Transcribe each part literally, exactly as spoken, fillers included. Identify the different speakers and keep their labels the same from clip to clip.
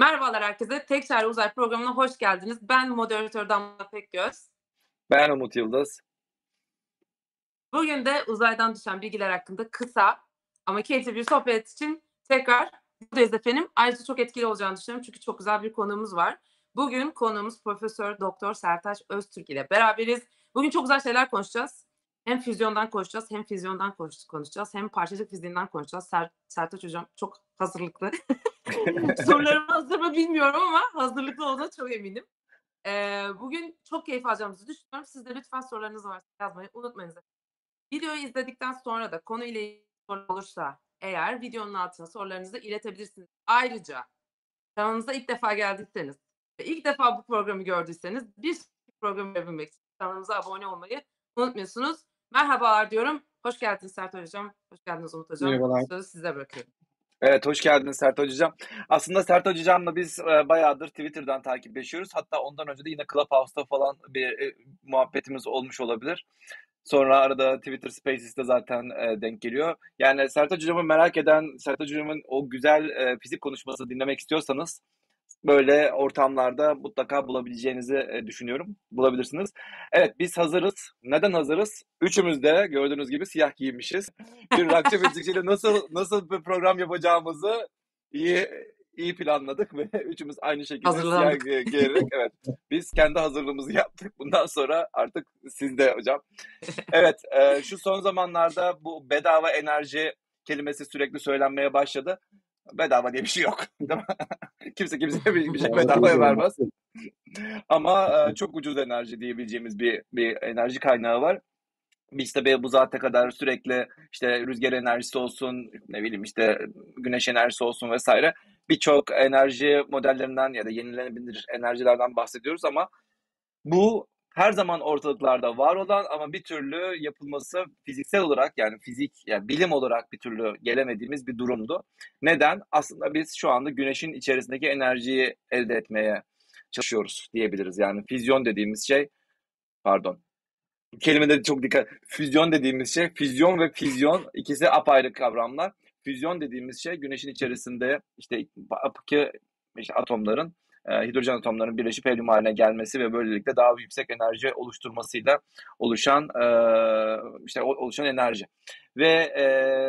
Speaker 1: Merhabalar herkese. Tek Çare Uzay programına hoş geldiniz. Ben moderatör Damla Pekgöz.
Speaker 2: Ben Umut Yıldız.
Speaker 1: Bugün de uzaydan düşen bilgiler hakkında kısa ama keyifli bir sohbet için tekrar buradayız efendim. Ayrıca çok etkili olacağını düşünüyorum çünkü çok güzel bir konuğumuz var. Bugün konuğumuz Profesör Doktor Sertaç Öztürk ile beraberiz. Bugün çok güzel şeyler konuşacağız. Hem füzyondan konuşacağız, hem füzyondan konuş- konuşacağız, hem parçacık fiziğinden konuşacağız. Ser- Sertaç Hocam çok hazırlıklı. Sorularım hazır mı bilmiyorum ama hazırlıklı olduğuna çok eminim. Eee, bugün çok keyif alacağımızı düşünüyorum. Siz de lütfen sorularınız varsa yazmayı unutmayınız. Videoyu izledikten sonra da konuyla ilgili soru olursa eğer videonun altına sorularınızı iletebilirsiniz. Ayrıca kanalımıza ilk defa geldiyseniz ve ilk defa bu programı gördüyseniz bir sonraki programı yapabilmek için kanalımıza abone olmayı unutmuyorsunuz. Merhabalar diyorum. Hoş geldiniz Sertaç Hocam. Hoş geldiniz Umut Hocam.
Speaker 3: Merhabalar.
Speaker 1: Sözü size bırakıyorum.
Speaker 2: Evet, hoş geldiniz Sertaç Hocam. Aslında Sertaç Hocam'la biz e, bayağıdır Twitter'dan takipleşiyoruz. Hatta ondan önce de yine Clubhouse'da falan bir e, muhabbetimiz olmuş olabilir. Sonra arada Twitter Spaces'te zaten e, denk geliyor. Yani Sertaç Hocam'ı merak eden, Sertaç Hocam'ın o güzel e, fizik konuşmasını dinlemek istiyorsanız böyle ortamlarda mutlaka bulabileceğinizi e, düşünüyorum. Bulabilirsiniz. Evet, biz hazırız. Neden hazırız? Üçümüz de gördüğünüz gibi siyah giymişiz. Bir rockçı müzikçiyle nasıl nasıl bir program yapacağımızı iyi iyi planladık ve üçümüz aynı şekilde siyah
Speaker 1: Hazırlandık.
Speaker 2: gi- giyerek evet biz kendi hazırlığımızı yaptık. Bundan sonra artık sizde hocam. Evet, e, şu son zamanlarda bu bedava enerji kelimesi sürekli söylenmeye başladı. Bedava diye bir şey yok. Değil mi? Kimse kimseye bir, bir şey
Speaker 3: Bedava
Speaker 2: bedavaya
Speaker 3: değil
Speaker 2: vermez. Ama e, çok ucuz enerji diyebileceğimiz bir bir enerji kaynağı var. Biz tabii bu saate kadar sürekli işte rüzgar enerjisi olsun, ne bileyim işte güneş enerjisi olsun vesaire birçok enerji modellerinden ya da yenilenebilir enerjilerden bahsediyoruz ama bu her zaman ortalıklarda var olan ama bir türlü yapılması fiziksel olarak yani fizik yani bilim olarak bir türlü gelemediğimiz bir durumdu. Neden? Aslında biz şu anda güneşin içerisindeki enerjiyi elde etmeye çalışıyoruz diyebiliriz. Yani füzyon dediğimiz şey, pardon. Kelimede çok dikkat. Füzyon dediğimiz şey, füzyon ve fizyon ikisi apayrı kavramlar. Füzyon dediğimiz şey güneşin içerisinde işte iki işte atomların e, hidrojen atomlarının birleşip helyum haline gelmesi ve böylelikle daha yüksek enerji oluşturmasıyla oluşan e, işte oluşan enerji. Ve e,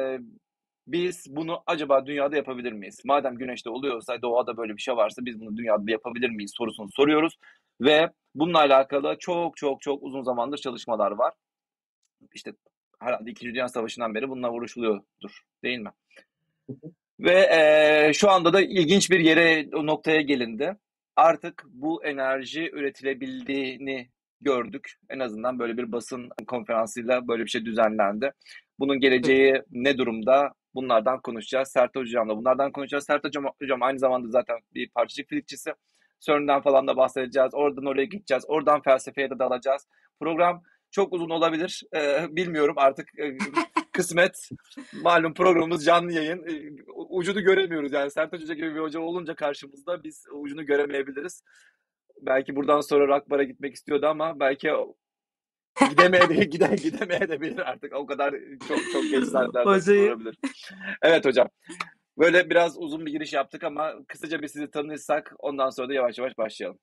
Speaker 2: biz bunu acaba dünyada yapabilir miyiz? Madem güneşte oluyorsa, doğada böyle bir şey varsa biz bunu dünyada yapabilir miyiz sorusunu soruyoruz ve bununla alakalı çok çok çok uzun zamandır çalışmalar var. İşte herhalde İkinci Dünya Savaşı'ndan beri bununla uğraşılıyordur, değil mi? Ve eee, şu anda da ilginç bir yere, o noktaya gelindi. Artık bu enerji üretilebildiğini gördük. En azından böyle bir basın konferansıyla böyle bir şey düzenlendi. Bunun geleceği ne durumda? Bunlardan konuşacağız. Sertaç Hocam'la bunlardan konuşacağız. Sertaç Hocam, hocam aynı zamanda zaten bir parçacık fizikçisi. CERN'den falan da bahsedeceğiz. Oradan oraya gideceğiz. Oradan felsefeye de dalacağız. Program çok uzun olabilir. Eee, bilmiyorum artık eee, kısmet. Malum programımız canlı yayın. Eee, ucunu göremiyoruz yani. Sertaç Hoca gibi bir hoca olunca karşımızda biz ucunu göremeyebiliriz. Belki buradan sonra Akbar'a gitmek istiyordu ama belki gidemeye de gide, gidemeye de bilir artık. O kadar çok çok geç saatlerde
Speaker 1: Hocayı
Speaker 2: olabilir. Evet hocam. Böyle biraz uzun bir giriş yaptık ama kısaca bir sizi tanırsak ondan sonra da yavaş yavaş başlayalım.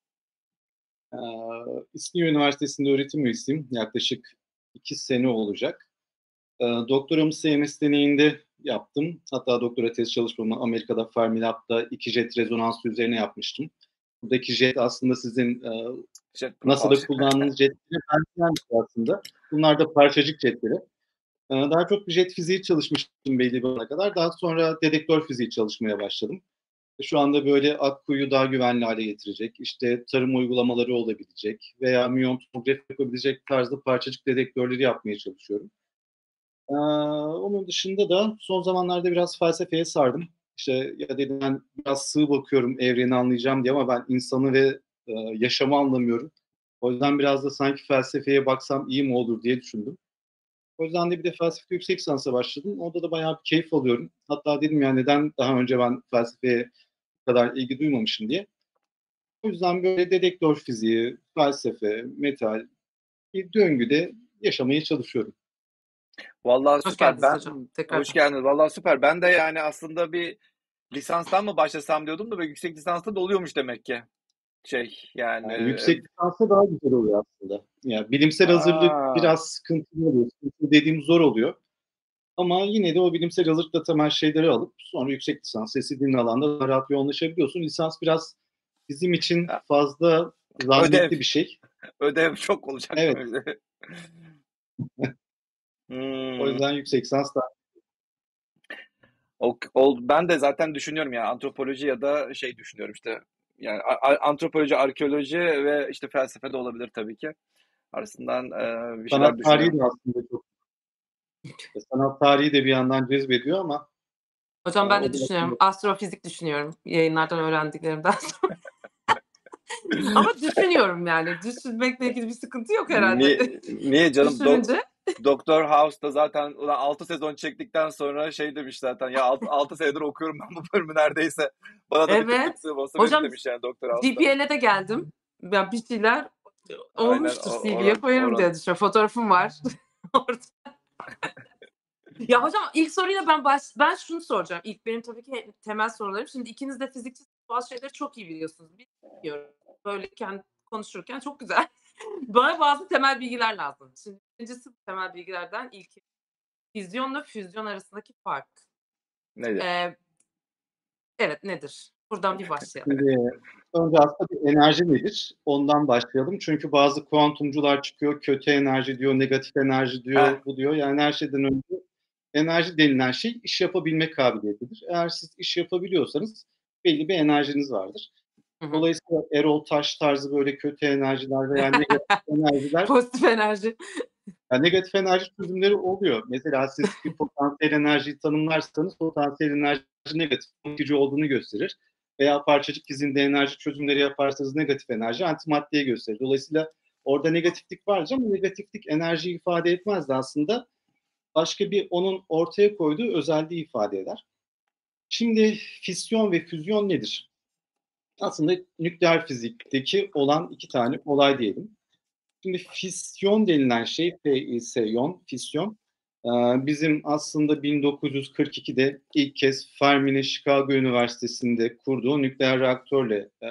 Speaker 3: Ee, İstinye Üniversitesi'nde öğretim üyesiyim. Yaklaşık iki sene olacak. Ee, doktoramı C M S deneyinde yaptım. Hatta doktora tez çalışmamı Amerika'da Fermilab'da iki jet rezonansı üzerine yapmıştım. Buradaki jet aslında sizin e,
Speaker 2: Jet
Speaker 3: NASA'da
Speaker 2: propulsion.
Speaker 3: kullandığınız jetleri benzeyen bir şey aslında. Bunlar da parçacık jetleri. Ee, daha çok bir jet fiziği çalışmıştım belli bir ana kadar. Daha sonra dedektör fiziği çalışmaya başladım. Şu anda böyle Akku'yu daha güvenli hale getirecek, işte tarım uygulamaları olabilecek veya müyon tomografi yapabilecek tarzda parçacık dedektörleri yapmaya çalışıyorum. Ee, onun dışında da son zamanlarda biraz felsefeye sardım. İşte ya dedim ben biraz sığ bakıyorum evreni anlayacağım diye ama ben insanı ve e, yaşamı anlamıyorum. O yüzden biraz da sanki felsefeye baksam iyi mi olur diye düşündüm. O yüzden de bir de felsefede yüksek lisansa başladım. Orada da bayağı bir keyif alıyorum. Hatta dedim ya neden daha önce ben felsefeye kadar ilgi duymamışım diye. O yüzden böyle dedektör fiziği, felsefe, metal bir döngüde yaşamaya çalışıyorum.
Speaker 2: Vallahi
Speaker 1: hoş
Speaker 2: süper.
Speaker 1: geldiniz
Speaker 2: Ben
Speaker 1: hocam.
Speaker 2: hoş
Speaker 1: Tekrardan.
Speaker 2: geldiniz. Vallahi süper. Ben de yani aslında bir lisanstan mı başlasam diyordum da böyle yüksek lisansta da oluyormuş demek ki. Şey yani.
Speaker 3: Yani
Speaker 2: e,
Speaker 3: yüksek lisansta daha güzel oluyor aslında. Yani bilimsel hazırlık
Speaker 2: Aa,
Speaker 3: biraz sıkıntılı oluyor. Sıkıntılı dediğim zor oluyor. Ama yine de o bilimsel hazırlıkla temel şeyleri alıp sonra yüksek lisans istediğin alanda daha rahat yoğunlaşabiliyorsun. Lisans biraz bizim için fazla
Speaker 2: ödev.
Speaker 3: zahmetli bir şey.
Speaker 2: Ödev çok olacak
Speaker 3: Evet,
Speaker 2: böyle.
Speaker 3: o
Speaker 2: Hmm.
Speaker 3: yüzden yüksek lisans da
Speaker 2: O, o- ben de zaten düşünüyorum yani antropoloji ya da şey düşünüyorum işte yani a- a- antropoloji, arkeoloji ve işte felsefe de olabilir tabii ki. Arasından e, bir şeyler
Speaker 3: sanat tarihi
Speaker 2: düşünüyorum.
Speaker 3: de aslında çok sanat tarihi de bir yandan cezbediyor ama e,
Speaker 1: Hocam ben
Speaker 3: o
Speaker 1: de
Speaker 3: da
Speaker 1: düşünüyorum.
Speaker 3: aslında
Speaker 1: Astrofizik düşünüyorum yayınlardan öğrendiklerimden sonra. Ama düşünüyorum yani. Düşünmekle ilgili bir sıkıntı yok herhalde.
Speaker 2: Niye, niye canım? Do
Speaker 1: Düşününce.
Speaker 2: Doktor House'da zaten ulan altı sezon çektikten sonra şey demiş zaten ya altı senedir okuyorum ben bu bölümü neredeyse. Bana da bir tık
Speaker 1: Evet.
Speaker 2: tık olsa verin
Speaker 1: Hocam
Speaker 2: demiş yani Doktor House'da.
Speaker 1: G P L'e de geldim. Ya bir şeyler
Speaker 2: Aynen
Speaker 1: olmuştur
Speaker 2: o-
Speaker 1: C V'ye
Speaker 2: oran
Speaker 1: koyarım
Speaker 2: oran.
Speaker 1: diye düşünüyorum. Fotoğrafım var. Orada. Ya hocam ilk soruyla ben baş, ben şunu soracağım. İlk benim tabii ki temel sorularım. Şimdi ikiniz de fizikçi bazı şeyleri çok iyi biliyorsunuz. Bilmiyorum. Böyleyken konuşurken çok güzel. Bana bazı temel bilgiler lazım. Şimdi birincisi bu temel bilgilerden ilki. Fizyonla füzyon arasındaki fark.
Speaker 2: Nedir?
Speaker 1: Ee, evet nedir? Buradan bir başlayalım.
Speaker 3: şimdi önce aslında bir enerji nedir? Ondan başlayalım. Çünkü bazı kuantumcular çıkıyor, kötü enerji diyor, negatif enerji
Speaker 2: Heh,
Speaker 3: diyor, bu diyor. Yani her şeyden önce enerji denilen şey iş yapabilme kabiliyetidir. Eğer siz iş yapabiliyorsanız belli bir enerjiniz vardır.
Speaker 1: Hı hı.
Speaker 3: Dolayısıyla Erol Taş tarzı böyle kötü enerjiler veya negatif enerjiler,
Speaker 1: Pozitif enerji.
Speaker 3: yani negatif enerji çözümleri oluyor. Mesela siz bir potansiyel enerjiyi tanımlarsanız potansiyel enerji negatif itici olduğunu gösterir. Veya parçacık dizinde enerji çözümleri yaparsanız negatif enerji antimaddeye gösterir. Dolayısıyla orada negatiflik vardır ama negatiflik enerjiyi ifade etmez de aslında başka bir onun ortaya koyduğu özelliği ifade eder. Şimdi fisyon ve füzyon nedir? Aslında nükleer fizikteki olan iki tane olay diyelim. Şimdi fisyon denilen şey, fisyon, fisyon, bizim aslında bin dokuz yüz kırk ikide ilk kez Fermi'nin Chicago Üniversitesi'nde kurduğu nükleer reaktörle e,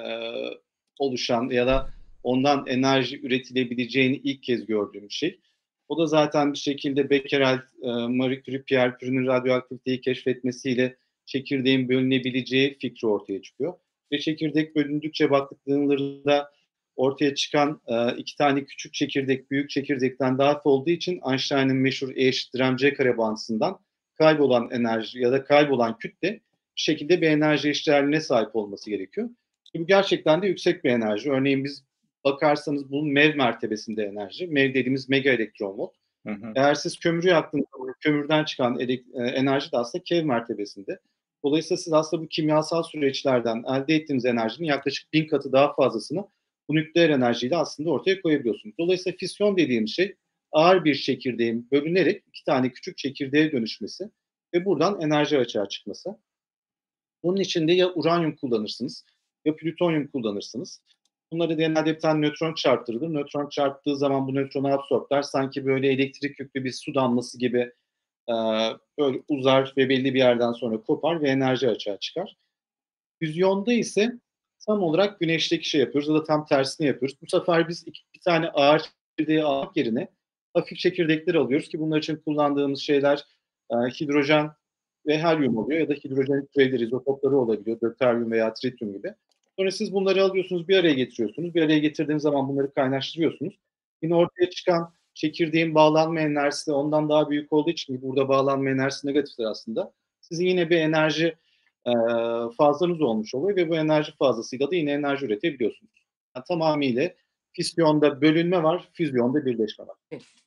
Speaker 3: oluşan ya da ondan enerji üretilebileceğini ilk kez gördüğüm şey. O da zaten bir şekilde Becquerel, Marie Curie, Pierre Curie'nin radyoaktiviteyi keşfetmesiyle çekirdeğin bölünebileceği fikri ortaya çıkıyor. Ve çekirdek bölündükçe baktıklarında ortaya çıkan e, iki tane küçük çekirdek büyük çekirdekten daha hafif olduğu için Einstein'ın meşhur E eşittir mc kare bağıntısından kaybolan enerji ya da kaybolan kütle bir şekilde bir enerji eşdeğerliğine sahip olması gerekiyor. Bu gerçekten de yüksek bir enerji. Örneğin biz bakarsanız bunun MEV mertebesinde enerji. MEV dediğimiz mega elektron volt.
Speaker 2: hı hı.
Speaker 3: Eğer siz kömürü yaktığınızda kömürden çıkan enerji de aslında keV mertebesinde. Dolayısıyla siz aslında bu kimyasal süreçlerden elde ettiğiniz enerjinin yaklaşık bin katı daha fazlasını bu nükleer enerjiyle aslında ortaya koyabiliyorsunuz. Dolayısıyla fisyon dediğim şey ağır bir çekirdeğin bölünerek iki tane küçük çekirdeğe dönüşmesi ve buradan enerji açığa çıkması. Bunun için de ya uranyum kullanırsınız ya plütonyum kullanırsınız. Bunları genelde bir tane nötron çarptırılır. Nötron çarptığı zaman bu nötronu absorplar. Sanki böyle elektrik yüklü bir su damlası gibi e, böyle uzar ve belli bir yerden sonra kopar ve enerji açığa çıkar. Füzyonda ise tam olarak güneşteki şey yapıyoruz ya da tam tersini yapıyoruz. Bu sefer biz iki, bir tane ağır çekirdeği almak yerine hafif çekirdekler alıyoruz ki bunlar için kullandığımız şeyler e, hidrojen ve helyum oluyor ya da hidrojen türevleri, izotopları olabiliyor. Döteryum veya trityum gibi. Sonra siz bunları alıyorsunuz, bir araya getiriyorsunuz. Bir araya getirdiğiniz zaman bunları kaynaştırıyorsunuz. Yine ortaya çıkan çekirdeğin bağlanma enerjisi de ondan daha büyük olduğu için burada bağlanma enerjisi negatiftir aslında. Sizin yine bir enerji e, fazlanız olmuş oluyor ve bu enerji fazlasıyla da yine enerji üretebiliyorsunuz. Yani tamamıyla fisyonda bölünme var, füzyonda birleşme var.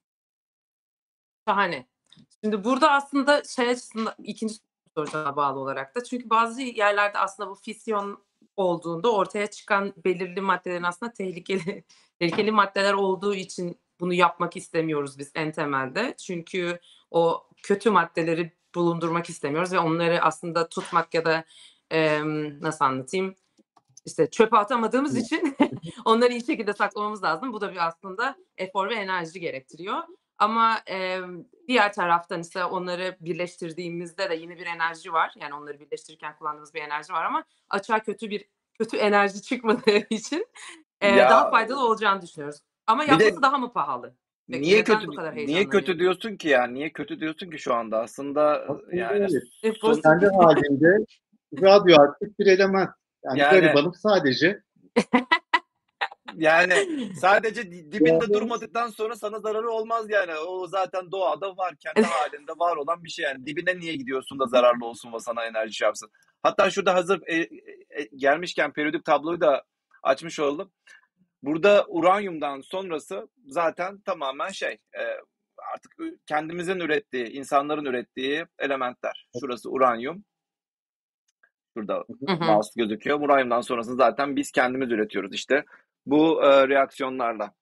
Speaker 1: Şahane. Şimdi burada aslında şey açısından ikinci soruya bağlı olarak da çünkü bazı yerlerde aslında bu fisyon olduğunda ortaya çıkan belirli maddelerin aslında tehlikeli tehlikeli maddeler olduğu için bunu yapmak istemiyoruz biz en temelde. Çünkü o kötü maddeleri bulundurmak istemiyoruz ve onları aslında tutmak ya da e, nasıl anlatayım işte çöpe atamadığımız için onları iyi şekilde saklamamız lazım. Bu da bir aslında efor ve enerji gerektiriyor. Ama, emm, diğer taraftan ise onları birleştirdiğimizde de yine bir enerji var. Yani onları birleştirirken kullandığımız bir enerji var ama açığa kötü bir kötü enerji çıkmadığı için, eee, daha
Speaker 2: Ya
Speaker 1: faydalı olacağını düşünüyoruz. Ama
Speaker 2: bir
Speaker 1: yapması
Speaker 2: de
Speaker 1: daha mı pahalı? Peki
Speaker 2: niye
Speaker 1: neden
Speaker 2: kötü
Speaker 1: bu kadar
Speaker 2: niye kötü
Speaker 1: heyecanlanıyoruz?
Speaker 2: diyorsun ki yani? Niye kötü diyorsun ki şu anda? Aslında
Speaker 3: Aslında
Speaker 2: yani
Speaker 3: evet.
Speaker 1: E,
Speaker 2: son
Speaker 3: Kendi
Speaker 1: pozitif.
Speaker 3: halinde radyoaktif bir element. Yani
Speaker 2: yani
Speaker 3: garibanım sadece.
Speaker 2: yani sadece di- dibinde
Speaker 3: Yani
Speaker 2: durmadıktan sonra sana zararı olmaz yani. O zaten doğada var, kendi halinde var olan bir şey yani. Dibine niye gidiyorsun da zararlı olsun ve sana enerji şey yapsın. Hatta şurada hazır e, e, gelmişken periyodik tabloyu da açmış oldum. Burada uranyumdan sonrası zaten tamamen şey e, artık kendimizin ürettiği, insanların ürettiği elementler. Şurası uranyum. Şurada
Speaker 1: Hı hı.
Speaker 2: mouse gözüküyor. Uranyumdan sonrasını zaten biz kendimiz üretiyoruz işte. Bu e, reaksiyonlarla.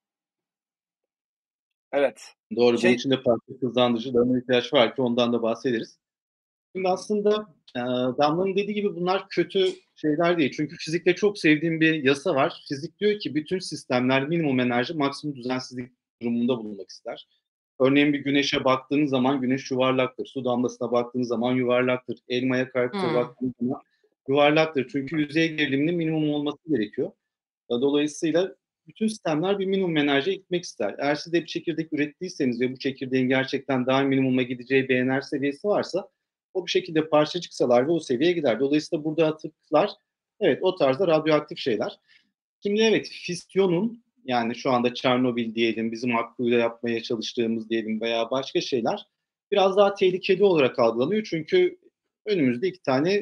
Speaker 2: Evet.
Speaker 3: doğru, bunun
Speaker 2: Şey
Speaker 3: için de farklı hızlandırıcılarına ihtiyaç var ki ondan da bahsederiz. Şimdi aslında e, Damla'nın dediği gibi bunlar kötü şeyler değil. Çünkü fizikte çok sevdiğim bir yasa var. Fizik diyor ki bütün sistemler minimum enerji, maksimum düzensizlik durumunda bulunmak ister. Örneğin bir güneşe baktığınız zaman güneş yuvarlaktır. Su damlasına baktığınız zaman yuvarlaktır. Elmaya karaktere
Speaker 1: Hıı.
Speaker 3: baktığınız zaman yuvarlaktır. Çünkü yüzey geriliminin minimum olması gerekiyor. Dolayısıyla bütün sistemler bir minimum enerjiye gitmek ister. Eğer siz de bir çekirdek ürettiyseniz ve bu çekirdeğin gerçekten daha minimuma gideceği bir enerji seviyesi varsa o bir şekilde parçacıksalar ve o seviyeye gider. Dolayısıyla burada atıklar evet o tarzda radyoaktif şeyler. Şimdi evet fisyonun yani şu anda Çernobil diyelim, bizim Akkuyu'da yapmaya çalıştığımız diyelim veya başka şeyler biraz daha tehlikeli olarak algılanıyor. Çünkü önümüzde iki tane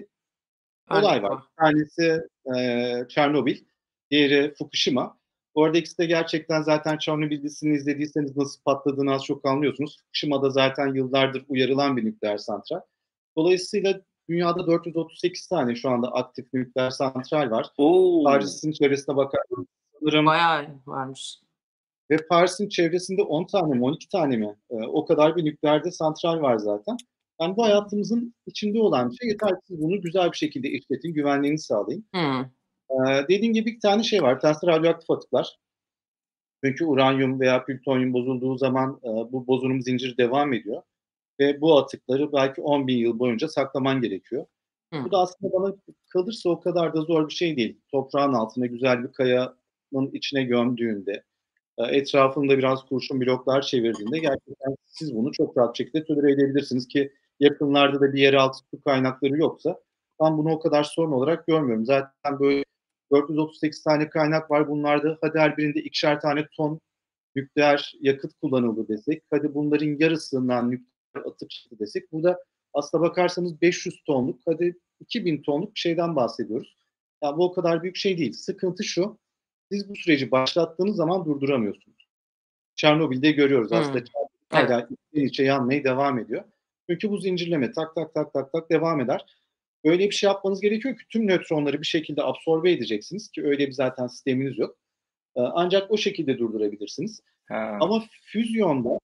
Speaker 3: olay
Speaker 1: Örnek
Speaker 3: var.
Speaker 1: var.
Speaker 3: Bir tanesi e, Çernobil, diğeri Fukushima. Bu arada ikisi de gerçekten zaten Çernobil dizisini izlediyseniz nasıl patladığını az çok anlıyorsunuz. Fukushima'da zaten yıllardır uyarılan bir nükleer santral. Dolayısıyla dünyada dört yüz otuz sekiz tane şu anda aktif nükleer santral var.
Speaker 2: Oo.
Speaker 3: Paris'in çevresine bakarsanız sanırım
Speaker 1: Bayağı varmış.
Speaker 3: ve Paris'in çevresinde on tane mi on iki tane mi e, o kadar bir nükleerde santral var zaten. Yani bu hayatımızın içinde olan bir şey. Yeter ki siz bunu güzel bir şekilde işletin, güvenliğini sağlayın.
Speaker 1: Hıı.
Speaker 3: Ee, dediğim gibi bir tane şey var. Bir tanesi radyoaktif atıklar. Çünkü uranyum veya plütonyum bozulduğu zaman e, bu bozulum zinciri devam ediyor. Ve bu atıkları belki on bin yıl boyunca saklaman gerekiyor.
Speaker 1: Hı.
Speaker 3: Bu da aslında bana kalırsa o kadar da zor bir şey değil. Toprağın altına güzel bir kayanın içine gömdüğünde, e, etrafında biraz kurşun bloklar çevirdiğinde gerçekten siz bunu çok rahat şekilde tolere edebilirsiniz ki yakınlarda da bir yeraltı su kaynakları yoksa ben bunu o kadar sorun olarak görmüyorum. Zaten böyle dört yüz otuz sekiz tane kaynak var. Bunlarda hadi her birinde ikişer tane ton nükleer yakıt kullanıldı desek, hadi bunların yarısından nükleer atık çıktı desek, burada aslına bakarsanız beş yüz tonluk, hadi iki bin tonluk bir şeyden bahsediyoruz. Yani bu o kadar büyük şey değil. Sıkıntı şu, siz bu süreci başlattığınız zaman durduramıyorsunuz. Çernobil'de görüyoruz. Aslında
Speaker 1: Hıı.
Speaker 3: Çernobil
Speaker 1: Evet.
Speaker 3: hala içten içe yanmaya devam ediyor. Çünkü bu zincirleme tak tak tak tak tak devam eder. Öyle bir şey yapmanız gerekiyor ki tüm nötronları bir şekilde absorbe edeceksiniz ki öyle bir zaten sisteminiz yok. Ee, Ancak o şekilde durdurabilirsiniz.
Speaker 2: Ha.
Speaker 3: Ama füzyonda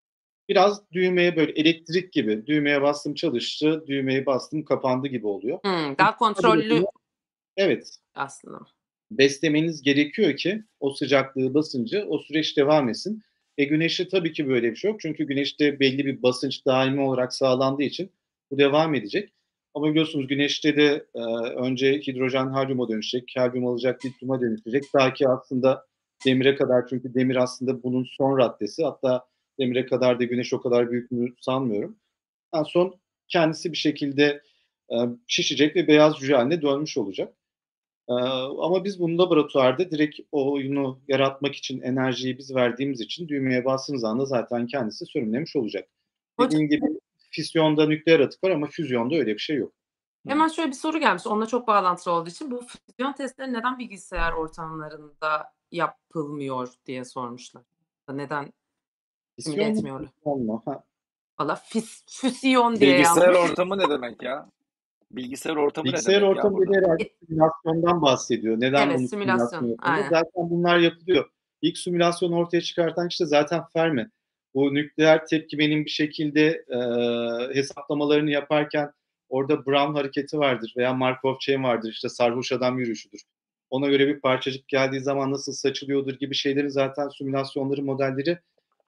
Speaker 3: biraz düğmeye böyle elektrik gibi düğmeye bastım çalıştı, düğmeye bastım kapandı gibi oluyor.
Speaker 1: Hıı.
Speaker 3: Çünkü
Speaker 1: Daha kontrollü
Speaker 3: evet
Speaker 1: aslında.
Speaker 3: beslemeniz gerekiyor ki o sıcaklığı, basıncı o süreç devam etsin. E güneşte tabii ki böyle bir şey yok. Çünkü güneşte belli bir basınç daimi olarak sağlandığı için bu devam edecek. Ama biliyorsunuz güneşte de e, önce hidrojen helyuma dönüşecek, helyum alacak, lityuma dönüşecek. Ta ki aslında demire kadar çünkü demir aslında bunun son raddesi. Hatta demire kadar da güneş o kadar büyük mü sanmıyorum. En son kendisi bir şekilde e, şişecek ve beyaz cüce haline dönmüş olacak. Ee, ama biz bunu laboratuvarda direkt o oyunu yaratmak için enerjiyi biz verdiğimiz için düğmeye bastığınız anda zaten kendisi sönümlemiş olacak.
Speaker 1: Hoca
Speaker 3: Dediğim gibi fisyonda nükleer atık var ama füzyonda öyle bir şey yok.
Speaker 1: hemen şöyle bir soru gelmiş, onunla çok bağlantılı olduğu için. Bu füzyon testleri neden bilgisayar ortamlarında yapılmıyor diye sormuşlar. Neden simüle
Speaker 3: Fisyon mu?
Speaker 1: etmiyorlar?
Speaker 3: Füzyon mu? Ha.
Speaker 1: Valla fis füsiyon diye
Speaker 2: Bilgisayar
Speaker 1: yazmış.
Speaker 2: ortamı ne demek ya? Bilgisayar ortamı ne
Speaker 3: Bilgisayar
Speaker 2: demek ya
Speaker 3: ortamı
Speaker 2: burada?
Speaker 3: dediği herhalde
Speaker 1: E
Speaker 3: simülasyondan bahsediyor. Neden
Speaker 1: evet,
Speaker 3: bunu simülasyon
Speaker 1: simülasyon.
Speaker 3: yapıyoruz?
Speaker 1: Aynen.
Speaker 3: Zaten bunlar yapılıyor. İlk simülasyonu ortaya çıkartan kişi de zaten Fermi. Bu nükleer tepkimenin bir şekilde e, hesaplamalarını yaparken orada Brown hareketi vardır veya Markov chain vardır. İşte sarhoş adam yürüyüşüdür. Ona göre bir parçacık geldiği zaman nasıl saçılıyordur gibi şeylerin zaten simülasyonları, modelleri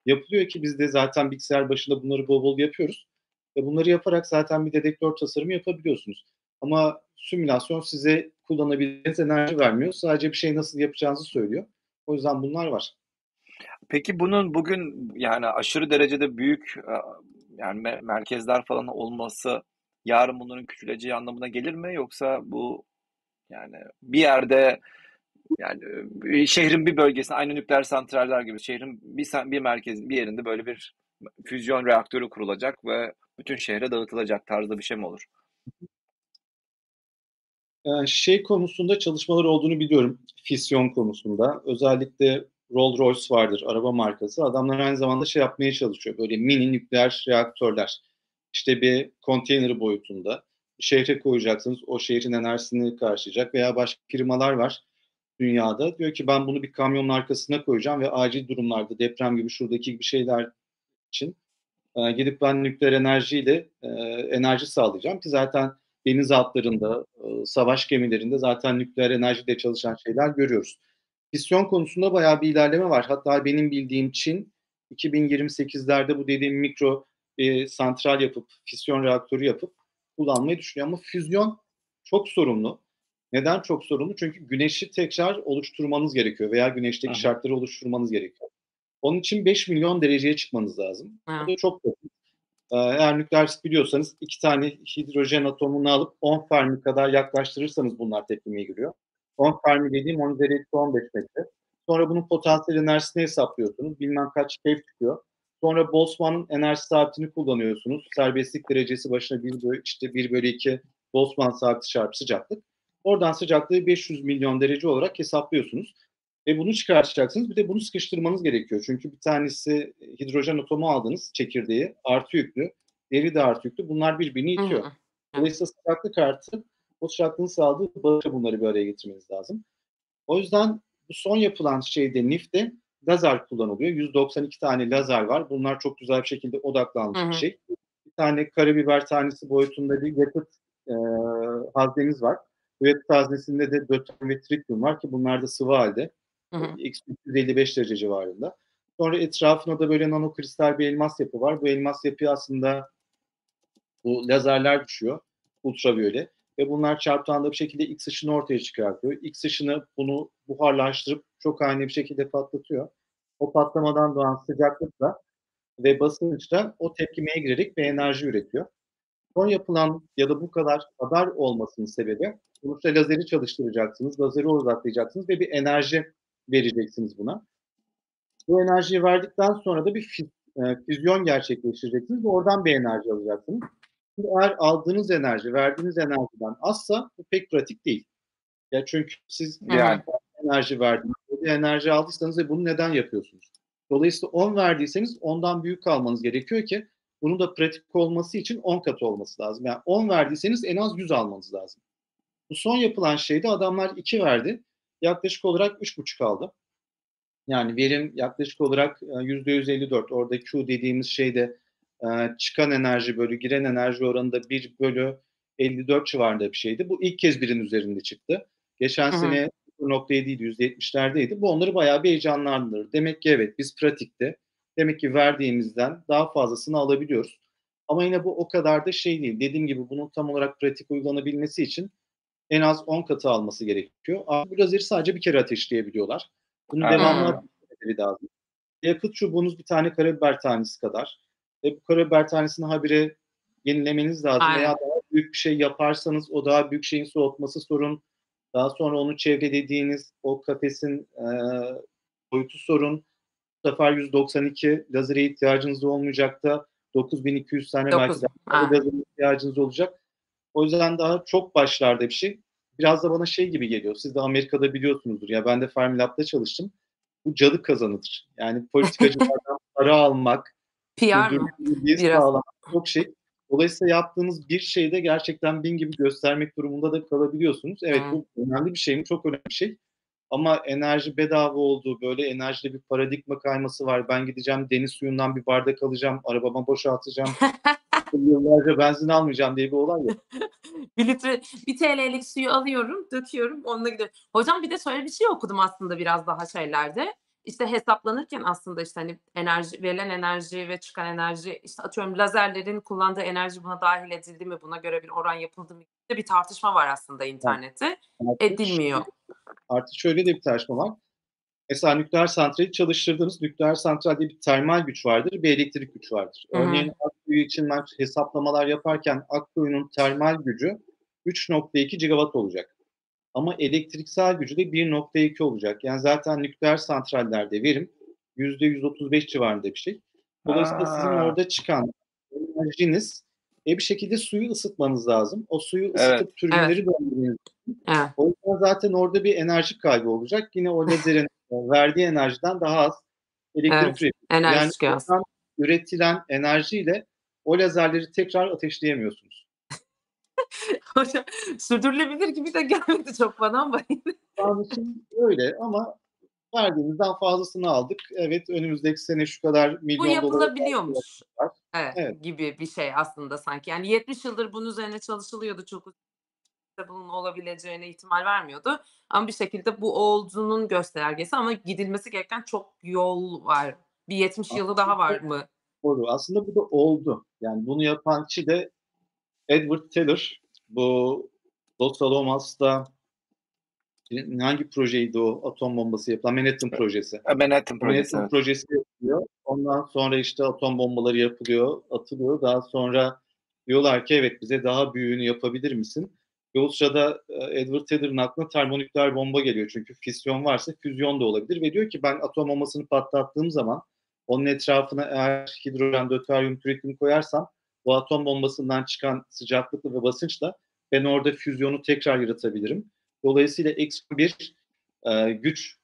Speaker 3: yapılıyor ki biz de zaten bilgisayar başında bunları bol bol yapıyoruz. Ve bunları yaparak zaten bir dedektör tasarımı yapabiliyorsunuz. Ama simülasyon size kullanabileceğiniz enerji vermiyor. Sadece bir şeyi nasıl yapacağınızı söylüyor. O yüzden bunlar var.
Speaker 2: Peki bunun bugün yani aşırı derecede büyük e, yani me- merkezler falan olması yarın bunların küçüleceği anlamına gelir mi? Yoksa bu yani bir yerde yani e, şehrin bir bölgesinde aynı nükleer santraller gibi şehrin bir, sen- bir merkez bir yerinde böyle bir füzyon reaktörü kurulacak ve bütün şehre dağıtılacak tarzda bir şey mi olur?
Speaker 3: Yani şey konusunda çalışmalar olduğunu biliyorum. Fisyon konusunda. Özellikle Rolls-Royce vardır, araba markası. Adamlar aynı zamanda şey yapmaya çalışıyor. Böyle mini nükleer reaktörler. İşte bir konteyner boyutunda. Bir şehre koyacaksınız. O şehrin enerjisini karşılayacak. Veya başka firmalar var dünyada. Diyor ki ben bunu bir kamyonun arkasına koyacağım ve acil durumlarda deprem gibi şuradaki gibi şeyler için e, gidip ben nükleer enerjiyle e, enerji sağlayacağım ki zaten deniz altlarında, e, savaş gemilerinde zaten nükleer enerjiyle çalışan şeyler görüyoruz. Fisyon konusunda bayağı bir ilerleme var. Hatta benim bildiğim Çin iki bin yirmi sekizlerde bu dediğim mikro bir santral yapıp, fisyon reaktörü yapıp kullanmayı düşünüyor. Ama füzyon çok sorunlu. Neden çok sorunlu? Çünkü güneşi tekrar oluşturmanız gerekiyor veya
Speaker 2: Hı
Speaker 3: güneşteki
Speaker 2: hı.
Speaker 3: şartları oluşturmanız gerekiyor. Onun için beş milyon dereceye çıkmanız lazım. O
Speaker 1: Evet.
Speaker 3: da çok basit. Ee, Eğer nükleer fizik biliyorsanız iki tane hidrojen atomunu alıp on Fermi kadar yaklaştırırsanız bunlar tepkimeye giriyor. on Fermi dediğim on üzeri eksi on beş metre. Sonra bunun potansiyel enerjisini hesaplıyorsunuz. Bilmem kaç kef çıkıyor. Sonra Boltzmann'ın enerji sabitini kullanıyorsunuz. Serbestlik derecesi başına bir bölü, işte bir bölü iki Boltzmann sabiti çarpı sıcaklık. Oradan sıcaklığı beş yüz milyon derece olarak hesaplıyorsunuz. Ve bunu çıkartacaksınız. Bir de bunu sıkıştırmanız gerekiyor. Çünkü bir tanesi hidrojen atomu aldınız çekirdeği artı yüklü. Diğeri de artı yüklü. Bunlar birbirini
Speaker 1: Hı
Speaker 3: itiyor.
Speaker 1: hı. Evet.
Speaker 3: Dolayısıyla sıcaklık artı o sıcaklığın sağladığı bağı bunları bir araya getirmeniz lazım. O yüzden bu son yapılan şeyde N I F'te lazer kullanılıyor. yüz doksan iki tane lazer var. Bunlar çok güzel bir şekilde
Speaker 1: Hı
Speaker 3: odaklanmış bir
Speaker 1: hı.
Speaker 3: şey. Bir tane karabiber tanesi boyutunda bir yakıt e, haznemiz var. Bu yakıt haznesinde de dötron ve trityum var ki bunlar da sıvı halde.
Speaker 1: Hı hı.
Speaker 3: Eksi üç yüz elli beş derece civarında. Sonra etrafına da böyle nanokristal bir elmas yapı var. Bu elmas yapı aslında bu lazerler düşüyor. Ultraviyole. Ve bunlar çarptığında bir şekilde X ışını ortaya çıkartıyor. X ışını bunu buharlaştırıp çok ani bir şekilde patlatıyor. O patlamadan doğan sıcaklıkla ve basınçla o tepkimeye girerek bir enerji üretiyor. Son yapılan ya da bu kadar haber olmasının sebebi sonuçta lazeri çalıştıracaksınız, lazeri odaklayacaksınız ve bir enerji vereceksiniz buna. Bu enerjiyi verdikten sonra da bir füz, e, füzyon gerçekleştireceksiniz ve oradan bir enerji alacaksınız. Şimdi eğer aldığınız enerji, verdiğiniz enerjiden azsa bu pek pratik değil. Ya çünkü siz
Speaker 1: Hı hı.
Speaker 2: Yani
Speaker 3: enerji verdiniz, bir enerji aldıysanız ve bunu neden yapıyorsunuz? Dolayısıyla on verdiyseniz ondan büyük almanız gerekiyor ki bunun da pratik olması için on katı olması lazım. Yani on verdiyseniz en az yüz almanız lazım. Bu son yapılan şeyde adamlar iki verdi. Yaklaşık olarak üç buçuk aldı. Yani verim yaklaşık olarak yüzde yüz elli dört. Orada Q dediğimiz şeyde e, çıkan enerji bölü giren enerji oranında bir bölü elli dört civarında bir şeydi. Bu ilk kez birin üzerinde çıktı. Geçen
Speaker 1: Hı hı.
Speaker 3: sene sıfır nokta yedi idi, yüzde yetmişlerdeydi. Bu onları bayağı bir heyecanlandırdı. Demek ki evet biz pratikte demek ki verdiğimizden daha fazlasını alabiliyoruz. Ama yine bu o kadar da şey değil. Dediğim gibi bunun tam olarak pratik uygulanabilmesi için en az on katı alması gerekiyor. Ama bu lazeri sadece bir kere ateşleyebiliyorlar. Bunu devamlı
Speaker 1: Hı.
Speaker 3: ateşlemeleri lazım. Yakıt çubuğunuz bir tane karabiber tanesi kadar. Ve bu karabiber tanesini habire yenilemeniz lazım. Veya
Speaker 1: Aynen.
Speaker 3: daha büyük bir şey yaparsanız o daha büyük şeyin soğutması sorun. Daha sonra onu çevrelediğiniz o kafesin e, boyutu sorun. Bu sefer yüz doksan iki lazere ihtiyacınız olmayacak da dokuz bin iki yüz tane belki
Speaker 1: Dokuz.
Speaker 3: daha fazla
Speaker 1: Ha.
Speaker 3: lazere ihtiyacınız olacak. O yüzden daha çok başlarda bir şey. Biraz da bana şey gibi geliyor. Siz de Amerika'da biliyorsunuzdur. Ya ben de Fermilab'da çalıştım. Bu cadı kazanıdır. Yani politikacılardan para almak,
Speaker 1: P R mı?
Speaker 3: sürdürülebilirliği
Speaker 1: Biraz.
Speaker 3: sağlamak çok şey. Dolayısıyla yaptığınız bir şeyde gerçekten bin gibi göstermek durumunda da kalabiliyorsunuz. Evet
Speaker 1: Hı.
Speaker 3: bu önemli bir şey mi? Çok önemli bir şey. Ama enerji bedava olduğu, böyle enerjide bir paradigma kayması var. Ben gideceğim deniz suyundan bir bardak alacağım, arabama boşaltacağım, yıllarca benzin almayacağım diye bir olay yok.
Speaker 1: bir litre, bir T L'lik suyu alıyorum, döküyorum, onunla gidiyorum. Hocam bir de şöyle bir şey okudum aslında biraz daha şeylerde. işte hesaplanırken aslında işte hani enerji, verilen enerji ve çıkan enerji, işte atıyorum lazerlerin kullandığı enerji buna dâhil edildi mi, buna göre bir oran yapıldı mı gibi bir tartışma var aslında internette.
Speaker 3: Artık
Speaker 1: Edilmiyor.
Speaker 3: artık şöyle de bir tartışma var. Mesela nükleer santrali çalıştırdınız. Nükleer santralde bir termal güç vardır, bir elektrik güç vardır.
Speaker 1: Hı hı.
Speaker 3: Örneğin Akkuyu için ben hesaplamalar yaparken Akkuyu'nun termal gücü üç nokta iki gigawatt olacak. Ama elektriksel gücü de bir nokta iki olacak. Yani zaten nükleer santrallerde verim yüzde yüz otuz beş civarında bir şey. Dolayısıyla sizin
Speaker 2: Ha,
Speaker 3: orada çıkan enerjiniz e, bir şekilde suyu ısıtmanız lazım. O suyu
Speaker 2: evet.
Speaker 3: ısıtıp türbinleri
Speaker 1: Evet.
Speaker 3: döndürmeniz.
Speaker 1: Evet.
Speaker 3: O yüzden zaten orada bir enerji kaybı olacak. Yine o lazerin verdiği enerjiden daha az elektrik
Speaker 1: Evet.
Speaker 3: üretiyor.
Speaker 1: Enerji
Speaker 3: Yani
Speaker 1: çıkıyor aslında.
Speaker 3: oradan üretilen enerjiyle o lazerleri tekrar ateşleyemiyorsunuz.
Speaker 1: Hocam sürdürülebilir gibi de gelmedi çok bana ama
Speaker 3: Şu an için öyle ama verdiğimizden fazlasını aldık. Evet, önümüzdeki sene şu kadar
Speaker 1: bu
Speaker 3: milyon dolara
Speaker 1: yapılabiliyormuş.
Speaker 3: var. Evet.
Speaker 1: Evet, gibi bir şey aslında sanki. Yani yetmiş yıldır bunun üzerine çalışılıyordu. Çok da bunun olabileceğine ihtimal vermiyordu. Ama bir şekilde bu olduğunun göstergesi ama gidilmesi gereken çok yol var. Bir yetmiş yılı daha var mı?
Speaker 3: Doğru. Aslında bu da oldu. Yani bunu yapan kişi de Edward Teller. Bu Los Alomos'ta hangi projeydi o atom bombası yapılan? Manhattan projesi.
Speaker 2: Manhattan
Speaker 3: O
Speaker 2: projesi,
Speaker 3: Manhattan
Speaker 2: evet.
Speaker 3: projesi yapılıyor. Ondan sonra işte atom bombaları yapılıyor, atılıyor. Daha sonra diyorlar ki evet bize daha büyüğünü yapabilir misin? Ve o sırada Edward Teller'ın aklına termonükleer bomba geliyor. Çünkü fisyon varsa füzyon da olabilir. Ve diyor ki ben atom bombasını patlattığım zaman onun etrafına eğer hidrojen, döteryum, tritium koyarsam bu atom bombasından çıkan sıcaklıkla ve basınçla ben orada füzyonu tekrar yaratabilirim. Dolayısıyla eksi bir e, güç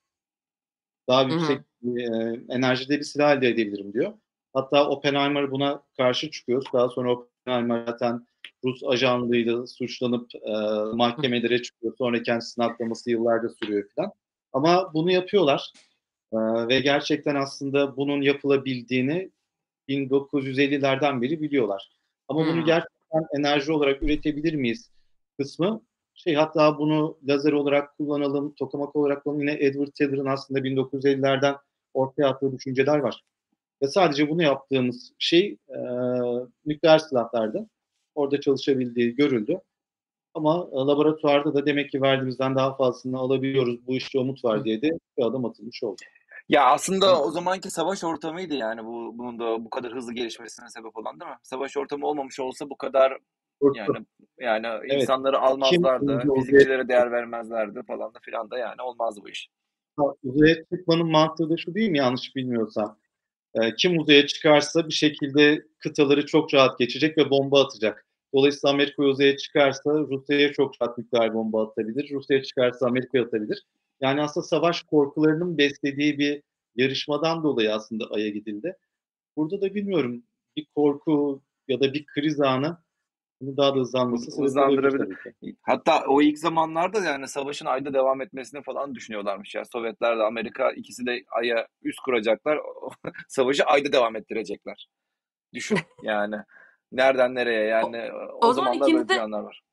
Speaker 3: daha
Speaker 1: Hı
Speaker 3: yüksek
Speaker 1: hı.
Speaker 3: e, enerjide bir silah elde edebilirim diyor. Hatta Oppenheimer buna karşı çıkıyor. Daha sonra Oppenheimer zaten Rus ajanlığıyla suçlanıp e, mahkemelere çıkıyor. Sonra kendisini aklaması yıllarca sürüyor falan. Ama bunu yapıyorlar. E, ve gerçekten aslında bunun yapılabildiğini bin dokuz yüz ellilerden beri biliyorlar. Ama bunu
Speaker 1: Hımm.
Speaker 3: gerçekten enerji olarak üretebilir miyiz kısmı şey hatta bunu lazer olarak kullanalım, tokamak olarak kullanalım. Yine Edward Teller'ın aslında bin dokuz yüz ellilerden ortaya attığı düşünceler var. Ve sadece bunu yaptığımız şey e, nükleer silahlardı. Orada çalışabildiği görüldü. Ama e, laboratuvarda da demek ki verdiğimizden daha fazlasını alabiliyoruz. Bu işte umut var diye de bir adım atılmış oldu.
Speaker 2: Ya aslında o zamanki savaş ortamıydı yani bu bunun da bu kadar hızlı gelişmesine sebep olan, değil mi? Savaş ortamı olmamış olsa bu kadar yani yani
Speaker 3: Evet.
Speaker 2: insanları
Speaker 3: Kim
Speaker 2: almazlardı,
Speaker 3: uzaya,
Speaker 2: fizikçilere değer vermezlerdi falan da filan da yani olmazdı bu iş.
Speaker 3: uzaya çıkmanın mantığı da şu değil mi yanlış bilmiyorsam? E, kim uzaya çıkarsa bir şekilde kıtaları çok rahat geçecek ve bomba atacak. Dolayısıyla Amerika uzaya çıkarsa Rusya'ya çok rahat nükleer bomba atabilir. Rusya'ya çıkarsa Amerika'ya atabilir. Yani aslında savaş korkularının beslediği bir yarışmadan dolayı aslında Ay'a gidildi. Burada da bilmiyorum bir korku ya da bir kriz anı bunu daha da hızlanmasına
Speaker 2: Hız-
Speaker 3: sebep olabilir
Speaker 2: Hızlandırabilir.
Speaker 3: tabii ki.
Speaker 2: Hatta o ilk zamanlarda yani savaşın Ay'da devam etmesini falan düşünüyorlarmış ya. Sovyetler de Amerika ikisi de Ay'a üs kuracaklar. Savaşı Ay'da devam ettirecekler. Düşün yani. Nereden nereye
Speaker 1: O
Speaker 2: yani o
Speaker 1: o zaman
Speaker 2: zamanlar böyle
Speaker 1: ikiniz de
Speaker 2: planlar var.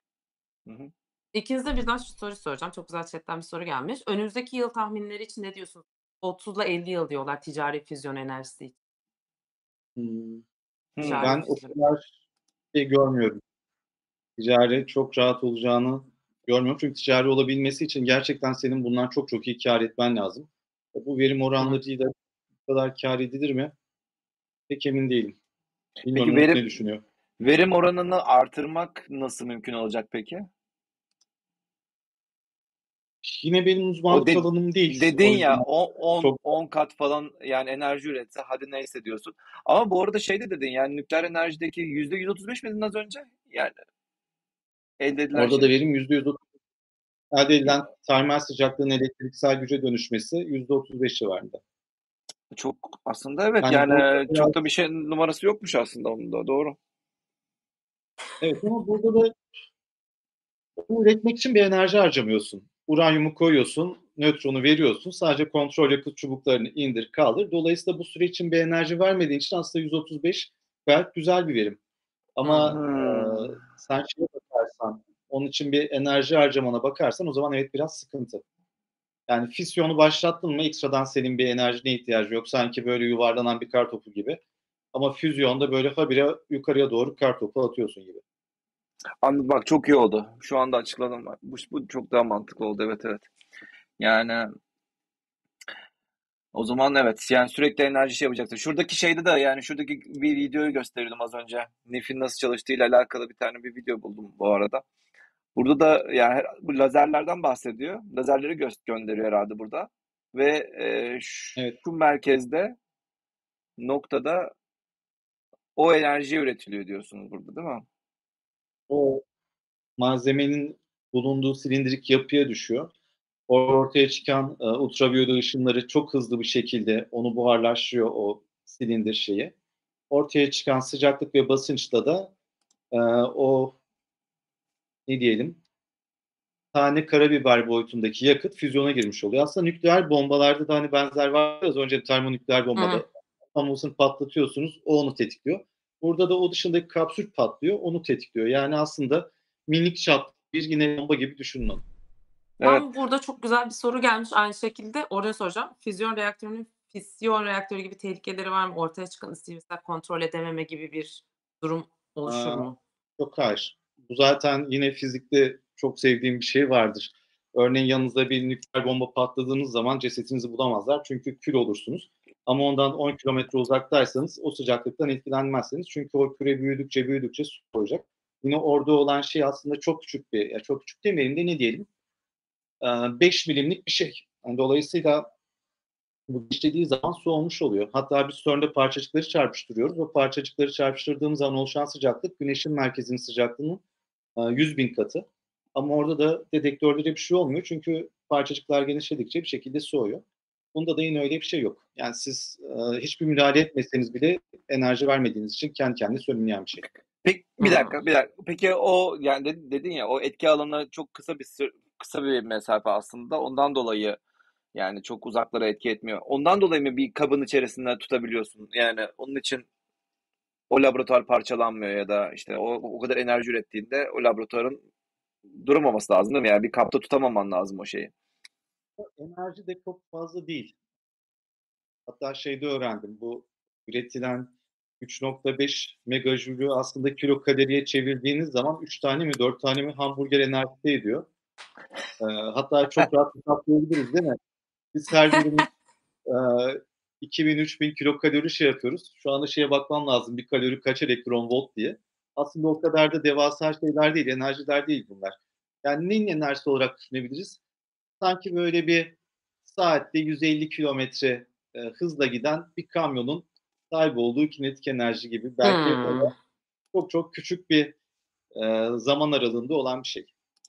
Speaker 2: Hı hı.
Speaker 1: ikinize birden şu soruyu soracağım. Çok güzel chatten bir soru gelmiş. Önümüzdeki yıl tahminleri için ne diyorsunuz? otuzla elli yıl diyorlar ticari füzyon enerjisi için.
Speaker 3: Hmm.
Speaker 2: Hmm.
Speaker 1: Ticari
Speaker 3: Ben o
Speaker 1: füzyon.
Speaker 3: kadar şey görmüyorum. Ticari çok rahat olacağını görmüyorum. Çünkü ticari olabilmesi için gerçekten senin bundan çok çok iyi kâr etmen lazım. E, Bu verim
Speaker 1: Hı hı.
Speaker 3: oranlarıyla bu kadar kâr edilir mi? Pek emin değilim. Bilmiyorum
Speaker 2: Peki
Speaker 3: Umut ne
Speaker 2: verim
Speaker 3: düşünüyor?
Speaker 2: verim oranını artırmak nasıl mümkün olacak peki?
Speaker 3: Yine benim
Speaker 2: O
Speaker 3: uzmanlık
Speaker 2: de,
Speaker 3: alanım değil.
Speaker 2: dedin
Speaker 3: O
Speaker 2: ya
Speaker 3: yüzden
Speaker 2: on
Speaker 3: çok
Speaker 2: on kat falan yani enerji üretse hadi neyse diyorsun. Ama bu arada şey de dedin yani nükleer enerjideki yüzde yüz otuz beş mi dedin az önce? Yani elde edilen
Speaker 3: orada da
Speaker 2: şey.
Speaker 3: verim yüzde yüz elde edilen termal sıcaklığın elektriksel güce dönüşmesi yüzde otuz beş civarında.
Speaker 2: Çok aslında evet
Speaker 3: Yani burada
Speaker 2: yani
Speaker 3: biraz
Speaker 2: çok da bir şey numarası yokmuş aslında onun da doğru.
Speaker 3: evet ama burada da bunu üretmek için bir enerji harcamıyorsun. Uranyumu koyuyorsun, nötronu veriyorsun. Sadece kontrol yakıt çubuklarını indir, kaldır. Dolayısıyla bu süre için bir enerji vermediğin için aslında yüz otuz beş gayet güzel bir verim. Ama
Speaker 1: Hımm.
Speaker 3: e,
Speaker 2: Hmm.
Speaker 3: sen şeye bakarsan, onun için bir enerji harcamana bakarsan o zaman evet biraz sıkıntı. Yani fisyonu başlattın mı ekstradan senin bir enerjine ihtiyacı yok. Sanki böyle yuvarlanan bir kartopu gibi. Ama füzyonda böyle habire yukarıya doğru kartopu atıyorsun gibi.
Speaker 2: Anladım, bak çok iyi oldu. Şu anda açıkladım. Bu, bu çok daha mantıklı oldu. Evet, evet. Yani o zaman evet, yani sürekli enerji şey yapacaksın. Şuradaki şeyde de, yani şuradaki bir videoyu gösteriyordum az önce. N I F'in nasıl çalıştığıyla alakalı bir tane bir video buldum bu arada. Burada da yani her- bu lazerlerden bahsediyor. Lazerleri gö- gönderiyor herhalde burada. Ve e,
Speaker 3: Evet.
Speaker 2: şu merkezde, noktada o enerji üretiliyor diyorsunuz burada, değil mi?
Speaker 3: O malzemenin bulunduğu silindirik yapıya düşüyor. Ortaya çıkan e, ultraviyole ışınları çok hızlı bir şekilde onu buharlaştırıyor o silindir şeyi. Ortaya çıkan sıcaklık ve basınçla da e, o ne diyelim tane karabiber boyutundaki yakıt füzyona girmiş oluyor. Aslında nükleer bombalarda da hani benzer var. Az önce termonükleer
Speaker 1: Hı hı.
Speaker 3: bombada atomosunu patlatıyorsunuz, o onu tetikliyor. Burada da o dışındaki kapsül patlıyor, onu tetikliyor. Yani aslında minik çap bir yine bomba gibi düşünün onu.
Speaker 2: Evet.
Speaker 1: Tam burada çok güzel bir soru gelmiş aynı şekilde. Oraya soracağım. Füzyon reaktörünün fisyon reaktörü gibi tehlikeleri var mı? Ortaya çıkan ısıyı mesela kontrol edememe gibi bir durum oluşur
Speaker 3: Aa,
Speaker 1: mu?
Speaker 3: Yok, hayır. Bu zaten yine fizikte çok sevdiğim bir şey vardır. Örneğin yanınızda bir nükleer bomba patladığınız zaman cesetinizi bulamazlar. Çünkü kül olursunuz. Ama ondan on kilometre uzaktaysanız o sıcaklıktan etkilenmezsiniz. Çünkü o küre büyüdükçe büyüdükçe su koyacak. Yine orada olan şey aslında çok küçük bir, ya çok küçük demeyelim de ne diyelim, beş milimlik bir şey. Yani dolayısıyla bu işlediği zaman su olmuş oluyor. Hatta biz CERN'de parçacıkları çarpıştırıyoruz. O parçacıkları çarpıştırdığımız zaman oluşan sıcaklık güneşin merkezinin sıcaklığının yüz bin katı. Ama orada da dedektörlere bir şey olmuyor. Çünkü parçacıklar genişledikçe bir şekilde soğuyor. Bunda da yine öyle bir şey yok. Yani siz e, hiçbir müdahale etmeseniz bile enerji vermediğiniz için kendi kendine sönümleyen bir şey.
Speaker 2: Peki bir
Speaker 1: Hımm.
Speaker 2: dakika, bir dakika. Peki o, yani dedin, dedin ya, o etki alanı çok kısa bir sır- kısa bir mesafe aslında. Ondan dolayı yani çok uzaklara etki etmiyor. Ondan dolayı mı bir kabın içerisinde tutabiliyorsun? Yani onun için o laboratuvar parçalanmıyor ya da işte o, o kadar enerji ürettiğinde o laboratuvarın duramaması lazım, değil mi? Yani bir kapta tutamaman lazım o şeyi.
Speaker 3: Enerji de çok fazla değil. Hatta şeyde öğrendim, bu üretilen üç nokta beş megajülü aslında kilo kaloriye çevirdiğiniz zaman üç tane mi dört tane mi hamburger enerjisi ediyor. Ee, hatta çok rahat hesaplayabiliriz değil mi? Biz her birimiz e, iki bin üç bin kilokalori şey yapıyoruz. Şu anda şeye bakmam lazım, bir kalori kaç elektron volt diye. Aslında o kadar da devasa şeyler değil, enerjiler değil bunlar. Yani neyin enerjisi olarak düşünebiliriz? Sanki böyle bir saatte yüz elli kilometre e, hızla giden bir kamyonun sahip olduğu kinetik enerji gibi, belki o da
Speaker 1: Hımm.
Speaker 3: çok çok küçük bir e, zaman aralığında olan bir şey.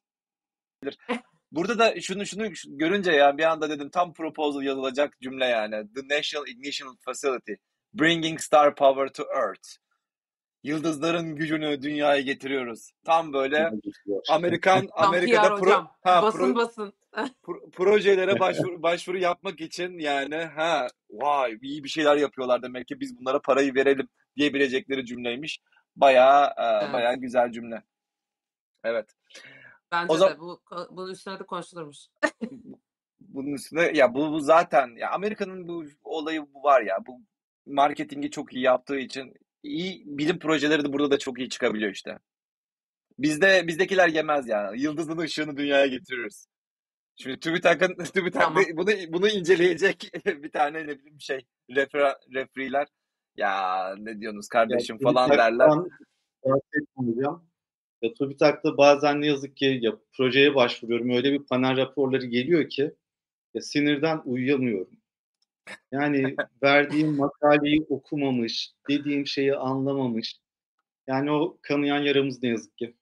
Speaker 2: Burada da şunu şunu görünce ya bir anda dedim, tam proposal yazılacak cümle yani. The National Ignition Facility, bringing star power to Earth. Yıldızların gücünü dünyaya getiriyoruz. Tam böyle Amerikan
Speaker 1: Tam P R
Speaker 2: Amerika'da pro,
Speaker 1: hocam.
Speaker 2: ha
Speaker 1: Basın
Speaker 2: pro,
Speaker 1: basın.
Speaker 2: pro- projelere başvuru, başvuru yapmak için, yani ha vay iyi bir şeyler yapıyorlar demek ki, biz bunlara parayı verelim diyebilecekleri cümleymiş. Bayağı e,
Speaker 1: Evet.
Speaker 2: bayağı güzel cümle. Evet. O
Speaker 1: Bence
Speaker 2: zaman
Speaker 1: de bu ko bunun üstüne de konuşulurmuş.
Speaker 2: bunun üstüne, ya bu, bu zaten, ya Amerika'nın bu olayı bu var ya, bu marketingi çok iyi yaptığı için iyi bilim projeleri de burada da çok iyi çıkabiliyor işte. Bizde bizdekiler yemez yani. Yıldızın ışığını dünyaya getiriyoruz. Şimdi TÜBİTAK'ın TÜBİTAK'ta
Speaker 1: Tamam.
Speaker 2: bunu bunu inceleyecek bir tane ne bileyim şey refera, refriler, ya ne diyorsunuz
Speaker 3: Ya,
Speaker 2: kardeşim falan derler.
Speaker 3: TÜBİTAK'tan bahsetmeyeceğim. Ya, TÜBİTAK'ta bazen ne yazık ki ya, projeye başvuruyorum. Öyle bir panel raporları geliyor ki ya, sinirden uyuyamıyorum. Yani verdiğim makaleyi okumamış, dediğim şeyi anlamamış. Yani o kanayan yaramız ne yazık ki.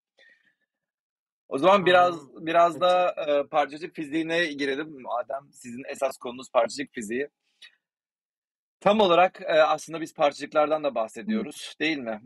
Speaker 2: O zaman
Speaker 1: Aynen.
Speaker 2: biraz biraz
Speaker 1: Evet.
Speaker 2: da e, parçacık fiziğine girelim. Madem sizin esas konunuz parçacık fiziği. Tam olarak e, aslında biz parçacıklardan da bahsediyoruz, değil mi?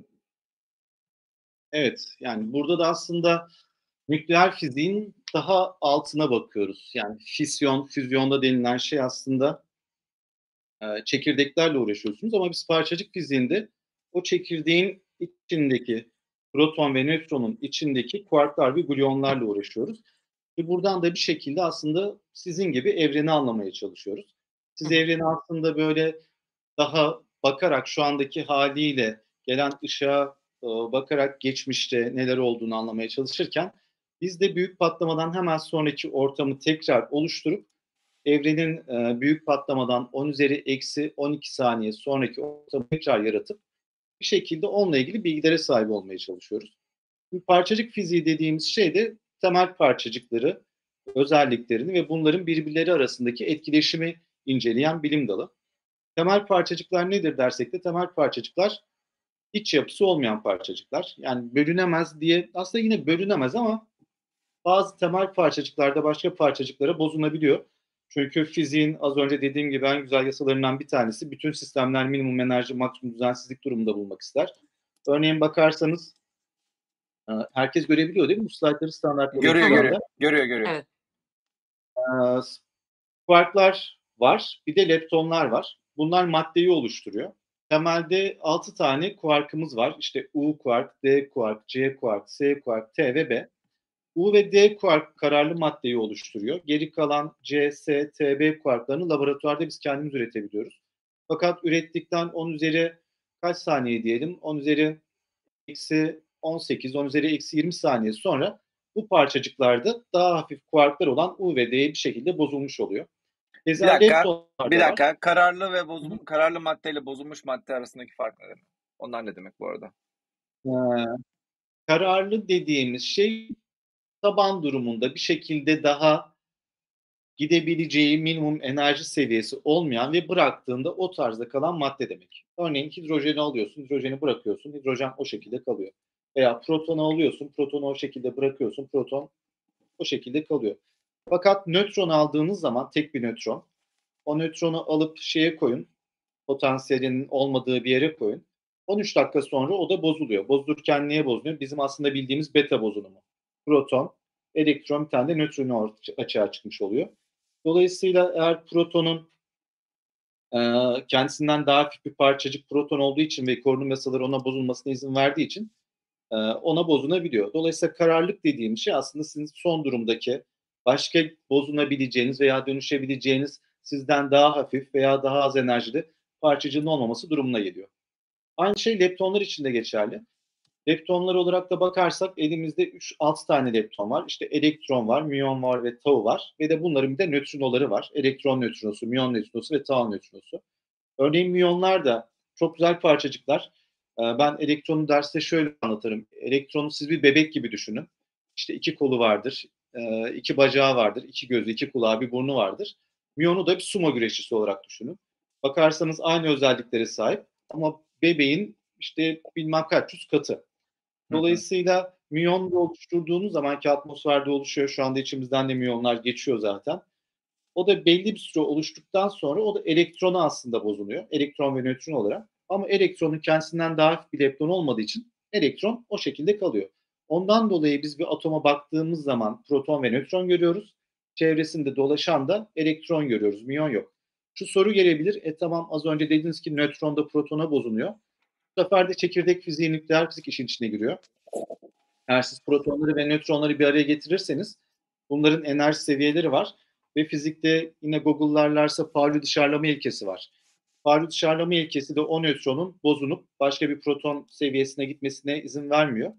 Speaker 3: Evet, yani burada da aslında nükleer fiziğin daha altına bakıyoruz. Yani fisyon, füzyonda denilen şey aslında e, çekirdeklerle uğraşıyorsunuz ama biz parçacık fiziğinde o çekirdeğin içindeki proton ve nötronun içindeki kuarklar ve gluonlarla uğraşıyoruz. Ve buradan da bir şekilde aslında sizin gibi evreni anlamaya çalışıyoruz.
Speaker 1: Hı
Speaker 3: Siz
Speaker 1: hı.
Speaker 3: evreni aslında böyle daha bakarak şu andaki haliyle gelen ışığa e, bakarak geçmişte neler olduğunu anlamaya çalışırken biz de büyük patlamadan hemen sonraki ortamı tekrar oluşturup evrenin e, büyük patlamadan on üzeri eksi on iki saniye sonraki ortamı tekrar yaratıp bir şekilde onunla ilgili bilgilere sahip olmaya çalışıyoruz. Bu parçacık fiziği dediğimiz şey de temel parçacıkları, özelliklerini ve bunların birbirleri arasındaki etkileşimi inceleyen bilim dalı. Temel parçacıklar nedir dersek de temel parçacıklar iç yapısı olmayan parçacıklar. Yani bölünemez diye aslında yine bölünemez ama bazı temel parçacıklarda başka parçacıklara bozulabiliyor. Çünkü fiziğin az önce dediğim gibi en güzel yasalarından bir tanesi bütün sistemler minimum enerji maksimum düzensizlik durumunda bulmak ister. Örneğin bakarsanız herkes görebiliyor değil mi? Bu slaytları standartladım
Speaker 2: Görüyor
Speaker 1: Hı
Speaker 3: şu
Speaker 1: hı.
Speaker 2: görüyor.
Speaker 3: anda.
Speaker 2: Görüyor görüyor.
Speaker 1: Evet.
Speaker 3: Quarklar var, bir de leptonlar var. Bunlar maddeyi oluşturuyor. Temelde altı tane kuarkımız var. İşte U kuark, D kuark, C kuark, S kuark, T ve B. U ve D kuark kararlı maddeyi oluşturuyor. Geri kalan C, S, T, B kuarklarını laboratuvarda biz kendimiz üretebiliyoruz. Fakat ürettikten on üzeri kaç saniye diyelim? on üzeri eksi on sekiz, on üzeri eksi yirmi saniye sonra bu parçacıklarda daha hafif kuarklar olan U ve D'ye bir şekilde bozulmuş oluyor.
Speaker 2: Bir
Speaker 3: Keza
Speaker 2: dakika.
Speaker 3: leptonlar
Speaker 2: Bir
Speaker 3: da var.
Speaker 2: dakika. Kararlı ve bozul kararlı maddeyle bozulmuş madde arasındaki fark ne demek? Onlar ne demek bu arada?
Speaker 3: Ee, kararlı dediğimiz şey taban durumunda bir şekilde daha gidebileceği minimum enerji seviyesi olmayan ve bıraktığında o tarzda kalan madde demek. Örneğin hidrojeni alıyorsun, hidrojeni bırakıyorsun, hidrojen o şekilde kalıyor. Veya protonu alıyorsun, protonu o şekilde bırakıyorsun, proton o şekilde kalıyor. Fakat nötron aldığınız zaman tek bir nötron, o nötronu alıp şeye koyun, potansiyelinin olmadığı bir yere koyun. on üç dakika sonra o da bozuluyor. Bozulurken niye bozuluyor? Bizim aslında bildiğimiz beta bozulumu. Proton, elektron, bir tane de nötronu açığa çıkmış oluyor. Dolayısıyla eğer protonun e, kendisinden daha hafif bir parçacık proton olduğu için ve korunum yasaları ona bozulmasına izin verdiği için e, ona bozulabiliyor. Dolayısıyla kararlılık dediğim şey aslında sizin son durumdaki başka bozulabileceğiniz veya dönüşebileceğiniz sizden daha hafif veya daha az enerjili parçacığın olmaması durumuna geliyor. Aynı şey leptonlar için de geçerli. Leptonlar olarak da bakarsak elimizde üç altı tane lepton var. İşte elektron var, müyon var ve tau var. Ve de bunların bir de nötrinoları var. Elektron nötrinosu, müyon nötrinosu ve tau nötrinosu. Örneğin müyonlar da çok güzel parçacıklar. Ben elektronu derste şöyle anlatırım. Elektronu siz bir bebek gibi düşünün. İşte iki kolu vardır, iki bacağı vardır, iki gözü, iki kulağı, bir burnu vardır. Müyonu da bir sumo güreşçisi olarak düşünün. Bakarsanız aynı özelliklere sahip ama bebeğin işte bilmem kaç yüz katı.
Speaker 2: Hı hı.
Speaker 3: Dolayısıyla müyon oluşturduğunuz zamanki atmosferde oluşuyor. Şu anda içimizden de müyonlar geçiyor zaten. O da belli bir süre oluştuktan sonra o da elektronu aslında bozuluyor. Elektron ve nötron olarak. Ama elektronun kendisinden daha hafif bir lepton olmadığı için elektron o şekilde kalıyor. Ondan dolayı biz bir atoma baktığımız zaman proton ve nötron görüyoruz. Çevresinde dolaşan da elektron görüyoruz. Müyon yok. Şu soru gelebilir. E tamam az önce dediniz ki nötron da protona bozuluyor. Bu sefer de çekirdek fiziği, nükleer fizik işin içine giriyor. Eğer siz protonları ve nötronları bir araya getirirseniz bunların enerji seviyeleri var. Ve fizikte yine Google'larlarsa Pauli dışarılama ilkesi var. Pauli dışarılama ilkesi de o nötronun bozunup başka bir proton seviyesine gitmesine izin vermiyor.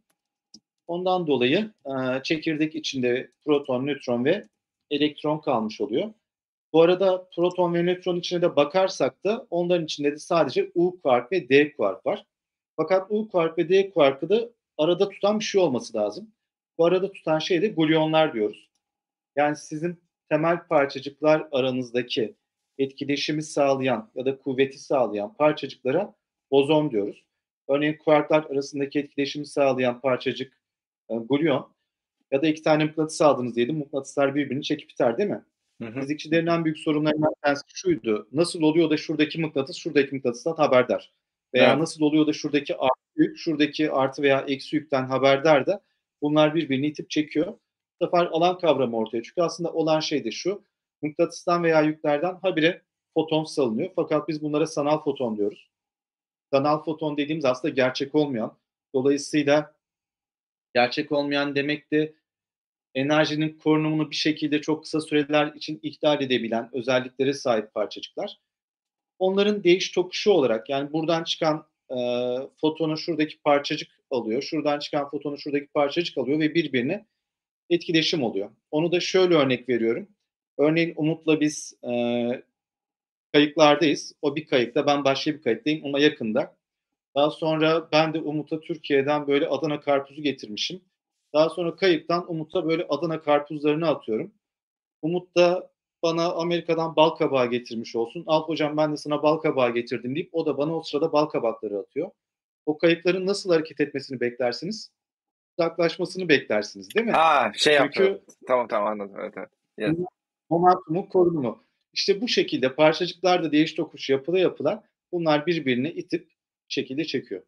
Speaker 3: Ondan dolayı çekirdek içinde proton, nötron ve elektron kalmış oluyor. Bu arada proton ve nötron içine de bakarsak da onların içinde de sadece U kuark ve D kuark var. Fakat U kuark ve D kuarkı da arada tutan bir şey olması lazım. Bu arada tutan şey de gluonlar diyoruz. Yani sizin temel parçacıklar aranızdaki etkileşimi sağlayan ya da kuvveti sağlayan parçacıklara bozon diyoruz. Örneğin kuarklar arasındaki etkileşimi sağlayan parçacık e, gluon ya da iki tane mıknatıs aldınız diyelim. Mıknatıslar birbirini çekip iter değil mi?
Speaker 2: Hı hı.
Speaker 3: Fizikçilerin en büyük sorunlarından bir tanesi şuydu. Nasıl oluyor da şuradaki mıknatıs şuradaki mıknatıstan haberdar? Veya
Speaker 2: Evet.
Speaker 3: nasıl oluyor da şuradaki artı yük şuradaki artı veya eksi yükten haberdar da bunlar birbirini itip çekiyor. Bu sefer alan kavramı ortaya çıkıyor. Aslında olan şey de şu. Mıknatıstan veya yüklerden habire foton salınıyor. Fakat biz bunlara sanal foton diyoruz. Sanal foton dediğimiz aslında gerçek olmayan. Dolayısıyla gerçek olmayan demek de enerjinin korunumunu bir şekilde çok kısa süreler için iptal edebilen özelliklere sahip parçacıklar. Onların değiş tokuşu olarak, yani buradan çıkan e, fotonu şuradaki parçacık alıyor, şuradan çıkan fotonu şuradaki parçacık alıyor ve birbirine etkileşim oluyor. Onu da şöyle örnek veriyorum. Örneğin Umut'la biz e, kayıklardayız. O bir kayıkta, ben başka bir kayıktayım ama yakında. Daha sonra ben de Umut'a Türkiye'den böyle Adana karpuzu getirmişim. Daha sonra kayıktan Umut'a böyle Adana karpuzlarını atıyorum. Umut da bana Amerika'dan bal kabağı getirmiş olsun. Al hocam, ben de sana bal kabağı getirdim deyip o da bana o sırada bal kabakları atıyor. O kayıkların nasıl hareket etmesini beklersiniz? Uzaklaşmasını beklersiniz, değil mi?
Speaker 2: Ha şey
Speaker 3: Çünkü
Speaker 2: yaptı. Tamam tamam anladım. Evet, evet. Yes.
Speaker 3: momentumun korunumu. İşte bu şekilde parçacıklar da değiş tokuş yapıla yapıla bunlar birbirini itip şekilde çekiyor.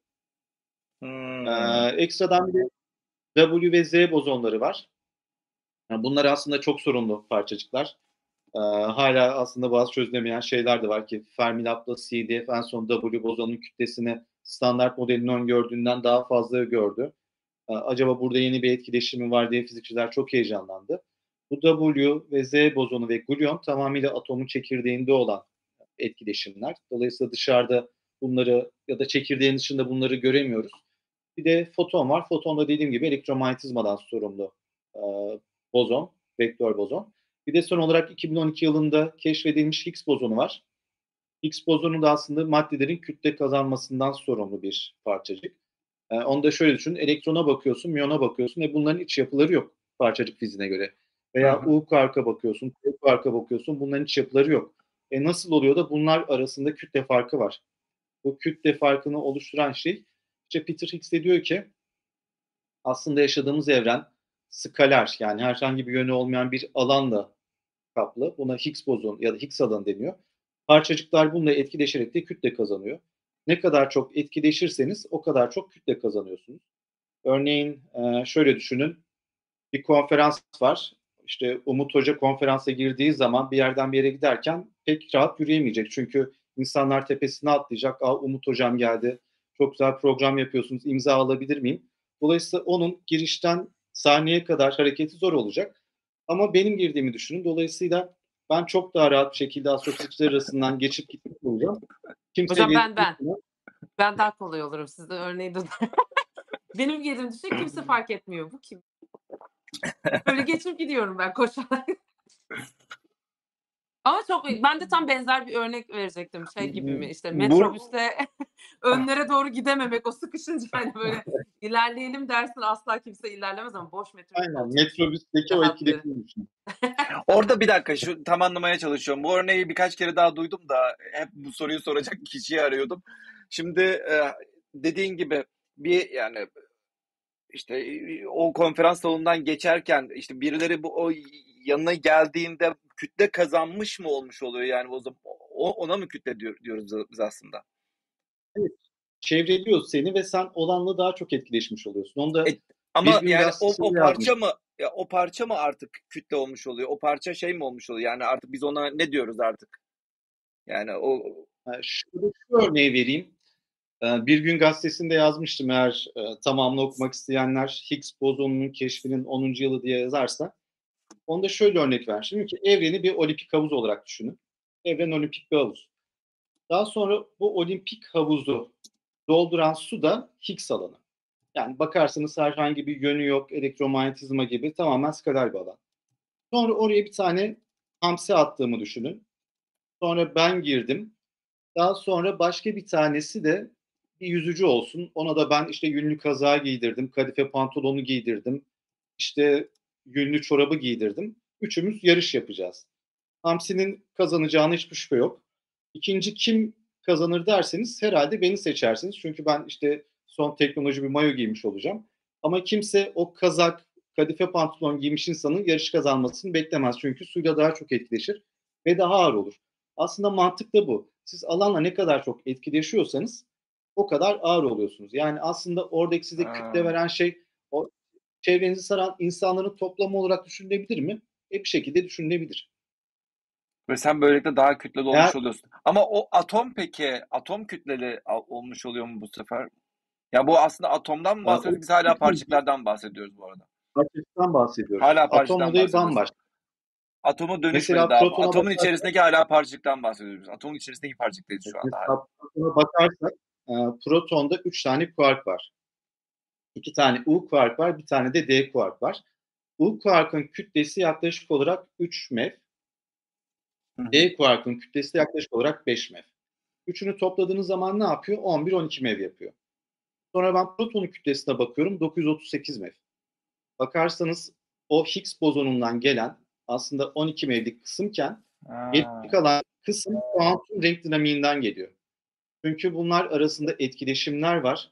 Speaker 2: Hmm.
Speaker 3: Ee, ekstradan bir de W ve Z bozonları var. Yani bunlar aslında çok sorunlu parçacıklar. Ee, hala aslında bazı çözülemeyen şeyler de var ki Fermi-Laplace C D F en son W bozonunun kütlesini standart modelin öngördüğünden daha fazla gördü. Ee, acaba burada yeni bir etkileşimi var diye fizikçiler çok heyecanlandı. Bu W ve Z bozonu ve gluon tamamıyla atomun çekirdeğinde olan etkileşimler. Dolayısıyla dışarıda bunları ya da çekirdeğin dışında bunları göremiyoruz. Bir de foton var. Foton da dediğim gibi elektromanyetizmadan sorumlu e, bozon, vektör bozon. Bir de son olarak iki bin on iki yılında keşfedilmiş Higgs bozonu var. Higgs bozonu da aslında maddelerin kütle kazanmasından sorumlu bir parçacık. E, onu da şöyle düşün, elektrona bakıyorsun, miyona bakıyorsun ve bunların iç yapıları yok parçacık fiziğine göre. Veya
Speaker 2: Hı hı.
Speaker 3: U kuarka bakıyorsun, P kuarka bakıyorsun, bunların iç yapıları yok. E nasıl oluyor da bunlar arasında kütle farkı var? Bu kütle farkını oluşturan şey, işte Peter Higgs de diyor ki aslında yaşadığımız evren skaler, yani herhangi bir yönü olmayan bir alanla kaplı. Buna Higgs bozonu ya da Higgs alanı deniyor. Parçacıklar bununla etkileşerek de kütle kazanıyor. Ne kadar çok etkileşirseniz o kadar çok kütle kazanıyorsunuz. Örneğin şöyle düşünün, bir konferans var. İşte Umut Hoca konferansa girdiği zaman bir yerden bir yere giderken pek rahat yürüyemeyecek. Çünkü insanlar tepesine atlayacak. Aa, Umut Hocam geldi, çok güzel program yapıyorsunuz, imza alabilir miyim? Dolayısıyla onun girişten sahneye kadar hareketi zor olacak. Ama benim girdiğimi düşünün. Dolayısıyla ben çok daha rahat bir şekilde astrofizikçiler arasından geçip gitmiş olacağım. Kimse
Speaker 1: Hocam ben
Speaker 3: gelip
Speaker 1: ben. Ben daha kolay olurum. Sizden örneği de benim girdiğim düşün, kimse fark etmiyor. Bu kim? Böyle geçip gidiyorum ben koşarak. Ama çok ben de tam benzer bir örnek verecektim. Şey gibi mi, işte
Speaker 2: Bu
Speaker 1: metrobüste önlere doğru gidememek, o sıkışınca hani böyle ilerleyelim dersin, asla kimse ilerlemez ama boş metrobüs
Speaker 3: aynen
Speaker 1: olacak.
Speaker 3: metrobüsteki o
Speaker 1: Rahatlığı.
Speaker 3: etkileşimi düşünün.
Speaker 2: orada bir dakika şu tam anlamaya çalışıyorum. Bu örneği birkaç kere daha duydum da hep bu soruyu soracak kişiyi arıyordum. Şimdi e, dediğin gibi bir yani işte o konferans salonundan geçerken işte birileri bu o yanına geldiğinde kütle kazanmış mı olmuş oluyor yani o zaman o, ona mı kütle diyor, diyoruz biz aslında?
Speaker 3: Evet, çevreliyor seni ve sen olanla daha çok etkileşmiş oluyorsun. Onu da
Speaker 2: E, ama
Speaker 3: bir gün
Speaker 2: yani o,
Speaker 3: gazetesinde
Speaker 2: o
Speaker 3: yazmış.
Speaker 2: parça mı ya o parça mı artık kütle olmuş oluyor? O parça şey mi olmuş oluyor? Yani artık biz ona ne diyoruz artık? Yani o
Speaker 3: Yani şurada şu örneği vereyim. Ee, Bir Gün Gazetesi'nde yazmıştım, eğer e, tamamını okumak isteyenler Higgs bozonunun keşfinin onuncu yılı diye yazarsa. Onda şöyle örnek ver. Şimdi ki evreni bir olimpik havuz olarak düşünün. Evren olimpik bir havuz. Daha sonra bu olimpik havuzu dolduran su da Higgs alanı. Yani bakarsanız herhangi bir yönü yok, elektromanyetizma gibi tamamen skaler bir alan. Sonra oraya bir tane hamsi attığımı düşünün. Sonra ben girdim. Daha sonra başka bir tanesi de bir yüzücü olsun. Ona da ben işte yünlü kazağı giydirdim, kadife pantolonu giydirdim, işte yünlü çorabı giydirdim. Üçümüz yarış yapacağız. Hamsi'nin kazanacağına hiçbir şüphe yok. İkinci kim kazanır derseniz herhalde beni seçersiniz. Çünkü ben işte son teknoloji bir mayo giymiş olacağım. Ama kimse o kazak, kadife pantolon giymiş insanın yarış kazanmasını beklemez. Çünkü suyla daha çok etkileşir ve daha ağır olur. Aslında mantık da bu. Siz alanla ne kadar çok etkileşiyorsanız o kadar ağır oluyorsunuz. Yani aslında oradaki size kütle veren şey o çevrenizi saran insanların toplamı olarak düşünülebilir mi? E bir şekilde düşünülebilir.
Speaker 2: ve sen böylelikle daha kütleli
Speaker 3: Eğer
Speaker 2: olmuş oluyorsun. Ama o atom peki atom kütleli olmuş oluyor mu bu sefer? Ya bu aslında atomdan mı
Speaker 3: o
Speaker 2: bahsediyoruz? Biz hala parçacıklardan bahsediyoruz bu arada.
Speaker 3: parçacıktan bahsediyoruz.
Speaker 2: Hala
Speaker 3: Atom
Speaker 2: parçacıktan
Speaker 3: olayı
Speaker 2: bahsediyorsun.
Speaker 3: bambaşka.
Speaker 2: Atomu dönüşmedi
Speaker 3: Mesela
Speaker 2: daha.
Speaker 3: protona
Speaker 2: Atomun
Speaker 3: bakarsak,
Speaker 2: içerisindeki hala parçacıktan bahsediyoruz. Atomun içerisindeki parçacıktayız şu anda hala.
Speaker 3: mesela protona bakarsak e, protonda üç tane kuark var. İki tane U kuark var, bir tane de D kuark var. U kuarkın kütlesi yaklaşık olarak üç mev.
Speaker 2: Hı hı.
Speaker 3: D kuarkın kütlesi yaklaşık olarak beş mev. Üçünü topladığınız zaman ne yapıyor? on bir on iki mev yapıyor. Sonra ben protonun kütlesine bakıyorum, dokuz yüz otuz sekiz mev. Bakarsanız o Higgs bozonundan gelen aslında on iki mevlik kısımken geri
Speaker 2: Ha.
Speaker 3: kalan kısım kuantum renk dinamiğinden geliyor. Çünkü bunlar arasında etkileşimler var.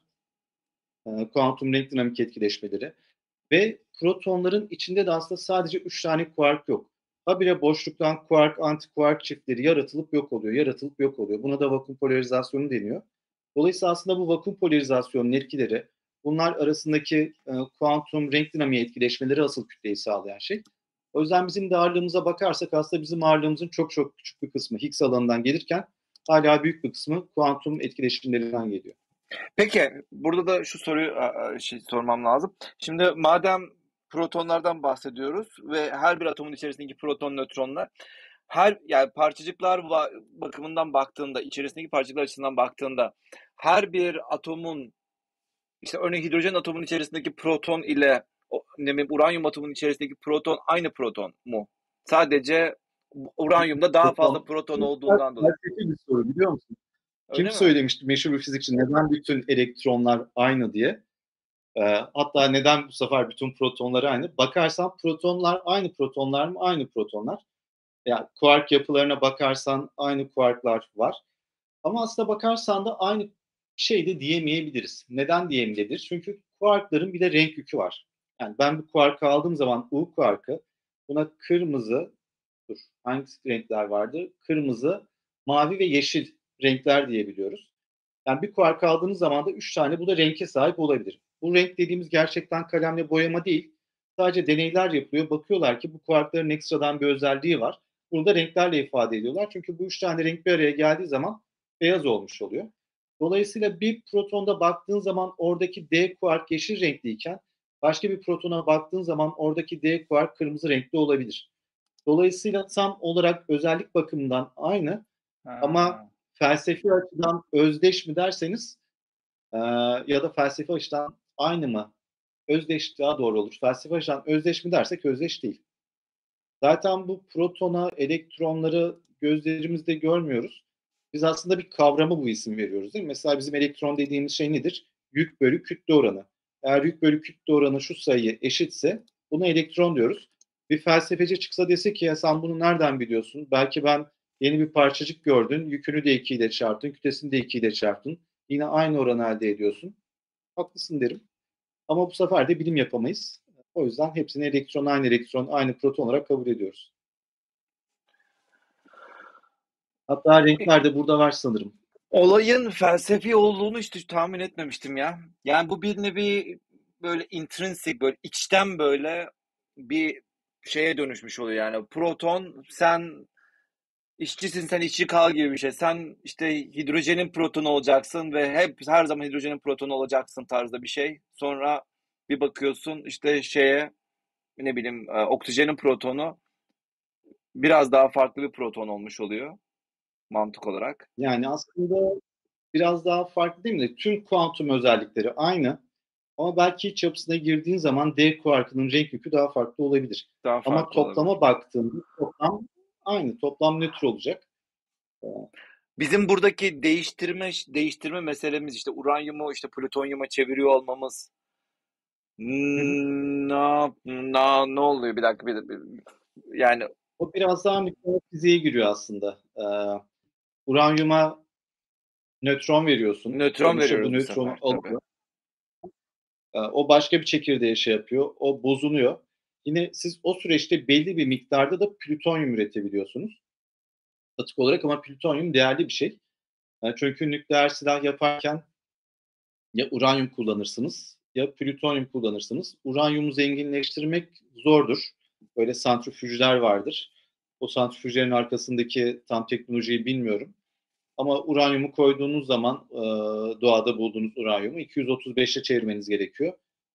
Speaker 3: E, kuantum renk dinamik etkileşmeleri. Ve protonların içinde de aslında sadece üç tane kuark yok. Habire boşluktan kuark, antikuark çiftleri yaratılıp yok oluyor, yaratılıp yok oluyor. Buna da vakum polarizasyonu deniyor. Dolayısıyla aslında bu vakum polarizasyonun etkileri, bunlar arasındaki e, kuantum renk dinamiği etkileşmeleri asıl kütleyi sağlayan şey. O yüzden bizim de ağırlığımıza bakarsak aslında bizim ağırlığımızın çok çok küçük bir kısmı Higgs alanından gelirken hala büyük bir kısmı kuantum etkileşimlerinden geliyor.
Speaker 2: Peki burada da şu soruyu şey sormam lazım. Şimdi madem protonlardan bahsediyoruz ve her bir atomun içerisindeki proton, nötronlar her yani parçacıklar bakımından baktığında, içerisindeki parçacıklar açısından baktığında her bir atomun işte örneğin hidrojen atomunun içerisindeki proton ile o, ne bileyim, uranyum atomunun içerisindeki proton aynı proton mu? Sadece uranyumda daha fazla proton olduğundan dolayı.
Speaker 3: Felsefi bir soru biliyor musun?
Speaker 2: Öyle
Speaker 3: Kim
Speaker 2: mi?
Speaker 3: söylemişti meşhur bir fizikçi neden bütün elektronlar aynı diye? Ee, hatta neden bu sefer bütün protonlar aynı? Bakarsan protonlar aynı protonlar mı? Aynı protonlar. Yani kuark yapılarına bakarsan aynı kuarklar var. Ama aslında bakarsan da aynı şey de diyemeyebiliriz. Neden diyemeyebiliriz? Çünkü kuarkların bir de renk yükü var. Yani ben bu kuarkı aldığım zaman U kuarkı buna kırmızı, dur hangi renkler vardı? Kırmızı, mavi ve yeşil renkler diyebiliyoruz. Yani bir kuark aldığınız zaman da üç tane bu da renke sahip olabilir. Bu renk dediğimiz gerçekten kalemle boyama değil. Sadece deneyler yapılıyor. Bakıyorlar ki bu kuarkların ekstradan bir özelliği var. Bunu da renklerle ifade ediyorlar. Çünkü bu üç tane renk bir araya geldiği zaman beyaz olmuş oluyor. Dolayısıyla bir protonda baktığın zaman oradaki D kuark yeşil renkliyken başka bir protona baktığın zaman oradaki D kuark kırmızı renkli olabilir. Dolayısıyla tam olarak özellik bakımından aynı ama
Speaker 2: Ha.
Speaker 3: felsefi açıdan özdeş mi derseniz e, ya da felsefi açıdan aynı mı? Özdeş daha doğru olur. Felsefi açıdan özdeş mi dersek özdeş değil. Zaten bu protona, elektronları gözlerimizde görmüyoruz. Biz aslında bir kavrama bu isim veriyoruz değil mi? Mesela bizim elektron dediğimiz şey nedir? Yük bölü kütle oranı. Eğer yük bölü kütle oranı şu sayıya eşitse buna elektron diyoruz. Bir felsefeci çıksa dese ki ya sen bunu nereden biliyorsun? Belki ben yeni bir parçacık gördün, yükünü de iki ile çarptın, kütlesini de iki ile çarptın. Yine aynı oranı elde ediyorsun. Haklısın derim. Ama bu sefer de bilim yapamayız. O yüzden hepsini elektron, aynı elektron, aynı proton olarak kabul ediyoruz. Hatta renkler de burada var sanırım.
Speaker 2: Olayın felsefi olduğunu hiç tahmin etmemiştim ya. Yani bu bir nevi böyle intrinsic, böyle içten böyle bir şeye dönüşmüş oluyor yani. Proton, sen işçisin, sen işçi kal gibi bir şey. Sen işte hidrojenin protonu olacaksın ve hep her zaman hidrojenin protonu olacaksın tarzda bir şey. Sonra bir bakıyorsun işte şeye, ne bileyim, e, oksijenin protonu biraz daha farklı bir proton olmuş oluyor mantık olarak.
Speaker 3: Yani aslında biraz daha farklı değil mi? Tüm kuantum özellikleri aynı. Ama belki iç yapısına girdiğin zaman D kuarkının renk yükü daha farklı olabilir.
Speaker 2: Daha
Speaker 3: Ama
Speaker 2: farklı olabilir.
Speaker 3: toplama baktığında toplam aynı. Toplam nötr olacak.
Speaker 2: Bizim buradaki değiştirme değiştirme meselemiz işte uranyumu işte plütonyuma çeviriyor olmamız. Hmm, ne, ne, ne oluyor bir dakika bir, bir, yani
Speaker 3: O biraz daha nükleer fiziğe giriyor aslında. Ee, uranyuma nötron veriyorsun.
Speaker 2: nötron
Speaker 3: Sonuçta bu
Speaker 2: veriyoruz bu
Speaker 3: nötronu
Speaker 2: sefer tabii.
Speaker 3: alıyor. Ee, o başka bir çekirdeğe şey yapıyor. O bozuluyor. Yine siz o süreçte belli bir miktarda da plütonyum üretebiliyorsunuz. Atık olarak ama plütonyum değerli bir şey. Yani çünkü nükleer silah yaparken ya uranyum kullanırsınız ya plütonyum kullanırsınız. Uranyumu zenginleştirmek zordur. Böyle santrifüjler vardır. O santrifüjlerin arkasındaki tam teknolojiyi bilmiyorum. Ama uranyumu koyduğunuz zaman e, doğada bulduğunuz uranyumu iki yüz otuz beşe çevirmeniz gerekiyor.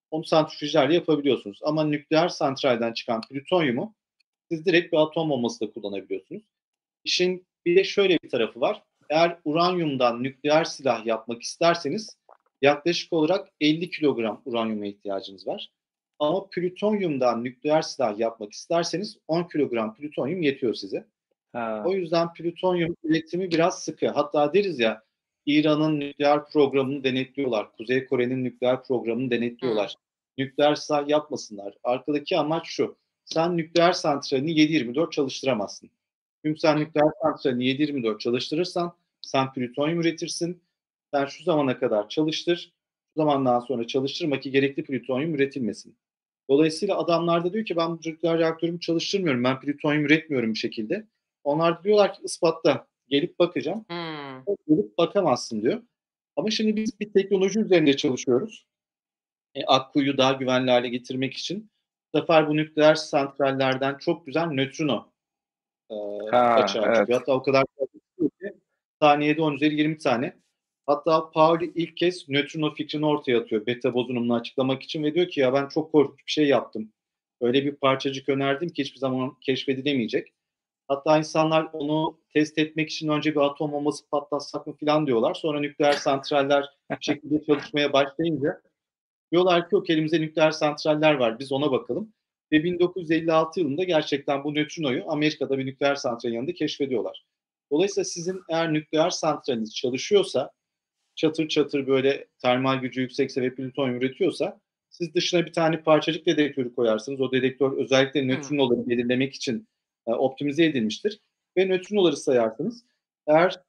Speaker 3: onu santrifüjlerle yapabiliyorsunuz. Ama nükleer santralden çıkan plütonyumu siz direkt bir atom bombası da kullanabiliyorsunuz. İşin bir de şöyle bir tarafı var. Eğer uranyumdan nükleer silah yapmak isterseniz yaklaşık olarak elli kilogram uranyuma ihtiyacınız var. Ama plütonyumdan nükleer silah yapmak isterseniz on kilogram plütonyum yetiyor size.
Speaker 2: Ha.
Speaker 3: O yüzden plütonyum üretimi biraz sıkı. Hatta deriz ya, İran'ın nükleer programını denetliyorlar. Kuzey Kore'nin nükleer programını denetliyorlar.
Speaker 1: Hı.
Speaker 3: Nükleer silah yapmasınlar. Arkadaki amaç şu. Sen nükleer santralini yedi yirmi dört çalıştıramazsın. Çünkü sen
Speaker 1: Hı.
Speaker 3: nükleer santralini yedi yirmi dört çalıştırırsan sen plütonyum üretirsin. Sen şu zamana kadar çalıştır. Şu zamandan sonra çalıştırma ki gerekli plütonyum üretilmesin. Dolayısıyla adamlar da diyor ki ben bu nükleer reaktörümü çalıştırmıyorum. Ben plütonyum üretmiyorum bir şekilde. Onlar da diyorlar ki ispatla. Gelip bakacağım.
Speaker 1: Hı.
Speaker 3: Gelip bakamazsın diyor. Ama şimdi biz bir teknoloji üzerinde çalışıyoruz. E, Akkuyu'yu daha güvenli hale getirmek için. Bu sefer bu nükleer santrallerden çok güzel nötrino e,
Speaker 2: Ha,
Speaker 3: açığa
Speaker 2: evet.
Speaker 3: çıkıyor. Hatta o kadar fazla çıkıyor ki saniyede on üzeri yirmi tane. Hatta Pauli ilk kez nötrino fikrini ortaya atıyor beta bozunumunu açıklamak için ve diyor ki ya ben çok korkunç bir şey yaptım. Öyle bir parçacık önerdim ki hiçbir zaman keşfedilemeyecek. Hatta insanlar onu test etmek için önce bir atom bombası patlatsak mı falan diyorlar. Sonra nükleer santraller bir şekilde çalışmaya başlayınca diyorlar ki yok, elimizde nükleer santraller var, biz ona bakalım. Ve bin dokuz yüz elli altı yılında gerçekten bu nötrinoyu Amerika'da bir nükleer santralin yanında keşfediyorlar. Dolayısıyla sizin eğer nükleer santraliniz çalışıyorsa, çatır çatır böyle termal gücü yüksekse ve plütonyum üretiyorsa, siz dışına bir tane parçacık dedektörü koyarsınız. O dedektör özellikle
Speaker 1: Hı.
Speaker 3: nötrinoları belirlemek için e, optimize edilmiştir. Ve nötrinoları sayarsınız. Eğer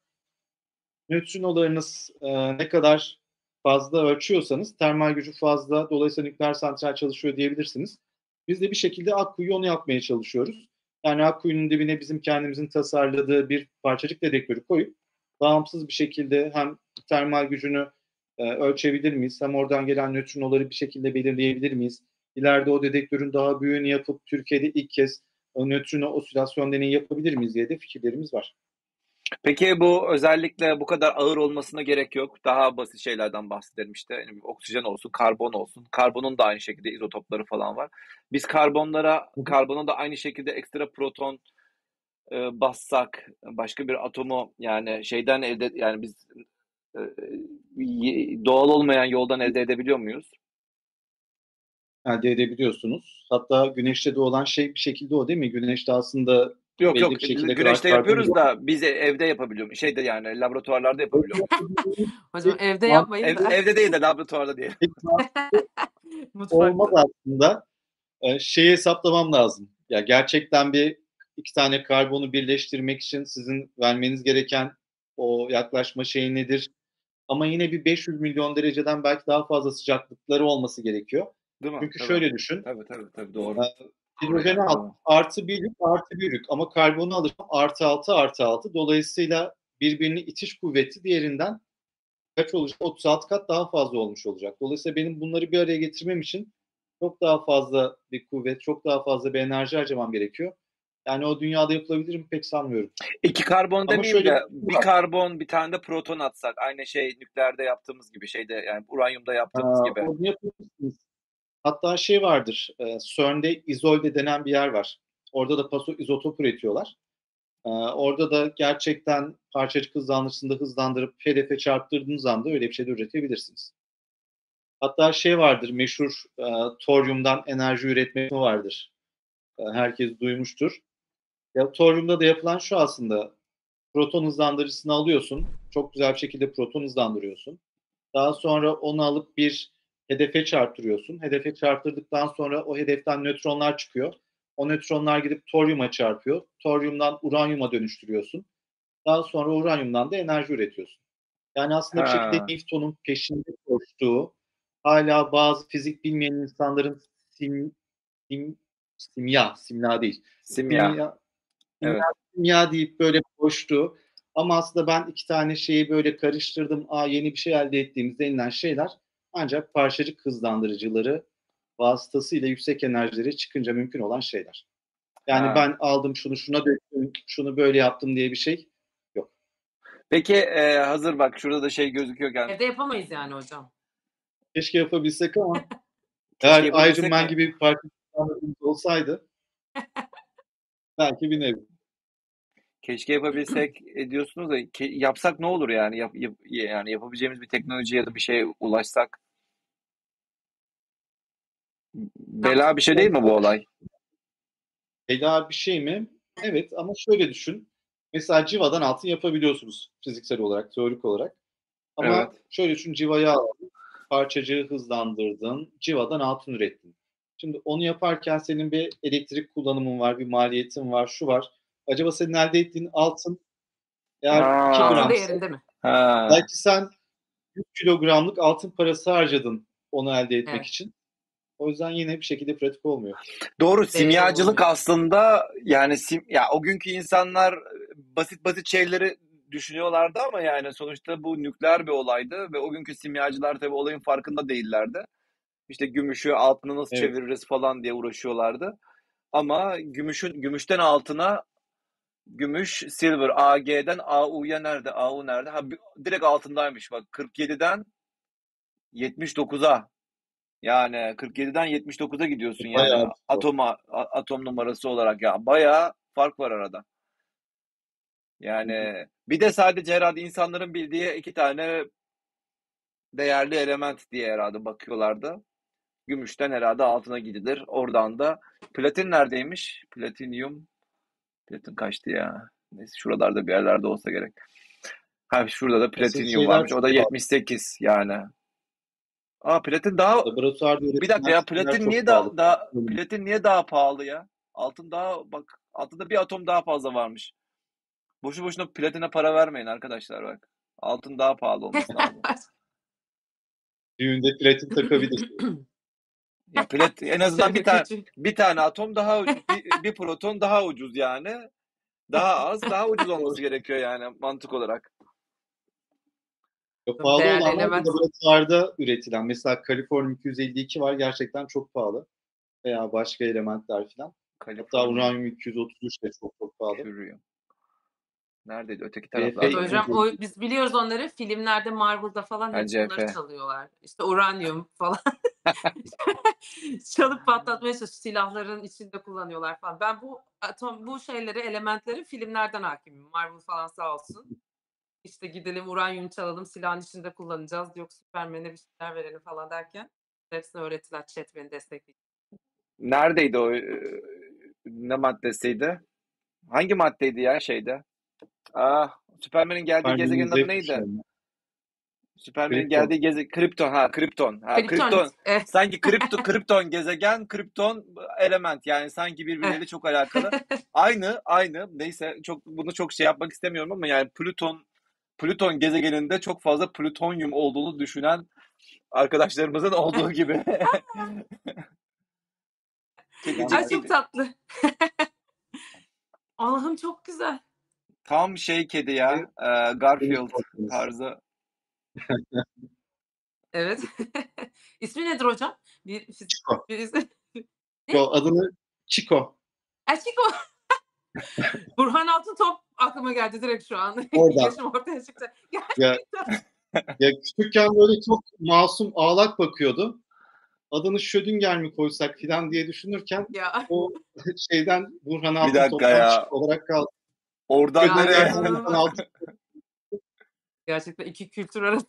Speaker 3: nötrinolarınız e, ne kadar fazla ölçüyorsanız termal gücü fazla, dolayısıyla nükleer santral çalışıyor diyebilirsiniz. Biz de bir şekilde Akkuyu'yu onu yapmaya çalışıyoruz. Yani Akkuyu'nun dibine bizim kendimizin tasarladığı bir parçacık dedektörü koyup bağımsız bir şekilde hem termal gücünü e, ölçebilir miyiz, hem oradan gelen nötrinoları bir şekilde belirleyebilir miyiz? İleride o dedektörün daha büyüğünü yapıp Türkiye'de ilk kez o nötrino osilasyon deneyi yapabilir miyiz diye de fikirlerimiz var.
Speaker 2: Peki bu özellikle bu kadar ağır olmasına gerek yok. Daha basit şeylerden bahsedelim işte. Yani oksijen olsun, karbon olsun. Karbonun da aynı şekilde izotopları falan var. Biz karbonlara, karbona da aynı şekilde ekstra proton e, bassak başka bir atomu yani şeyden elde yani biz e, doğal olmayan yoldan elde edebiliyor muyuz?
Speaker 3: Elde edebiliyorsunuz. Hatta güneşte de olan şey bir şekilde o değil mi? Güneşte aslında
Speaker 2: Yok
Speaker 3: belli
Speaker 2: yok
Speaker 3: bir şekilde kadar
Speaker 2: güneşte
Speaker 3: karbon
Speaker 2: yapıyoruz
Speaker 3: yok.
Speaker 2: da biz evde yapabiliyor muyuz? Şeyde yani laboratuvarlarda yapabiliyor muyuz?
Speaker 1: Hocam evde
Speaker 3: Mantıklı
Speaker 1: yapmayın
Speaker 2: Ev,
Speaker 1: da.
Speaker 2: evde değil de laboratuvarda diye.
Speaker 3: olmaz
Speaker 1: Mutfakta.
Speaker 3: aslında. Ee, şeyi hesaplamam lazım. Ya gerçekten bir iki tane karbonu birleştirmek için sizin vermeniz gereken o yaklaşma şeyi nedir? Ama yine bir beş yüz milyon dereceden belki daha fazla sıcaklıkları olması gerekiyor.
Speaker 2: Değil mi?
Speaker 3: Çünkü
Speaker 2: Tabii.
Speaker 3: şöyle düşün.
Speaker 2: Tabii tabii tabii
Speaker 3: Ee,
Speaker 2: doğru.
Speaker 3: Hidrojeni al,
Speaker 2: Doğru.
Speaker 3: artı bir yük artı bir yük ama karbonu alırsam artı altı artı altı. Dolayısıyla birbirini itiş kuvveti diğerinden kaç olacak? otuz altı kat daha fazla olmuş olacak. Dolayısıyla benim bunları bir araya getirmem için çok daha fazla bir kuvvet, çok daha fazla bir enerji harcamam gerekiyor. Yani o dünyada yapılabilir mi pek sanmıyorum.
Speaker 2: İki karbon
Speaker 3: Ama
Speaker 2: demeyeyim
Speaker 3: şöyle bir
Speaker 2: de
Speaker 3: şey
Speaker 2: bir
Speaker 3: var.
Speaker 2: karbon bir tane de proton atsak aynı şey nükleerde yaptığımız gibi şeyde yani uranyumda yaptığımız
Speaker 3: Aa,
Speaker 2: gibi.
Speaker 3: onu yapabilirsiniz. Hatta şey vardır, e, CERN'de İzolde denen bir yer var. Orada da paso izotop üretiyorlar. Ee, orada da gerçekten parçacık hızlandırsında hızlandırıp hedefe çarptırdığınız anda öyle bir şey de üretebilirsiniz. Hatta şey vardır, meşhur e, toryumdan enerji üretmesi vardır. E, herkes duymuştur. Ya toryumda da yapılan şu aslında, proton hızlandırıcısını alıyorsun, çok güzel bir şekilde proton hızlandırıyorsun. Daha sonra onu alıp bir hedefe çarptırıyorsun. Hedefe çarptırdıktan sonra o hedeften nötronlar çıkıyor. O nötronlar gidip toryuma çarpıyor. Toryumdan uranyuma dönüştürüyorsun. Daha sonra uranyumdan da enerji üretiyorsun. Yani aslında bir şekilde
Speaker 2: Ha,
Speaker 3: Newton'un peşinde koştuğu, hala bazı fizik bilmeyen insanların sim, sim, simya, simya değil,
Speaker 2: simya.
Speaker 3: simya, simya,
Speaker 2: Evet.
Speaker 3: simya deyip böyle koştuğu ama aslında ben iki tane şeyi böyle karıştırdım, aa yeni bir şey elde ettiğimiz denilen şeyler ancak parçacık hızlandırıcıları vasıtasıyla yüksek enerjilere çıkınca mümkün olan şeyler. Yani
Speaker 2: Ha.
Speaker 3: ben aldım şunu şuna döktüm, şunu böyle yaptım diye bir şey yok.
Speaker 2: Peki e, hazır bak şurada da şey gözüküyorken
Speaker 1: Evde yapamayız yani hocam.
Speaker 3: Keşke yapabilsek ama
Speaker 2: Keşke
Speaker 3: Eğer Iron
Speaker 2: yapabilsek
Speaker 3: Man
Speaker 2: mi?
Speaker 3: gibi bir parça olsaydı belki bir nebze.
Speaker 2: Keşke yapabilsek e, diyorsunuz da ke- yapsak ne olur yani? Yap, yap- yani yapabileceğimiz bir teknoloji ya da bir şeye ulaşsak bela bir şey değil mi bu olay?
Speaker 3: Eda bir şey mi? Evet ama şöyle düşün. Mesela civadan altın yapabiliyorsunuz fiziksel olarak, teorik olarak.
Speaker 2: Evet.
Speaker 3: Ama şöyle düşün, civayı aldın, parçacığı hızlandırdın, civadan altın ürettin. Şimdi onu yaparken senin bir elektrik kullanımın var, bir maliyetin var, şu var. Acaba senin elde ettiğin altın eğer iki
Speaker 1: Altın
Speaker 2: Ha,
Speaker 3: gramsa
Speaker 1: değerinde mi?
Speaker 2: ha.
Speaker 3: belki sen yüz kilogramlık altın parası harcadın onu elde etmek
Speaker 1: Evet.
Speaker 3: için. O yüzden yine bir şekilde pratik olmuyor.
Speaker 2: Doğru,
Speaker 1: Değeri
Speaker 2: simyacılık
Speaker 1: olmuyor.
Speaker 2: aslında yani sim, ya o günkü insanlar e, basit basit şeyleri düşünüyorlardı ama yani sonuçta bu nükleer bir olaydı ve o günkü simyacılar tabii olayın farkında değillerdi. İşte gümüşü altına nasıl
Speaker 3: Evet.
Speaker 2: çeviririz falan diye uğraşıyorlardı. Ama gümüşün gümüşten altına gümüş silver A G'den A U'ya nerede? A U nerede? Ha direkt altındaymış bak kırk yediden yetmiş dokuza. Yani kırk yediden yetmiş dokuza gidiyorsun yani
Speaker 3: Bayağı bir şey.
Speaker 2: atoma atom numarası olarak ya bayağı fark var arada. Yani bir de sadece herhalde insanların bildiği iki tane değerli element diye herhalde bakıyorlardı. Gümüşten herhalde altına gidilir. Oradan da platin neredeymiş? Platinyum. Platin kaçtı ya? Neyse şuralarda bir yerlerde olsa gerek. Ha şurada da
Speaker 3: Asıl
Speaker 2: platinyum
Speaker 3: şeyler
Speaker 2: varmış. O
Speaker 3: çok
Speaker 2: da
Speaker 3: pahalı.
Speaker 2: yetmiş sekiz yani. Aa platin daha
Speaker 3: Laboratuvarda
Speaker 2: bir dakika
Speaker 3: üretilen
Speaker 2: ya
Speaker 3: şeyler
Speaker 2: platin
Speaker 3: çok
Speaker 2: niye
Speaker 3: pahalı.
Speaker 2: da daha platin niye daha pahalı ya? Altın daha bak altında bir atom daha fazla varmış. Boşu boşuna platine para vermeyin arkadaşlar bak. Altın daha pahalı olması lazım.
Speaker 3: Düğünde platin takabilirsin.
Speaker 2: Ya plat en azından bir
Speaker 1: Şöyle
Speaker 2: tane
Speaker 1: küçük.
Speaker 2: bir tane atom daha bir, bir proton daha ucuz yani. Daha az, daha ucuz olması gerekiyor yani mantık olarak.
Speaker 3: Ya, pahalı
Speaker 1: Değerli
Speaker 3: olanlar bu
Speaker 1: element.
Speaker 3: laboratuvarda üretilen. Mesela kalifornium iki yüz elli iki var. Gerçekten çok pahalı. Veya başka elementler filan. Hatta
Speaker 2: Kaliforniya
Speaker 3: uranyum iki yüz otuz üç de çok çok pahalı.
Speaker 2: kürüyor. Neredeydi? Öteki
Speaker 3: B F
Speaker 1: Evet
Speaker 2: taraflarda
Speaker 1: hocam
Speaker 2: mıydı?
Speaker 1: o, biz biliyoruz onları filmlerde Marvel'da falan
Speaker 2: Ha
Speaker 1: hep bunları
Speaker 2: C F.
Speaker 1: çalıyorlar. İşte uranyum falan çalıp patlatmaya çalışıyor. Silahların içinde kullanıyorlar falan. Ben bu atom bu şeyleri elementleri filmlerden hakimim. Marvel falan sağ olsun. İşte gidelim uranyum çalalım silahın içinde kullanacağız. Yok Süpermen'e bir şeyler verelim falan derken hepsini öğrettiler. Chat beni destekliyor.
Speaker 2: Neredeydi o e, ne maddesiydi? Hangi maddeydi ya şeyde? Ah, Süpermen'in geldiği gezegenin adı
Speaker 3: Karbonize
Speaker 2: neydi?
Speaker 3: kuşlarına.
Speaker 2: Süpermen'in
Speaker 3: Kripton.
Speaker 2: geldiği geze Kripton ha Kripton. Ha Kripton.
Speaker 1: Kryptonit. Eh,
Speaker 2: Sanki kripto Kripton gezegen, Kripton element yani sanki
Speaker 1: eh.
Speaker 2: birbirleriyle çok alakalı. Aynı, aynı. Neyse çok bunu çok şey yapmak istemiyorum ama yani Plüton Plüton gezegeninde çok fazla plütonyum olduğunu düşünen arkadaşlarımızın olduğu gibi.
Speaker 3: Yani
Speaker 1: Ay
Speaker 2: Kedicik
Speaker 1: çok
Speaker 2: gibi.
Speaker 1: tatlı. Allah'ım çok güzel.
Speaker 2: Tam şey kedi
Speaker 3: ve
Speaker 2: ya. e,
Speaker 3: deniz
Speaker 2: Garfield
Speaker 3: korkunuz.
Speaker 2: tarzı.
Speaker 1: Evet. İsmi nedir hocam? Bir fizik
Speaker 3: Chico.
Speaker 1: birisi. Ne?
Speaker 3: Yo, adını Chico.
Speaker 1: Aşiko. Burhan Altıntop aklıma geldi direkt şu an.
Speaker 3: Oradan.
Speaker 1: Yaşım ortaya çıktı.
Speaker 3: Ya,
Speaker 1: Gerçekten.
Speaker 3: ya küçükken böyle çok masum, ağlak bakıyordu. Adını Schrödinger mi koysak filan diye düşünürken
Speaker 1: Ya,
Speaker 3: o şeyden Burhan
Speaker 2: Bir dakika
Speaker 3: Altıntop'tan
Speaker 2: ya.
Speaker 3: Chico olarak kaldı.
Speaker 2: Oradan
Speaker 1: ya
Speaker 3: Schrödinger
Speaker 2: nereye?
Speaker 3: Burhan
Speaker 1: inanılmaz.
Speaker 3: Altıntop.
Speaker 1: Gerçekten iki kültür arası.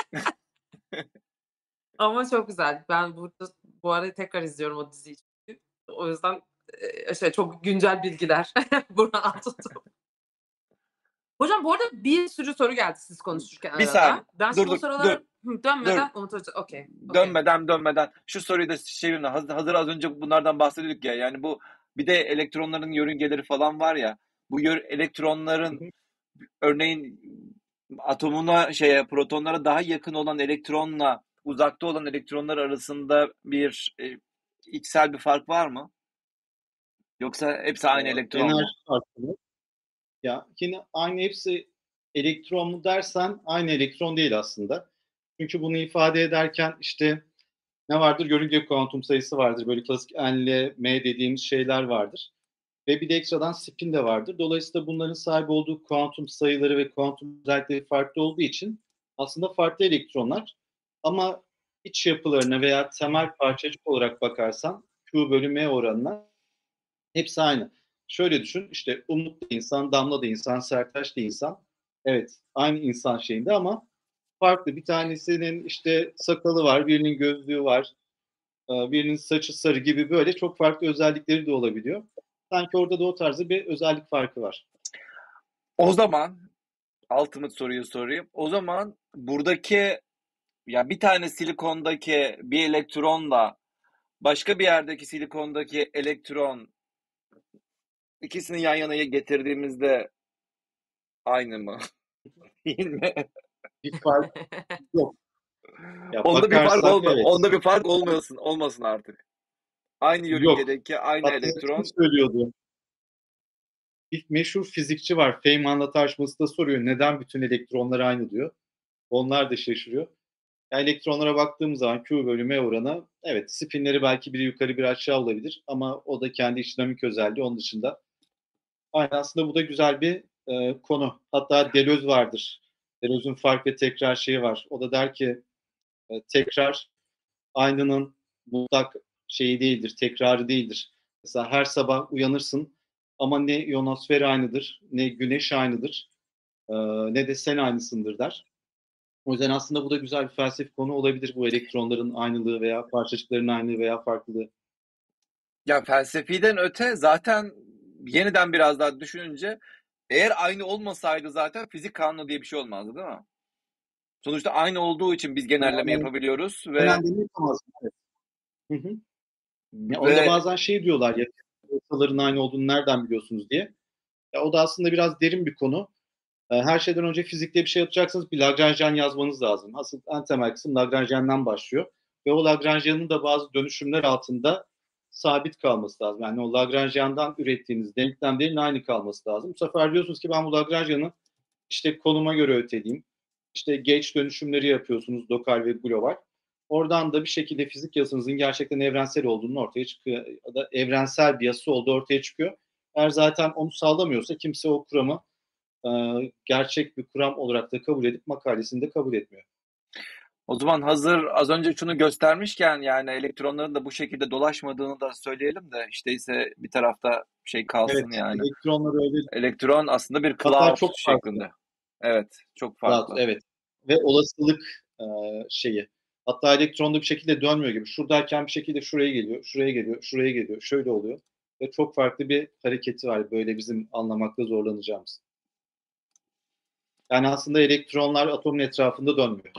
Speaker 1: Ama çok güzel. Ben burada bu arada tekrar izliyorum o diziyi çünkü. O yüzden, eee, şey çok güncel bilgiler. Burhan Altıntop. Hocam bu arada bir sürü soru geldi siz konuşurken
Speaker 2: Bir saniye.
Speaker 1: arada. Ben
Speaker 2: Dur
Speaker 1: şimdi o
Speaker 2: dur dur
Speaker 1: sorulara hı,
Speaker 2: dur.
Speaker 1: dönmeden unutacağım. Okay, okay.
Speaker 2: Dönmeden dönmeden şu soruyu da şey hazır, hazır az önce bunlardan bahsediyorduk ya yani bu bir de elektronların yörüngeleri falan var ya bu yör, elektronların örneğin atomuna şeye protonlara daha yakın olan elektronla uzakta olan elektronlar arasında bir e, içsel bir fark var mı? Yoksa hepsi aynı elektron mu?
Speaker 3: Enerji farkı. Ya yine aynı hepsi elektron mu dersen aynı elektron değil aslında. Çünkü bunu ifade ederken işte ne vardır? Yörünge kuantum sayısı vardır. Böyle klasik N, L, M dediğimiz şeyler vardır. Ve bir de ekstradan spin de vardır. Dolayısıyla bunların sahip olduğu kuantum sayıları ve kuantum özellikleri farklı olduğu için aslında farklı elektronlar. Ama iç yapılarına veya temel parçacık olarak bakarsan Q bölü M oranına hepsi aynı. Şöyle düşün, işte Umut da insan, Damla da insan, Sertaç da insan. Evet, aynı insan şeyinde ama farklı. Bir tanesinin işte sakalı var, birinin gözlüğü var, birinin saçı sarı gibi böyle çok farklı özellikleri de olabiliyor. Sanki orada da o tarzda bir özellik farkı var.
Speaker 2: O zaman ultimate soruyu sorayım. O zaman buradaki ya bir tane silikondaki bir elektronla başka bir yerdeki silikondaki elektron ikisini yan yana getirdiğimizde aynı mı? Değil mi?
Speaker 3: Bir fark yok. Ya
Speaker 2: Onda bir fark
Speaker 3: bakarsak
Speaker 2: olma,
Speaker 3: evet.
Speaker 2: onda bir fark olmasın, olmasın artık. Aynı
Speaker 3: Yok.
Speaker 2: yörüngedeki aynı
Speaker 3: Hatta kim
Speaker 2: elektron.
Speaker 3: söylüyordu? Bir meşhur fizikçi var. Feynman'la tartışmasında soruyor. Neden bütün elektronlar aynı diyor. Onlar da şaşırıyor. Yani elektronlara baktığımız zaman Q bölü M oranı evet spinleri belki biri yukarı biri aşağı olabilir ama o da kendi iç dinamik özelliği onun dışında. Aynen aslında bu da güzel bir e, konu. Hatta Deleuze vardır. Deleuze'ün fark ve tekrar şeyi var. O da der ki e, tekrar aynının mutlak şeyi değildir, tekrarı değildir. Mesela her sabah uyanırsın ama ne ionosfer aynıdır, ne güneş aynıdır, e, ne de sen aynısındır der. O yüzden aslında bu da güzel bir felsefi konu olabilir, bu elektronların aynılığı veya parçacıkların aynılığı veya farklılığı.
Speaker 2: Ya felsefiden öte zaten yeniden biraz daha düşününce eğer aynı olmasaydı zaten fizik kanunu diye bir şey olmazdı değil mi? Sonuçta aynı olduğu için biz genelleme
Speaker 3: Yani
Speaker 2: yapabiliyoruz ve
Speaker 3: genelde yapamazsın. Evet. Hı hı. Ya onu da
Speaker 2: ve
Speaker 3: bazen şey diyorlar ya, yasaların aynı olduğunu nereden biliyorsunuz diye. Ya o da aslında biraz derin bir konu. Her şeyden önce fizikte bir şey yapacaksınız, bir Lagrangian yazmanız lazım. Asıl en temel kısım Lagrangian'dan başlıyor. Ve o Lagrangian'ın da bazı dönüşümler altında sabit kalması lazım. Yani o Lagrangian'dan ürettiğiniz denklemlerin aynı kalması lazım. Bu sefer diyorsunuz ki ben bu Lagrangian'ı işte konuma göre öteleyeyim. İşte gauge dönüşümleri yapıyorsunuz, lokal ve global. Oradan da bir şekilde fizik yasasınızın gerçekten evrensel olduğunu ortaya çıkıyor. Ya da evrensel bir yasa olduğu ortaya çıkıyor. Eğer zaten onu sağlamıyorsa kimse o kuramı e, gerçek bir kuram olarak da kabul edip makalesinde kabul etmiyor.
Speaker 2: o zaman hazır az önce şunu göstermişken yani elektronların da bu şekilde dolaşmadığını da söyleyelim de işte ise bir tarafta şey kalsın
Speaker 3: Evet,
Speaker 2: yani.
Speaker 3: elektronlar öyle.
Speaker 2: Elektron aslında bir
Speaker 3: Hatta
Speaker 2: cloud
Speaker 3: çok farklı.
Speaker 2: şeklinde. Evet, çok
Speaker 3: Cloud,
Speaker 2: farklı.
Speaker 3: evet. Ve olasılık e, şeyi. Hatta elektronda bir şekilde dönmüyor gibi. Şuradayken bir şekilde şuraya geliyor, şuraya geliyor, şuraya geliyor. Şöyle oluyor. Ve çok farklı bir hareketi var. Böyle bizim anlamakta zorlanacağımız. Yani aslında elektronlar atomun etrafında dönmüyor.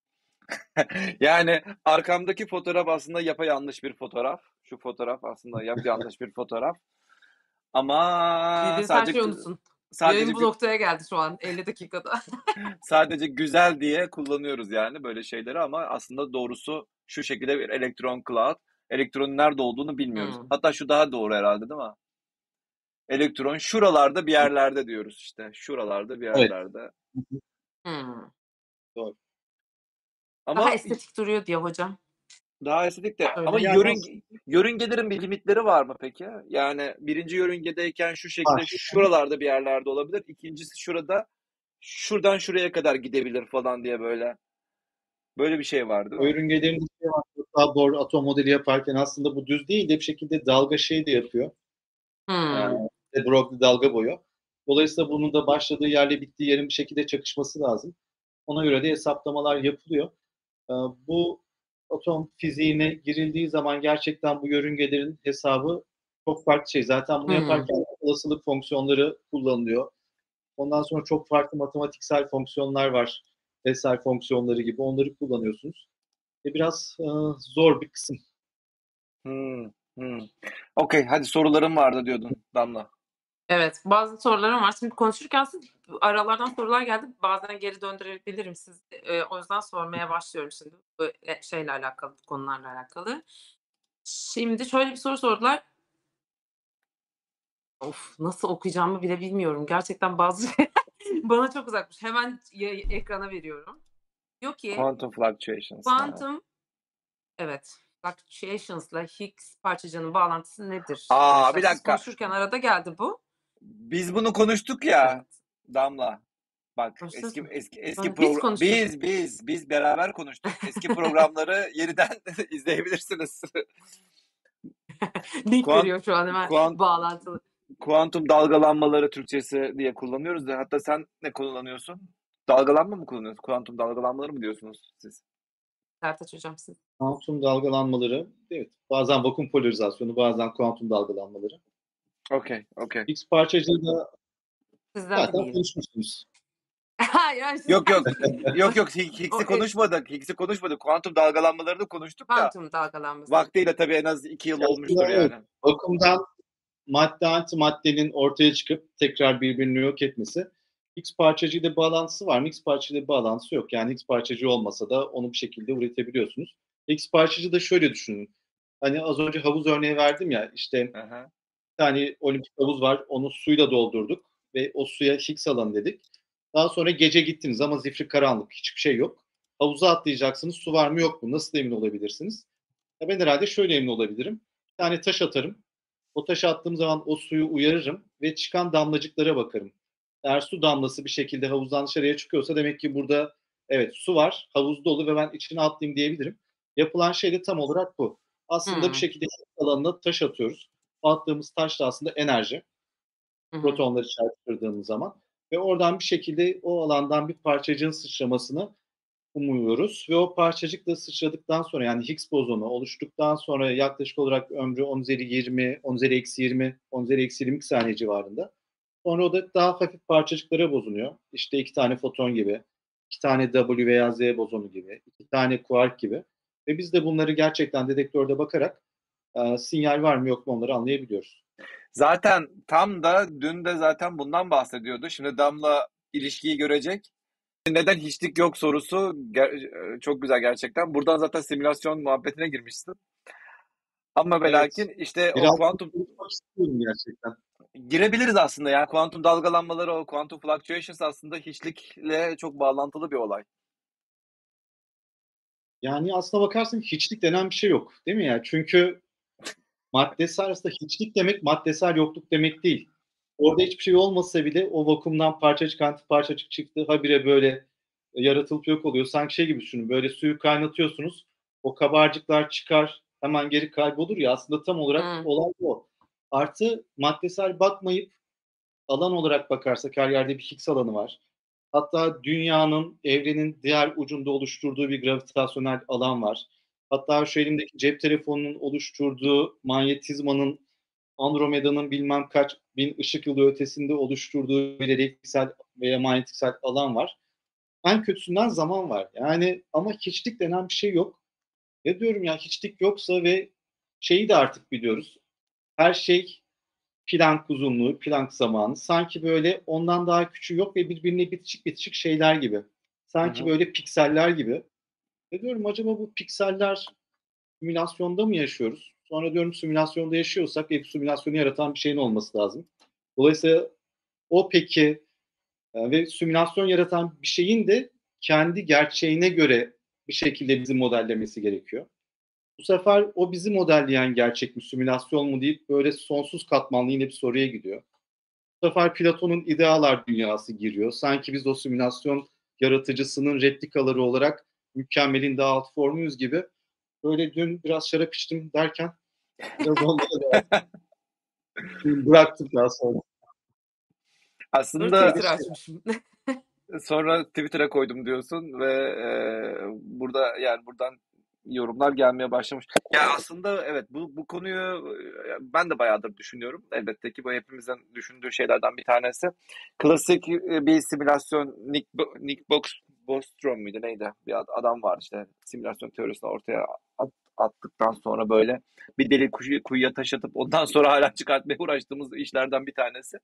Speaker 2: Yani arkamdaki fotoğraf aslında yapayalnız bir fotoğraf. Şu fotoğraf aslında yapayalnız bir fotoğraf. Ama
Speaker 1: Bildiğiniz her
Speaker 2: sadece
Speaker 1: şeyi unutun.
Speaker 2: sadece
Speaker 1: Yayın bu
Speaker 2: gü-
Speaker 1: noktaya geldi şu an elli dakikada.
Speaker 2: sadece güzel diye kullanıyoruz yani böyle şeyleri ama aslında doğrusu şu şekilde bir elektron cloud. Elektronun nerede olduğunu bilmiyoruz.
Speaker 1: Hmm.
Speaker 2: Hatta şu daha doğru herhalde değil mi? Elektron şuralarda bir yerlerde diyoruz işte. Şuralarda bir
Speaker 3: Evet.
Speaker 2: yerlerde.
Speaker 1: Hmm.
Speaker 3: Doğru.
Speaker 2: Ama
Speaker 1: Daha estetik duruyor diye hocam.
Speaker 2: daha estetik de ama
Speaker 1: Öyle.
Speaker 3: Yani
Speaker 2: yörünge, yörüngelerin bir limitleri var mı peki? Yani birinci yörüngedeyken şu şekilde
Speaker 3: var.
Speaker 2: şuralarda bir yerlerde olabilir. İkincisi şurada şuradan şuraya kadar gidebilir falan diye böyle. Böyle bir şey var değil
Speaker 3: O
Speaker 2: mi?
Speaker 3: yörüngelerin bir şey var. Hatta Bohr atom modeli yaparken aslında bu düz değil de bir şekilde dalga şey de yapıyor.
Speaker 1: Hmm.
Speaker 3: E, Broglie dalga boyu. Dolayısıyla bunun da başladığı yerle bittiği yerin bir şekilde çakışması lazım. Ona göre de hesaplamalar yapılıyor. E, bu atom fiziğine girildiği zaman gerçekten bu yörüngelerin hesabı çok farklı şey. Zaten bunu
Speaker 1: Hmm.
Speaker 3: yaparken olasılık fonksiyonları kullanılıyor. Ondan sonra çok farklı matematiksel fonksiyonlar var. Bessel fonksiyonları gibi. Onları kullanıyorsunuz. E, biraz e, zor bir kısım.
Speaker 2: Hmm, hmm. Okey, hadi sorularım vardı diyordun Damla.
Speaker 1: Evet, bazı sorularım var. Şimdi konuşurken siz aralardan sorular geldi. Bazen geri döndürebilirim siz. Eee, o yüzden sormaya başlıyorum şimdi. Bu e, şeyle alakalı, bu konularla alakalı. Şimdi şöyle bir soru sordular. Of, nasıl okuyacağımı bile bilmiyorum. Gerçekten bazı bana çok uzakmış. Hemen ya ekrana veriyorum. Diyor ki
Speaker 2: Quantum fluctuations. Ha.
Speaker 1: quantum evet, fluctuations'la Higgs parçacığının bağlantısı nedir
Speaker 2: Aa,
Speaker 1: demişler.
Speaker 2: bir
Speaker 1: Siz
Speaker 2: dakika.
Speaker 1: konuşurken arada geldi bu.
Speaker 2: Biz bunu konuştuk ya
Speaker 1: Evet.
Speaker 2: Damla. Bak
Speaker 1: Konuştunuz
Speaker 2: eski
Speaker 1: mu?
Speaker 2: eski eski
Speaker 1: Sonra biz
Speaker 2: program
Speaker 1: konuştuk.
Speaker 2: biz biz biz beraber konuştuk. Eski programları yeniden izleyebilirsiniz.
Speaker 1: Link
Speaker 2: Kuant,
Speaker 1: veriyor şu an hemen
Speaker 2: kuant,
Speaker 1: bağlantılı.
Speaker 2: kuantum dalgalanmaları Türkçesi diye kullanıyoruz da hatta sen ne kullanıyorsun? Dalgalanma mı kullanıyorsun? Kuantum dalgalanmaları mı diyorsunuz siz?
Speaker 1: Sertaç hocam siz.
Speaker 3: Kuantum dalgalanmaları, evet. Bazen vakum polarizasyonu, bazen kuantum dalgalanmaları.
Speaker 2: Okey, okey.
Speaker 3: X parçacığıyla
Speaker 1: Sizden
Speaker 3: zaten
Speaker 1: dinleyelim.
Speaker 3: konuşmuşsunuz.
Speaker 1: Hayır, hayır, siz-
Speaker 2: Yok yok. Yok yok Higgs'i
Speaker 1: O, e,
Speaker 2: konuşmadık. Higgs'i konuşmadık. Kuantum dalgalanmalarını konuştuk da
Speaker 1: Kuantum dalgalanması.
Speaker 2: vaktiyle tabii en az iki yıl olmuştur
Speaker 3: Aslında evet,
Speaker 2: yani.
Speaker 3: vakumdan madde antimaddenin ortaya çıkıp tekrar birbirini yok etmesi. X parçacığıyla bağlantısı var mı? X parçacığıyla bağlantısı yok. Yani X parçacığı olmasa da onu bir şekilde üretebiliyorsunuz. X parçacığı da şöyle düşünün. Hani az önce havuz örneği verdim ya, işte
Speaker 2: Aha.
Speaker 3: bir tane olimpik havuz var, onu suyla doldurduk ve o suya Higgs alanı dedik. Daha sonra gece gittiniz ama zifiri karanlık, hiçbir şey yok. Havuza atlayacaksınız, su var mı yok mu? Nasıl emin olabilirsiniz? Ya ben herhalde şöyle emin olabilirim. Bir tane taş atarım. O taşı attığım zaman o suyu uyarırım ve çıkan damlacıklara bakarım. Eğer su damlası bir şekilde havuzdan dışarıya çıkıyorsa demek ki burada evet su var, havuz dolu ve ben içine atlayayım diyebilirim. Yapılan şey de tam olarak bu. Aslında bir
Speaker 1: Hmm.
Speaker 3: şekilde alanına taş atıyoruz. Attığımız taş da aslında enerji.
Speaker 1: Hı hı.
Speaker 3: Protonları çarptırdığımız zaman. Ve oradan bir şekilde o alandan bir parçacığın sıçramasını umuyoruz. Ve o parçacık da sıçradıktan sonra, yani Higgs bozonu oluştuktan sonra yaklaşık olarak ömrü on üzeri yirmi, on üzeri eksi yirmi, on üzeri eksi yirmi saniye civarında. Sonra o da daha hafif parçacıklara bozuluyor. İşte iki tane foton gibi, iki tane W veya Z bozonu gibi, iki tane kuark gibi. Ve biz de bunları gerçekten dedektörde bakarak e, sinyal var mı yok mu onları anlayabiliyoruz.
Speaker 2: Zaten tam da dün de zaten bundan bahsediyordu. Şimdi Damla ilişkiyi görecek. Neden hiçlik yok sorusu ger- çok güzel gerçekten. Buradan zaten simülasyon muhabbetine girmişsin. Ama ve
Speaker 3: Evet.
Speaker 2: lakin işte o
Speaker 3: Biraz
Speaker 2: kuantum
Speaker 3: konuşmak istiyorum gerçekten.
Speaker 2: girebiliriz aslında. Yani kuantum dalgalanmaları, o kuantum fluctuations aslında hiçlikle çok bağlantılı bir olay.
Speaker 3: Yani aslına bakarsan hiçlik denen bir şey yok, değil mi ya? Çünkü maddesel aslında hiçlik demek maddesel yokluk demek değil. Orada hiçbir şey olmasa bile o vakumdan parçacık antiparçacık çıktı. Habire böyle yaratılıp yok oluyor. Sanki şey gibi düşünün. Böyle suyu kaynatıyorsunuz. O kabarcıklar çıkar, hemen geri kaybolur ya. Aslında tam olarak
Speaker 1: Hı.
Speaker 3: olay bu. Artı maddesel bakmayıp alan olarak bakarsak her yerde bir Higgs alanı var. Hatta dünyanın, evrenin diğer ucunda oluşturduğu bir gravitasyonel alan var. Hatta şu elimdeki cep telefonunun oluşturduğu manyetizmanın, Andromeda'nın bilmem kaç bin ışık yılı ötesinde oluşturduğu bir elektriksel veya manyetiksel alan var. En kötüsünden zaman var. Yani ama hiçlik denen bir şey yok. Ne diyorum ya, hiçlik yoksa ve şeyi de artık biliyoruz. Her şey Planck uzunluğu, Planck zamanı. Sanki böyle ondan daha küçüğü yok ve birbirine bitişik bitişik şeyler gibi. Sanki
Speaker 2: Hı hı.
Speaker 3: böyle pikseller gibi. Ne diyorum, acaba bu pikseller simülasyonda mı yaşıyoruz? Sonra diyorum simülasyonda yaşıyorsak hep simülasyonu yaratan bir şeyin olması lazım. Dolayısıyla o peki e, ve simülasyon yaratan bir şeyin de kendi gerçeğine göre bir şekilde bizi modellemesi gerekiyor. Bu sefer o bizi modelleyen gerçek mi, simülasyon mu deyip böyle sonsuz katmanlı yine bir soruya gidiyor. Bu sefer Platon'un idealar dünyası giriyor. Sanki biz o simülasyon yaratıcısının replikaları olarak mükemmelin daha alt formuyuz gibi. Böyle dün biraz şarap içtim derken biraz onlara da bıraktık daha sonra.
Speaker 1: Dur
Speaker 2: Aslında
Speaker 1: Twitter açmışım.
Speaker 2: sonra Twitter'a koydum diyorsun ve e, burada yani buradan yorumlar gelmeye başlamış. Ya aslında evet bu bu konuyu e, ben de bayağıdır düşünüyorum. Elbette ki bu hepimizin düşündüğü şeylerden bir tanesi. Klasik e, bir simülasyon Nick Bo- Nick Box Bostrom muydu neydi? Bir ad- adam var işte simülasyon teorisini ortaya at- attıktan sonra böyle bir deli kuyu, kuyuya taş atıp ondan sonra hala çıkartmaya uğraştığımız işlerden bir tanesi.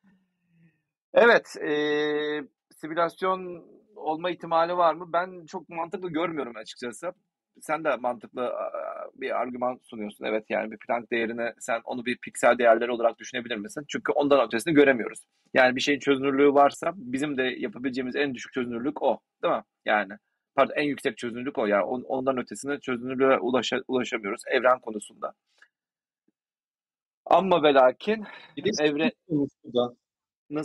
Speaker 2: Evet, eee, simülasyon olma ihtimali var mı? Ben çok mantıklı görmüyorum açıkçası. Sen de mantıklı aaa, bir argüman sunuyorsun. Evet, yani bir Planck değerini sen onu bir piksel değerleri olarak düşünebilir misin? Çünkü ondan ötesini göremiyoruz. Yani bir şeyin çözünürlüğü varsa bizim de yapabileceğimiz en düşük çözünürlük o, değil mi? Yani pardon en yüksek çözünürlük o. Yani on- ondan ötesine çözünürlüğe ulaşa- ulaşamıyoruz evren konusunda. Ama ve lakin
Speaker 3: Bir de
Speaker 2: evre
Speaker 3: konusu da
Speaker 2: nasıl?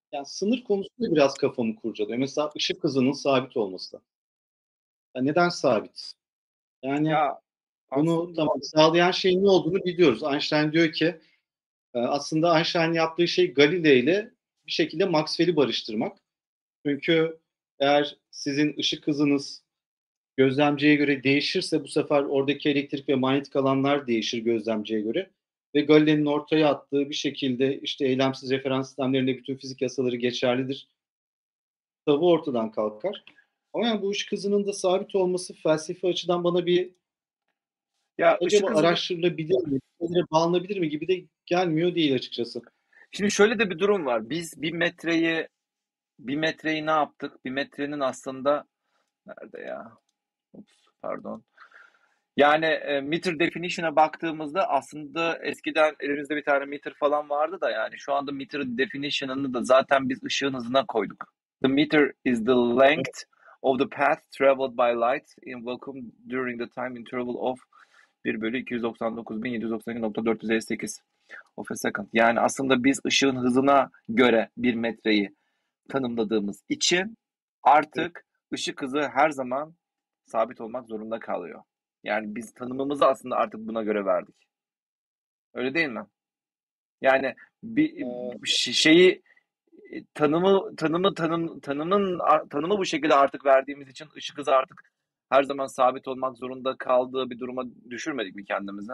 Speaker 3: Yani sınır konusunda biraz kafamı kurcalıyor. Mesela ışık hızının sabit olması. Ya neden sabit? Yani
Speaker 2: Ya
Speaker 3: bunu
Speaker 2: aslında
Speaker 3: tamam sağlayan şeyin ne olduğunu biliyoruz. Einstein diyor ki e, aslında Einstein yaptığı şey Galilei ile bir şekilde Maxwell'i barıştırmak. Çünkü eğer sizin ışık hızınız gözlemciye göre değişirse bu sefer oradaki elektrik ve manyetik alanlar değişir gözlemciye göre. Ve Galilei'nin ortaya attığı bir şekilde işte eylemsiz referans sistemlerinde bütün fizik yasaları geçerlidir. Tabu ortadan kalkar. Ama yani bu ışık hızının da sabit olması felsefi açıdan bana bir
Speaker 2: ya ışık
Speaker 3: acaba
Speaker 2: hızı
Speaker 3: araştırılabilir mi, şeylere bağlanabilir mi gibi de gelmiyor değil açıkçası.
Speaker 2: şimdi şöyle de bir durum var. Biz bir metreyi bir metreyi ne yaptık? Bir metrenin aslında nerede ya? Ups, pardon. Yani e, meter definition'a baktığımızda aslında eskiden elimizde bir tane meter falan vardı da yani şu anda meter definition'ını da zaten biz ışığın hızına koyduk. The meter is the length of the path traveled by light in vacuum during the time interval of bir bölü iki yüz doksan dokuz bin yedi yüz doksan iki nokta dört yüz elli sekiz of a second. Yani aslında biz ışığın hızına göre bir metreyi tanımladığımız için artık ışık hızı her zaman sabit olmak zorunda kalıyor. Yani biz tanımımızı aslında artık buna göre verdik. Öyle değil mi? Yani bir
Speaker 3: Ee,
Speaker 2: şeyi tanımı tanımı tanım tanımın tanımı bu şekilde artık verdiğimiz için ışık hızı artık her zaman sabit olmak zorunda kaldığı bir duruma düşürmedik mi kendimize?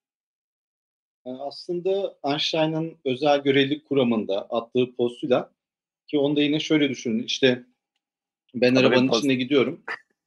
Speaker 3: aslında Einstein'ın özel görelilik kuramında attığı postüla ki onu da yine şöyle düşünün. İşte ben
Speaker 2: O da bir
Speaker 3: arabanın
Speaker 2: poz.
Speaker 3: içinde gidiyorum.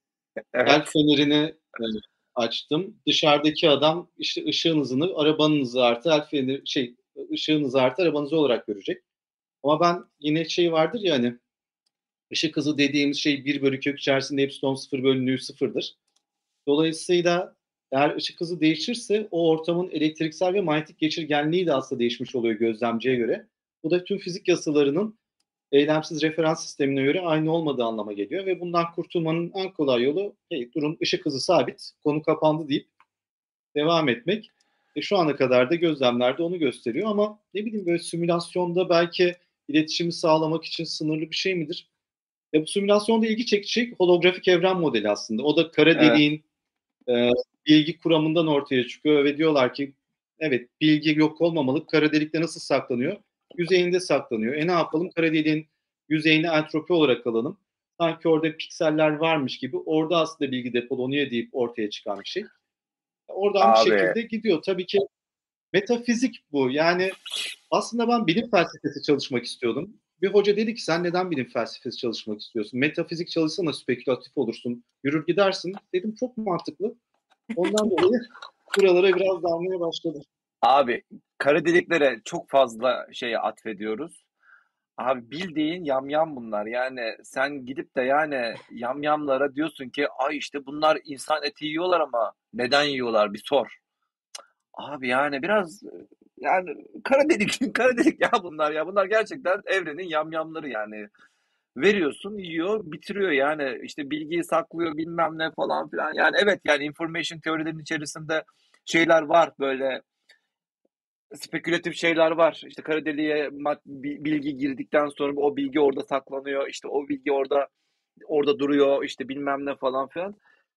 Speaker 3: El
Speaker 2: Evet.
Speaker 3: fenerini e, açtım. Dışarıdaki adam işte ışığın hızını arabanın hızı artı el feneri şey ışığın hızı artı arabanın hızı olarak görecek. Ama ben yine şey vardır ya hani ışık hızı dediğimiz şey bir bölü kök içerisinde epsilon sıfır bölünüğü sıfırdır. Dolayısıyla eğer ışık hızı değişirse o ortamın elektriksel ve manyetik geçirgenliği de aslında değişmiş oluyor gözlemciye göre. Bu da tüm fizik yasalarının eylemsiz referans sistemine göre aynı olmadığı anlama geliyor ve bundan kurtulmanın en kolay yolu hey, durun ışık hızı sabit, konu kapandı deyip devam etmek. E, şu ana kadar da gözlemlerde onu gösteriyor ama ne bileyim böyle simülasyonda belki iletişimi sağlamak için sınırlı bir şey midir? E, bu simülasyonda ilgi çekici holografik evren modeli aslında. O da kara
Speaker 2: Evet.
Speaker 3: deliğin e, bilgi kuramından ortaya çıkıyor ve diyorlar ki evet bilgi yok olmamalı. Kara delikte nasıl saklanıyor? Yüzeyinde saklanıyor. E ne yapalım? Kara deliğin yüzeyini entropi olarak alalım. Sanki orada pikseller varmış gibi orada aslında bilgi depolanıyor deyip ortaya çıkan bir şey. Oradan bir
Speaker 2: Abi
Speaker 3: şekilde gidiyor. Tabii ki metafizik bu. Yani aslında ben bilim felsefesi çalışmak istiyordum. Bir hoca dedi ki sen neden bilim felsefesi çalışmak istiyorsun? Metafizik çalışsana spekülatif olursun. Yürür gidersin. Dedim çok mantıklı. Ondan dolayı buralara biraz dalmaya başladı.
Speaker 2: abi kara deliklere çok fazla şey atfediyoruz. Abi bildiğin yamyam bunlar. Yani sen gidip de yani yamyamlara diyorsun ki ay işte bunlar insan eti yiyorlar ama neden yiyorlar bir sor. Abi yani biraz yani kara delik kara delik ya bunlar ya. Bunlar gerçekten evrenin yamyamları yani. Veriyorsun, yiyor, bitiriyor yani. İşte bilgiyi saklıyor bilmem ne falan filan. Yani evet yani information teorilerinin içerisinde şeyler var böyle spekülatif şeyler var. İşte kara deliğe bilgi girdikten sonra o bilgi orada saklanıyor. İşte o bilgi orada orada duruyor. İşte bilmem ne falan filan.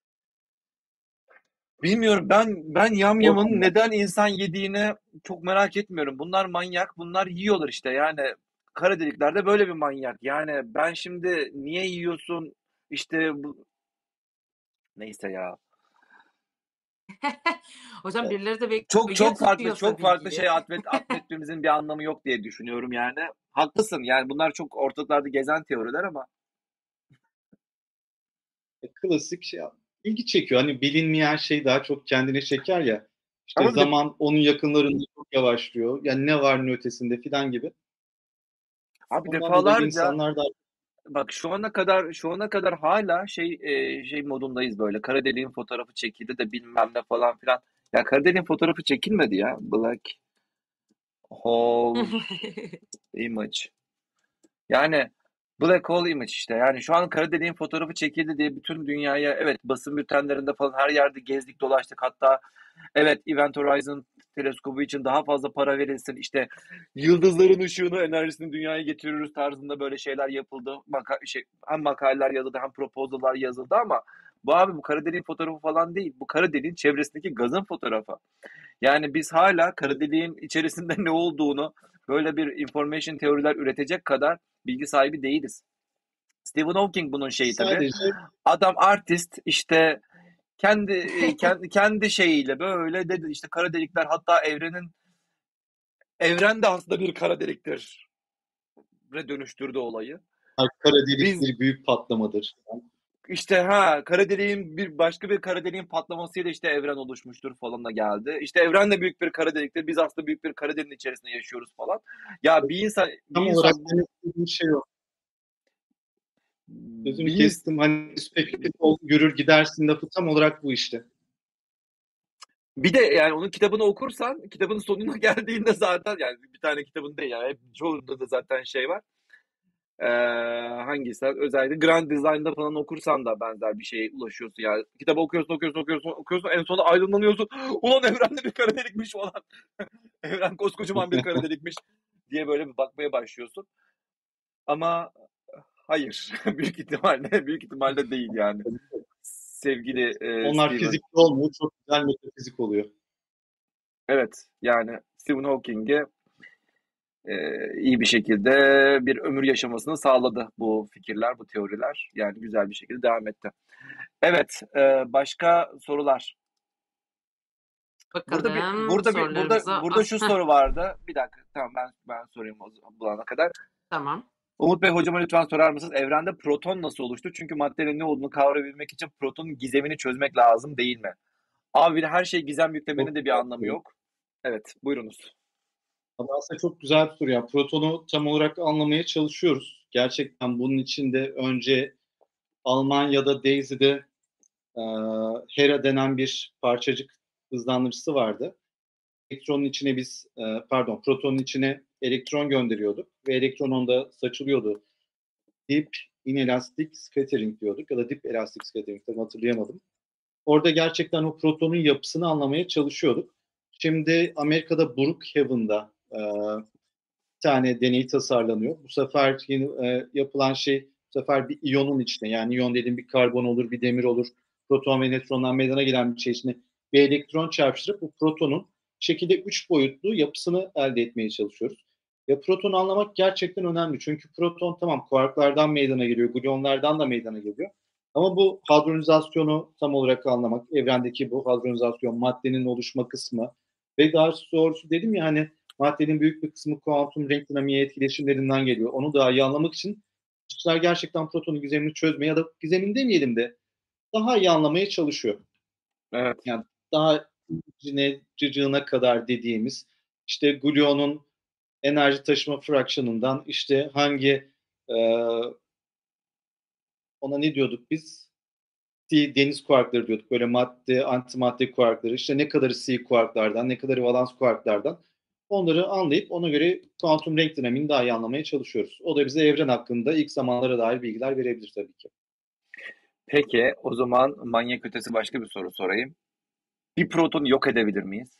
Speaker 2: Bilmiyorum ben ben
Speaker 3: O
Speaker 2: yamyamın neden insan yediğini çok merak etmiyorum. Bunlar manyak, bunlar yiyorlar işte. Yani kara deliklerde böyle bir manyak. Yani ben şimdi niye yiyorsun? İşte bu neyse ya.
Speaker 1: Hocam birileri de
Speaker 2: Çok
Speaker 1: bekliyor. Ya
Speaker 2: çok farklı
Speaker 1: tutuyorsa
Speaker 2: çok farklı
Speaker 1: bilgiyi?
Speaker 2: şey atfet, atfetmemizin bir anlamı yok diye düşünüyorum yani. Haklısın yani bunlar çok ortalıklarda gezen teoriler ama
Speaker 3: klasik şey ilgi çekiyor. Hani bilinmeyen şey daha çok kendine çeker ya. İşte
Speaker 2: ama bir de
Speaker 3: zaman onun yakınlarında çok yavaşlıyor. Yani ne var ne ötesinde filan gibi.
Speaker 2: abi
Speaker 3: Ondan dolayı
Speaker 2: defalarca
Speaker 3: insanlar da
Speaker 2: bak şu ana kadar şu ana kadar hala şey e, şey modundayız böyle. Kara deliğin fotoğrafı çekildi de bilmem ne falan filan. Ya kara deliğin fotoğrafı çekilmedi ya. Black hole image. Yani Black Hole Image işte. Yani şu an kara deliğin fotoğrafı çekildi diye bütün dünyaya evet basın bültenlerinde falan her yerde gezdik dolaştık. Hatta evet Event Horizon teleskobu için daha fazla para verilsin. İşte yıldızların ışığını, enerjisini dünyaya getiriyoruz tarzında böyle şeyler yapıldı. Maka şey, hem makaleler yazıldı hem proposal'lar yazıldı ama bu abi bu kara deliğin fotoğrafı falan değil. Bu kara deliğin çevresindeki gazın fotoğrafı. Yani biz hala kara deliğin içerisinde ne olduğunu böyle bir information teoriler üretecek kadar bilgi sahibi değiliz. Stephen Hawking bunun şeyi tabii.
Speaker 3: Sadece
Speaker 2: Adam artist işte kendi e, kendi kendi şeyiyle böyle dedi işte kara delikler hatta evrenin evren de aslında bir kara deliktir re dönüştürdü olayı.
Speaker 3: kara delik
Speaker 2: Biz
Speaker 3: bir büyük patlamadır.
Speaker 2: işte ha kara deliğin bir başka bir kara deliğin patlamasıyla işte evren oluşmuştur falan da geldi. İşte evren de büyük bir kara deliktir. Biz aslında büyük bir kara deliğin içerisinde yaşıyoruz falan. Ya bir insan bir
Speaker 3: Tam olarak
Speaker 2: insan
Speaker 3: demek istediğim şey o. Sözünü
Speaker 2: bir ins-
Speaker 3: kestim. Hani spekülatif ol, yürür gidersin lafı tam olarak bu işte.
Speaker 2: bir de yani onun kitabını okursan kitabın sonuna geldiğinde zaten yani bir tane kitabın değil yani hep çoğunda da zaten şey var. Ee, hangisi? Özellikle Grand Design'da falan okursan da benzer bir şeye ulaşıyorsun. Yani kitabı okuyorsun, okuyorsun, okuyorsun, okuyorsun. En sonunda aydınlanıyorsun. Ulan evrende bir kara delikmiş falan. Evren koskocaman bir kara delikmiş diye böyle bir bakmaya başlıyorsun. Ama hayır. Büyük ihtimalle büyük ihtimalle değil yani. Sevgili e,
Speaker 3: Onlar
Speaker 2: Stephen.
Speaker 3: fizikli olmuyor. Çok güzel metafizik oluyor.
Speaker 2: Evet yani Stephen Hawking'e e, iyi bir şekilde bir ömür yaşamasını sağladı bu fikirler, bu teoriler. Yani güzel bir şekilde devam etti. Evet, e, başka sorular. Burada bir
Speaker 1: Bakalım
Speaker 2: burada bir burada
Speaker 1: sorularımıza.
Speaker 2: burada
Speaker 1: As
Speaker 2: şu
Speaker 1: Heh,
Speaker 2: soru vardı. Bir dakika, tamam ben ben sorayım o zaman bulana kadar.
Speaker 1: tamam.
Speaker 2: Umut Bey hocama lütfen sorar mısınız? Evrende proton nasıl oluştu? Çünkü maddenin ne olduğunu kavrayabilmek için protonun gizemini çözmek lazım değil mi? Abi bir de her şey gizem yüklemenin
Speaker 3: Çok
Speaker 2: de bir
Speaker 3: güzel bir
Speaker 2: anlamı
Speaker 3: soru.
Speaker 2: yok. Evet, buyurunuz.
Speaker 3: Ama aslında çok güzel bir soru. Yani protonu tam olarak anlamaya çalışıyoruz. Gerçekten bunun içinde önce Almanya'da Daisy'de e, Hera denen bir parçacık hızlandırıcısı vardı. Elektronun içine biz, e, pardon, protonun içine elektron gönderiyorduk ve elektron onda saçılıyordu. Deep inelastic scattering diyorduk ya da deep elastic scattering, tam hatırlayamadım. Orada gerçekten o protonun yapısını anlamaya çalışıyorduk. Şimdi Amerika'da Brookhaven'da e, bir tane deney tasarlanıyor. Bu sefer yeni e, yapılan şey bu sefer bir iyonun içine, yani iyon dediğim bir karbon olur, bir demir olur. Proton ve nötrondan meydana gelen bir şey içine bir elektron çarpıştırıp bu protonun şekilde üç boyutlu yapısını elde etmeye çalışıyoruz. Ya protonu anlamak gerçekten önemli. Çünkü proton tamam kuarklardan meydana geliyor, gluonlardan da meydana geliyor. Ama bu hadronizasyonu tam olarak anlamak, evrendeki bu hadronizasyon, maddenin oluşma kısmı ve daha doğrusu dedim ya hani maddenin büyük bir kısmı kuantum renk dinamiği etkileşimlerinden geliyor. Onu daha iyi anlamak için fizikçiler gerçekten protonun gizemini çözmeye ya da gizemini demeyelim de daha iyi anlamaya çalışıyor.
Speaker 2: Evet.
Speaker 3: Yani daha cine, cıcığına kadar dediğimiz işte gluonun enerji taşıma fraksiyonundan işte hangi e, ona ne diyorduk biz? C, deniz kuarkları diyorduk. Böyle madde, antimadde kuarkları. İşte ne kadarı C kuarklardan, ne kadarı valans kuarklardan. Onları anlayıp ona göre kuantum renk dinamiğini daha iyi anlamaya çalışıyoruz. O da bize evren hakkında ilk zamanlara dair bilgiler verebilir tabii ki.
Speaker 2: Peki o zaman manyak ötesi başka bir soru sorayım. Bir protonu yok edebilir miyiz?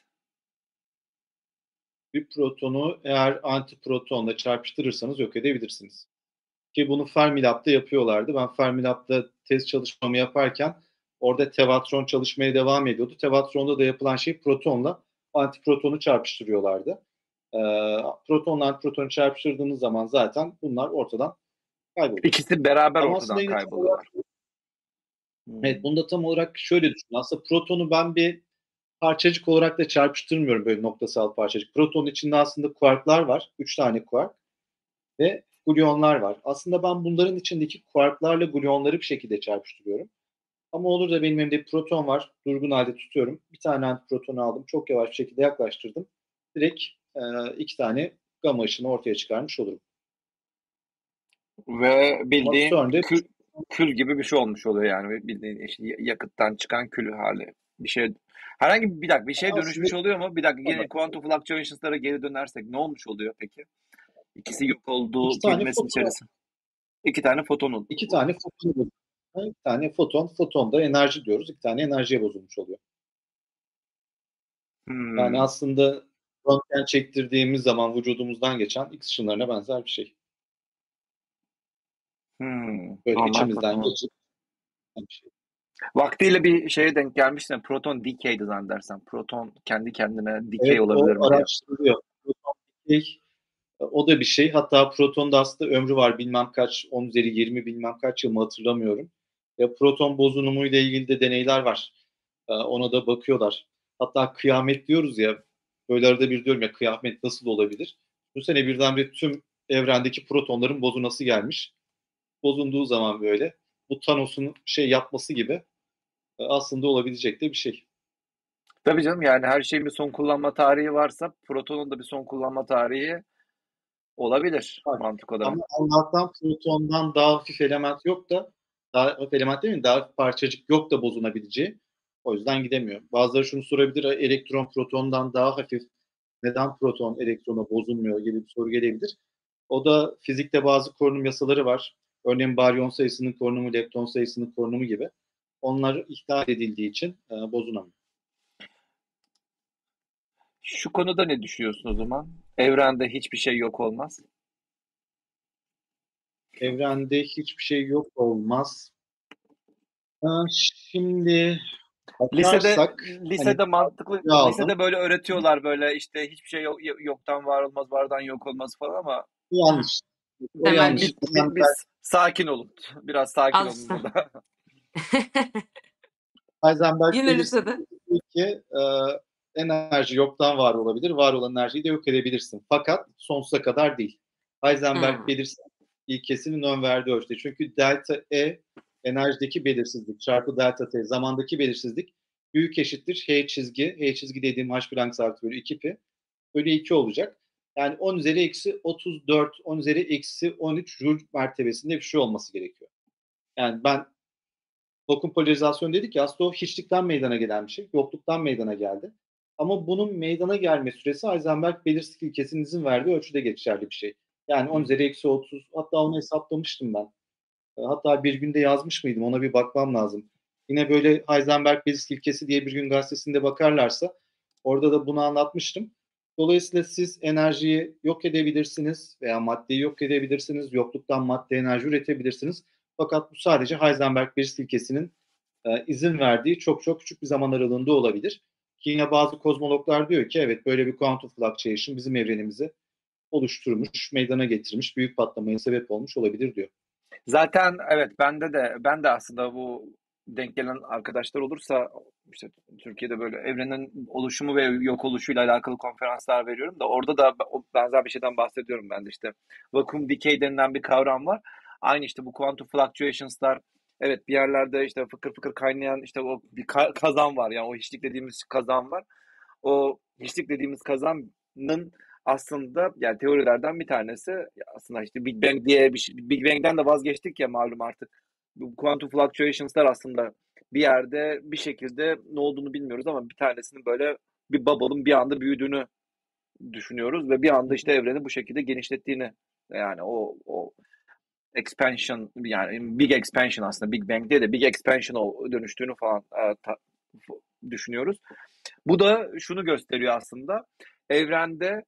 Speaker 3: Bir protonu eğer antiprotonla çarpıştırırsanız yok edebilirsiniz. Ki bunu Fermilab'da yapıyorlardı. Ben Fermilab'da test çalışmamı yaparken orada tevatron çalışmaya devam ediyordu. Tevatronda da yapılan şey protonla antiprotonu çarpıştırıyorlardı. Ee, protonla antiprotonu çarpıştırdığınız zaman zaten bunlar ortadan kayboluyor.
Speaker 2: İkisi beraber
Speaker 3: Ama aslında
Speaker 2: ortadan
Speaker 3: yine tam olarak,
Speaker 2: kayboluyorlar.
Speaker 3: evet,
Speaker 2: Hmm.
Speaker 3: bunda tam olarak şöyle düşünün. Aslında protonu ben bir parçacık olarak da çarpıştırmıyorum, böyle noktasal parçacık. Protonun içinde aslında kuarklar var. Üç tane kuark ve gluonlar var. Aslında ben bunların içindeki kuarklarla gluonları bir şekilde çarpıştırıyorum. Ama olur da benim elimde bir proton var. Durgun halde tutuyorum. Bir tane antiprotonu aldım. Çok yavaş bir şekilde yaklaştırdım. Direkt e, iki tane gamma ışını ortaya çıkarmış olurum.
Speaker 2: Ve
Speaker 3: Ama
Speaker 2: bildiğin
Speaker 3: CERN'de
Speaker 2: kül, kül gibi bir şey olmuş oluyor yani. Bildiğin işte yakıttan çıkan kül hali. Bir şey herhangi bir, bir dakika bir şey
Speaker 3: aslında
Speaker 2: dönüşmüş oluyor mu? Bir dakika geri quantum fluctuations'lara geri dönersek ne olmuş oluyor peki? İkisi yok
Speaker 3: iki
Speaker 2: olduğu
Speaker 3: tane
Speaker 2: kelimesinin
Speaker 3: foton,
Speaker 2: içerisinde. İki tane fotonun.
Speaker 3: iki tane foton, iki tane foton, foton da enerji diyoruz. İki tane enerjiye bozulmuş oluyor. Yani
Speaker 2: Hmm.
Speaker 3: aslında röntgen çektirdiğimiz zaman vücudumuzdan geçen X ışınlarına benzer bir şey.
Speaker 2: Hmm.
Speaker 3: Böyle
Speaker 2: Normal
Speaker 3: içimizden
Speaker 2: proton.
Speaker 3: geçip bir şey.
Speaker 2: Vaktiyle bir şeye denk gelmiştim. Proton decay'di zannedersem. Proton kendi kendine decay
Speaker 3: Evet,
Speaker 2: olabilir
Speaker 3: o
Speaker 2: mi diye.
Speaker 3: araştırılıyor. Proton şey, o da bir şey. Hatta protonda aslında ömrü var, bilmem kaç, on üzeri yirmi bilmem kaç yıl mı hatırlamıyorum. Ya proton bozunumuyla ilgili de deneyler var. Ee, Ona da bakıyorlar. Hatta kıyamet diyoruz ya, böyle arada bir diyorum ya, kıyamet nasıl olabilir? Bu sene birdenbire tüm evrendeki protonların bozunası gelmiş. Bozunduğu zaman böyle bu Thanos'un şey yapması gibi e, aslında olabilecek de bir şey.
Speaker 2: Tabii canım, yani her şeyin bir son kullanma tarihi varsa protonun da bir son kullanma tarihi olabilir
Speaker 3: Var.
Speaker 2: mantık
Speaker 3: Ama
Speaker 2: olarak.
Speaker 3: Allah'tan protondan daha hafif element yok da, daha hafif element değil mi? Daha hafif parçacık yok da bozunabileceği. O yüzden gidemiyor. Bazıları şunu sorabilir: elektron protondan daha hafif, neden proton elektrona bozulmuyor gibi bir soru gelebilir. O da fizikte bazı korunum yasaları var. Örneğin baryon sayısının korunumu, lepton sayısının korunumu gibi. Onlar ihlal edildiği için e, bozunamıyor.
Speaker 2: Şu konuda ne düşünüyorsun o zaman? Evrende hiçbir şey yok olmaz.
Speaker 3: Evrende hiçbir şey yok olmaz. Ha, şimdi
Speaker 2: Lisede
Speaker 3: bakarsak hani
Speaker 2: lisede mantıklı
Speaker 3: aldım.
Speaker 2: lisede böyle öğretiyorlar, böyle işte hiçbir şey yok, yoktan var olmaz, vardan yok olmaz falan ama
Speaker 3: Bu yanlış. O
Speaker 1: Temel
Speaker 2: bir,
Speaker 3: yanlış.
Speaker 1: bir
Speaker 2: bir,
Speaker 3: Heisenberg,
Speaker 2: biz sakin olun. Biraz sakin
Speaker 1: al
Speaker 2: olun
Speaker 1: işte.
Speaker 2: burada.
Speaker 3: Heisenberg
Speaker 1: Yine lisede.
Speaker 3: belirsizliği diyor ki e, enerji yoktan var olabilir. Var olan enerjiyi de yok edebilirsin. Fakat sonsuza kadar değil. Heisenberg
Speaker 1: Hmm.
Speaker 3: belirsizlik ilkesinin ön verdiği ölçüde. Çünkü delta E enerjideki belirsizlik çarpı delta T zamandaki belirsizlik büyük eşittir H çizgi. H çizgi dediğim H Planck saati bölü iki pi bölü iki olacak. Yani on üzeri eksi otuz dört, on üzeri eksi on üç Joule mertebesinde bir şey olması gerekiyor. Yani ben vakum polarizasyon dedik ya, aslında o hiçlikten meydana gelen bir şey. Yokluktan meydana geldi. Ama bunun meydana gelme süresi Heisenberg belirsizlik ilkesinin izin verdiği ölçüde geçerli bir şey. Yani on üzeri eksi otuz, hatta onu hesaplamıştım ben. Hatta bir günde yazmış mıydım, ona bir bakmam lazım. Yine böyle Heisenberg belirsizlik ilkesi diye bir gün gazetesinde bakarlarsa orada da bunu anlatmıştım. Dolayısıyla siz enerjiyi yok edebilirsiniz veya maddeyi yok edebilirsiniz. Yokluktan madde enerji üretebilirsiniz. Fakat bu sadece Heisenberg belirsizlik ilkesinin e, izin verdiği çok çok küçük bir zaman aralığında olabilir. Ki yine bazı kozmologlar diyor ki evet, böyle bir quantum fluctuation bizim evrenimizi oluşturmuş, meydana getirmiş, büyük patlamaya sebep olmuş olabilir diyor.
Speaker 2: Zaten evet, bende de ben de aslında bu denk gelen arkadaşlar olursa işte Türkiye'de böyle evrenin oluşumu ve yok oluşuyla alakalı konferanslar veriyorum da orada da o benzer bir şeyden bahsediyorum ben de, işte vacuum decay denilen bir kavram var. Aynı işte bu quantum fluctuations'lar, evet, bir yerlerde işte fıkır fıkır kaynayan işte o bir ka- kazan var, yani o hiçlik dediğimiz kazan var. O hiçlik dediğimiz kazanın aslında yani teorilerden bir tanesi aslında işte Big Bang diye bir şey. Big Bang'den de vazgeçtik ya malum artık. Bu quantum fluctuations'lar aslında bir yerde bir şekilde ne olduğunu bilmiyoruz ama bir tanesinin böyle bir bubble'ın bir anda büyüdüğünü düşünüyoruz ve bir anda işte evreni bu şekilde genişlettiğini, yani o o expansion, yani big expansion, aslında Big Bang değil de big expansion'a dönüştüğünü falan e, ta- düşünüyoruz. Bu da şunu gösteriyor aslında. Evrende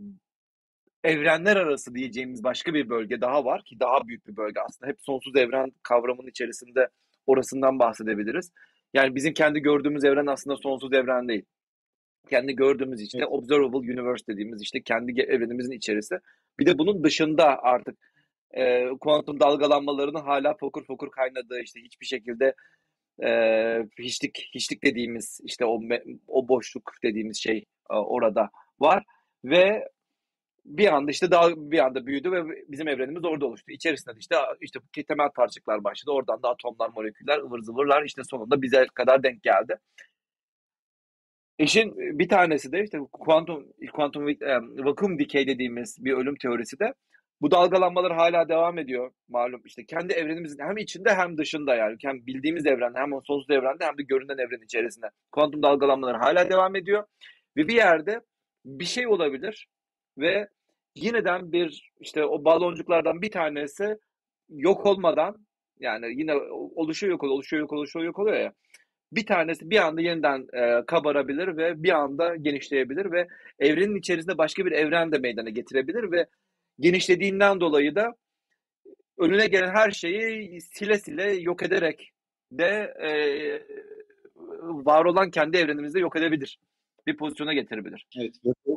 Speaker 2: evrenler arası diyeceğimiz başka bir bölge daha var ki daha büyük bir bölge aslında. Hep sonsuz evren kavramının içerisinde orasından bahsedebiliriz. Yani bizim kendi gördüğümüz evren aslında sonsuz evren değil. Kendi gördüğümüz işte
Speaker 3: Evet.
Speaker 2: observable universe dediğimiz işte kendi evrenimizin içerisi. Bir de bunun dışında artık e, kuantum dalgalanmalarının hala fokur fokur kaynadığı, işte hiçbir şekilde e, hiçlik hiçlik dediğimiz işte o o boşluk dediğimiz şey e, orada var ve bir anda işte daha bir anda büyüdü ve bizim evrenimiz orada oluştu. İçerisinde de işte işte temel parçacıklar başladı. Oradan da atomlar, moleküller, ıvır zıvırlar işte sonunda bize kadar denk geldi. İşin bir tanesi de işte kuantum kuantum e, vacuum decay dediğimiz bir ölüm teorisi de bu dalgalanmalar hala devam ediyor malum, işte kendi evrenimizin hem içinde hem dışında, yani hem bildiğimiz evren hem o sonsuz evrende hem de görünen evren içerisinde kuantum dalgalanmaları hala devam ediyor ve bir yerde bir şey olabilir ve yineden bir işte o baloncuklardan bir tanesi yok olmadan, yani yine oluşuyor yok oluyor oluşuyor yok oluyor oluşuyor yok oluyor ya, bir tanesi bir anda yeniden e, kabarabilir ve bir anda genişleyebilir ve evrenin içerisinde başka bir evren de meydana getirebilir ve genişlediğinden dolayı da önüne gelen her şeyi sile sile yok ederek de e, var olan kendi evrenimizde yok edebilir. Bir pozisyona getirebilir.
Speaker 3: Evet.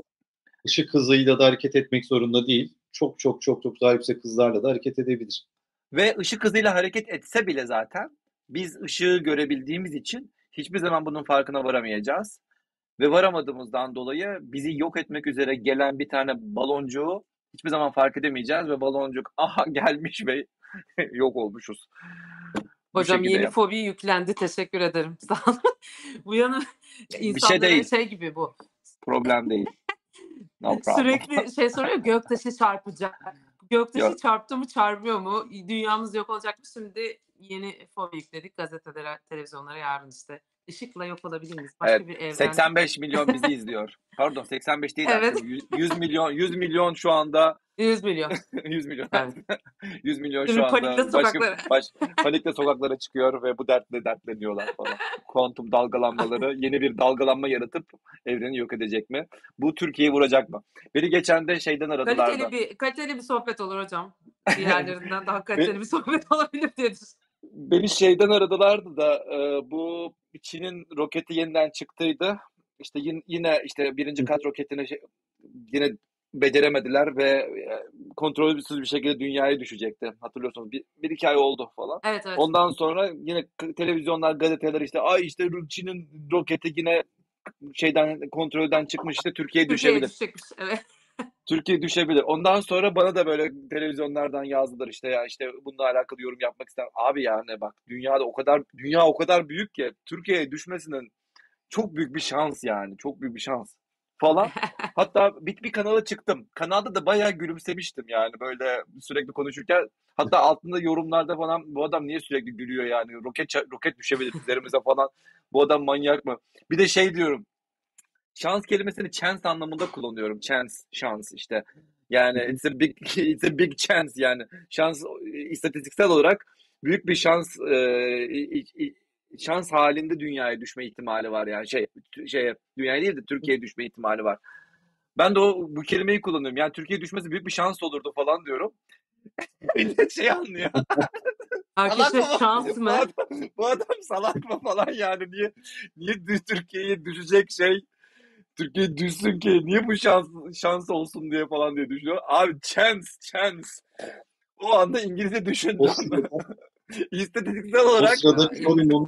Speaker 3: Işık hızıyla da hareket etmek zorunda değil. Çok çok çok çok daha yüksek hızlarla da hareket edebilir.
Speaker 2: Ve ışık hızıyla hareket etse bile zaten biz ışığı görebildiğimiz için hiçbir zaman bunun farkına varamayacağız. Ve varamadığımızdan dolayı bizi yok etmek üzere gelen bir tane baloncuğu hiçbir zaman fark edemeyeceğiz ve baloncuk aha gelmiş ve yok olmuşuz. Bu
Speaker 1: Hocam
Speaker 2: şekilde
Speaker 1: yeni
Speaker 2: yap.
Speaker 1: fobi yüklendi. Teşekkür ederim. Sağ olun. Bu yana
Speaker 2: Bir şey
Speaker 1: insanlara
Speaker 2: değil.
Speaker 1: şey gibi bu.
Speaker 2: Problem değil. No problem.
Speaker 1: Sürekli şey soruyor, göktaşı çarpacak. Göktaşı
Speaker 2: Yok.
Speaker 1: çarptı mı, çarpmıyor mu? Dünyamız yok olacak mı? Şimdi yeni fobi yükledik gazetelere, televizyonlara. Yarın işte ışıkla yok olabilir miyiz? Başka
Speaker 2: Evet.
Speaker 1: bir evren.
Speaker 2: seksen beş milyon bizi izliyor. Pardon, seksen beş değil
Speaker 1: Evet.
Speaker 2: artık. yüz, yüz milyon yüz milyon şu anda
Speaker 1: yüz milyon.
Speaker 2: yüz milyon.
Speaker 1: Evet.
Speaker 2: yüz milyon
Speaker 1: Şimdi
Speaker 2: şu
Speaker 1: panikle
Speaker 2: anda başka
Speaker 1: sokaklara.
Speaker 2: baş, panikle sokaklara çıkıyor ve bu dertle dertleniyorlar falan. Kuantum dalgalanmaları yeni bir dalgalanma yaratıp evreni yok edecek mi? Bu Türkiye'yi vuracak mı? Beni geçen de şeyden aradılar
Speaker 1: Kaliteli
Speaker 2: da.
Speaker 1: bir kaliteli bir sohbet olur hocam. Diğerlerinden daha kaliteli bir sohbet olabilir diye düşünüyorum.
Speaker 2: Beni şeyden aradılardı da e, bu Çin'in roketi yeniden çıktıydı. İşte yine, yine işte birinci kat roketini şey, yine beceremediler ve e, kontrolsüz bir şekilde dünyaya düşecekti. Hatırlıyorsunuz bir, bir iki ay oldu falan.
Speaker 1: Evet evet.
Speaker 2: Ondan sonra yine k- televizyonlar, gazeteler işte ay işte Çin'in roketi yine şeyden kontrolden çıkmış işte Türkiye
Speaker 1: Türkiye'ye
Speaker 2: düşebilir.
Speaker 1: düşecekmiş. Evet.
Speaker 2: Türkiye düşebilir. Ondan sonra bana da böyle televizyonlardan yazdılar işte ya işte bununla alakalı yorum yapmak istemem. Abi yani bak dünyada o kadar dünya o kadar büyük ki Türkiye'ye düşmesinin çok büyük bir şans yani. Çok büyük bir şans falan. Hatta bir, bir kanala çıktım. Kanalda da bayağı gülümsemiştim yani böyle sürekli konuşurken. Hatta altında yorumlarda falan bu adam niye sürekli gülüyor yani roket ça- roket düşebilir üzerimize falan. Bu adam manyak mı? Bir de şey diyorum. Şans kelimesini chance anlamında kullanıyorum. Chance, şans işte. Yani it's a big it's a big chance yani. Şans istatistiksel olarak büyük bir şans e, i- i- şans halinde dünyaya düşme ihtimali var yani şey şey dünyaya değil de Türkiye'ye düşme ihtimali var. Ben de o bu kelimeyi kullanıyorum. Yani Türkiye'ye düşmesi büyük bir şans olurdu falan diyorum. Millet şey anlıyor. Salak
Speaker 1: Herkese
Speaker 2: mı
Speaker 1: şans
Speaker 2: bu?
Speaker 1: mı?
Speaker 2: adam, bu adam salak mı falan yani niye niye Türkiye'ye düşecek şey Türkiye düşsün ki niye bu şans şans olsun diye falan diye düşünüyor. Abi chance chance. O anda İngilizce düşündüm.
Speaker 3: O sırada,
Speaker 2: İstatistiksel
Speaker 3: o
Speaker 2: olarak
Speaker 3: sırada Çorum'un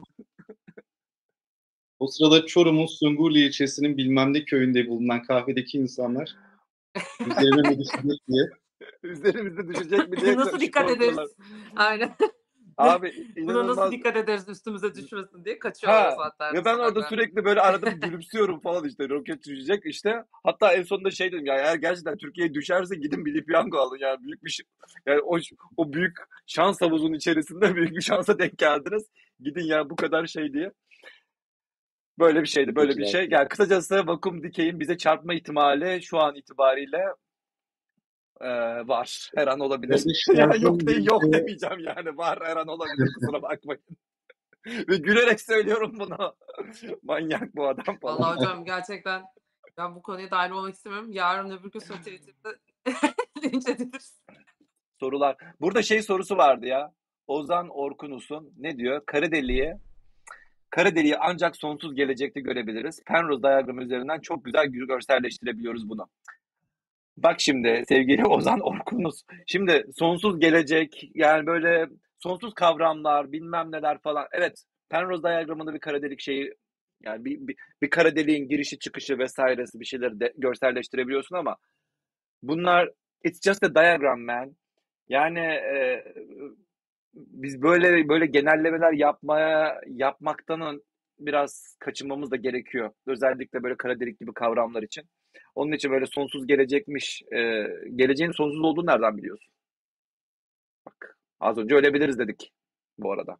Speaker 3: o sırada Çorum'un Sungurlu ilçesinin bilmem ne köyünde bulunan kahvedeki insanlar üzerime mi düşecek diye.
Speaker 2: üzerimizde düşecek mi diye
Speaker 1: Nasıl
Speaker 2: şu
Speaker 1: dikkat
Speaker 2: korkuyorlar.
Speaker 1: ederiz? Aynen.
Speaker 2: Abi
Speaker 1: Buna nasıl
Speaker 2: inanılmaz.
Speaker 1: dikkat ederiz üstümüze düşmesin diye kaçıyorlar o
Speaker 2: Ha
Speaker 1: saatlerde
Speaker 2: ve ben orada
Speaker 1: sokaklara.
Speaker 2: sürekli böyle arada bir gülümsüyorum falan işte roket düşecek işte. Hatta en sonunda şey dedim ya eğer gerçekten Türkiye düşerse gidin Milli Piyango alın yani büyük bir şey- yani o o büyük şans havuzunun içerisinde büyük bir şansa denk geldiniz. Gidin ya bu kadar şey diye. Böyle bir şeydi, böyle bir şey. Yani kısacası vakum dikeyin bize çarpma ihtimali şu an itibariyle e, var. Her an olabilir. Yani yok değil, yok demeyeceğim yani. Var, her an olabilir. Kusura bakmayın. Ve gülerek söylüyorum bunu. Manyak bu adam falan.
Speaker 1: Vallahi hocam gerçekten ben bu konuya dahil olmak istemiyorum. Yarın öbür gün sonra Twitter'da linç ediliriz.
Speaker 2: Sorular. Burada şey sorusu vardı ya. Ozan Orkunus'un ne diyor? Kara deliği Kara deliği ancak sonsuz gelecekte görebiliriz. Penrose diyagramı üzerinden çok güzel görselleştirebiliyoruz bunu. Bak şimdi sevgili Ozan Orkunuz. Şimdi sonsuz gelecek yani böyle sonsuz kavramlar bilmem neler falan. Evet Penrose diyagramında bir kara delik şeyi yani bir, bir, bir kara deliğin girişi çıkışı vesairesi bir şeyleri de görselleştirebiliyorsun ama bunlar it's just a diagram man. Yani e, biz böyle böyle genellemeler yapmaya yapmaktan biraz kaçınmamız da gerekiyor. Özellikle böyle kara delik gibi kavramlar için. Onun için böyle sonsuz gelecekmiş, e, geleceğin sonsuz olduğunu nereden biliyorsun? Bak, az önce ölebiliriz dedik bu arada.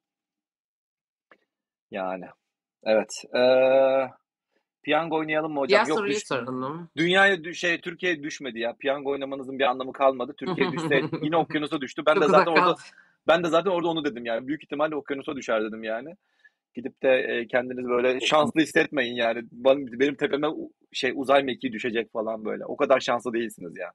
Speaker 2: Yani, evet. E, piyango oynayalım mı hocam?
Speaker 1: Diğer
Speaker 2: Yok,
Speaker 1: soruyu
Speaker 2: düş,
Speaker 1: soralım.
Speaker 2: dünyaya dü- şey Türkiye düşmedi ya. Piyango oynamanızın bir anlamı kalmadı. Türkiye düşse yine okyanusa düştü. Ben
Speaker 1: Çok
Speaker 2: de
Speaker 1: uzak
Speaker 2: zaten orada
Speaker 1: kaldı.
Speaker 2: ben de zaten orada onu dedim yani. Büyük ihtimalle okyanusa düşer dedim yani. Gidip de e, kendinizi böyle şanslı hissetmeyin yani. Bana- Benim tepeme u- şey uzay mekiği düşecek falan böyle. O kadar şanslı değilsiniz ya.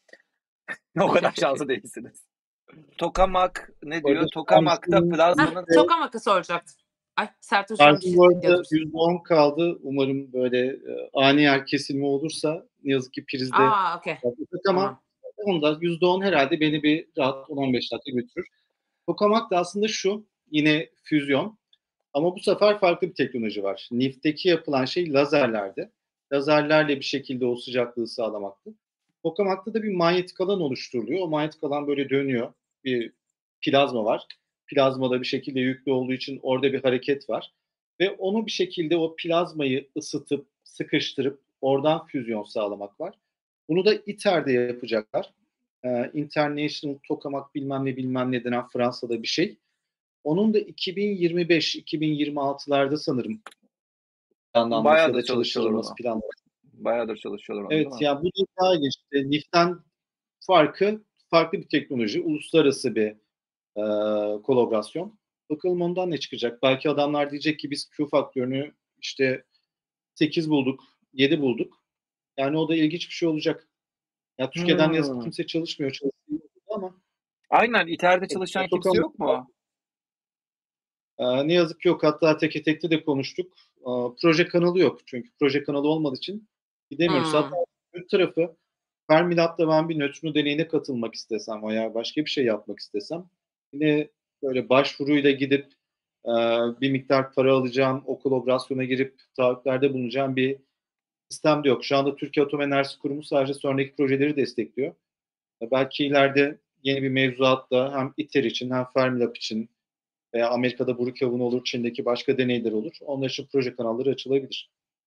Speaker 2: O kadar şanslı değilsiniz. Tokamak ne
Speaker 3: Orada
Speaker 2: diyor? Tokamak'ta
Speaker 3: şansım
Speaker 1: Heh,
Speaker 2: plazmanın
Speaker 1: tokamaka soracaktım. Ay Sertaç Hocam bir
Speaker 3: şansım
Speaker 1: şey
Speaker 3: bu arada
Speaker 1: dinliyordunuz.
Speaker 3: yüzde on kaldı. Umarım böyle e, ani yer kesilme olursa ne yazık ki prizde
Speaker 1: Aa okey.
Speaker 3: yapacak ama
Speaker 1: Tamam.
Speaker 3: onda yüzde on herhalde beni bir rahat on on beş dakika götürür. Tokamak da aslında şu, yine füzyon ama bu sefer farklı bir teknoloji var. N I F'teki yapılan şey lazerlerdi. Lazerlerle bir şekilde o sıcaklığı sağlamaktı. Tokamakta da bir manyetik alan oluşturuluyor. O manyetik alan böyle dönüyor. Bir plazma var. Plazmada bir şekilde yüklü olduğu için orada bir hareket var. Ve onu bir şekilde o plazmayı ısıtıp, sıkıştırıp oradan füzyon sağlamak var. Bunu da ITER'de yapacaklar. Ee, International Tokamak bilmem ne bilmem ne denen Fransa'da bir şey. Onun da iki bin yirmi beş iki bin yirmi altılarda sanırım planlanması ya
Speaker 2: bayağıdır
Speaker 3: da
Speaker 2: çalışıyorlar
Speaker 3: çalıştırılması
Speaker 2: ona.
Speaker 3: planlanması.
Speaker 2: Bayağıdır çalışıyorlar ona değil
Speaker 3: Evet
Speaker 2: mi?
Speaker 3: yani bu da daha geçti. N I F'ten farkı farklı bir teknoloji. Uluslararası bir e, kolaborasyon. Bakalım ondan ne çıkacak. Belki adamlar diyecek ki biz Q faktörünü işte sekiz bulduk, yedi bulduk. Yani o da ilginç bir şey olacak. Ya Türkiye'den ne yazık ki
Speaker 2: Hmm.
Speaker 3: kimse çalışmıyor, çalışıyor ama
Speaker 2: Aynen İTER'de çalışan kimse yok mu?
Speaker 3: Ee, ne yazık ki yok. Hatta teke tekte de konuştuk. Ee, proje kanalı yok. Çünkü proje kanalı olmadığı için gidemiyoruz. Hatta
Speaker 1: Hmm.
Speaker 3: bir tarafı Fermilab'da ben bir nötrino deneyine katılmak istesem veya başka bir şey yapmak istesem yine böyle başvuruyla gidip e, bir miktar para alacağım, o kolaborasyona girip taahhütlerde bulunacağım bir sistem de yok. Şu anda Türkiye Atom Enerjisi Kurumu sadece sonraki projeleri destekliyor. E, belki ileride yeni bir mevzuatta hem ITER için hem Fermilab için veya Amerika'da Brookhaven olur, Çin'deki başka deneyler olur. Onlar için proje kanalları açılabilir.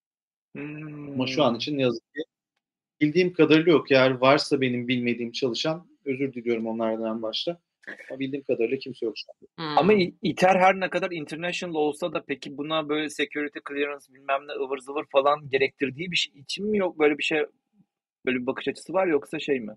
Speaker 3: Ama şu an
Speaker 2: Hmm.
Speaker 3: için ne yazık ki bildiğim kadarıyla yok. Eğer varsa benim bilmediğim çalışan, özür diliyorum onlardan en başta. Ama bildiğim kadarıyla kimse yok şu an.
Speaker 2: Ama
Speaker 1: Hmm.
Speaker 2: İ- İTER her ne kadar international olsa da peki buna böyle security clearance bilmem ne ıvır zıvır falan gerektirdiği bir şey için mi yok böyle bir şey, böyle bir bakış açısı var yoksa şey mi?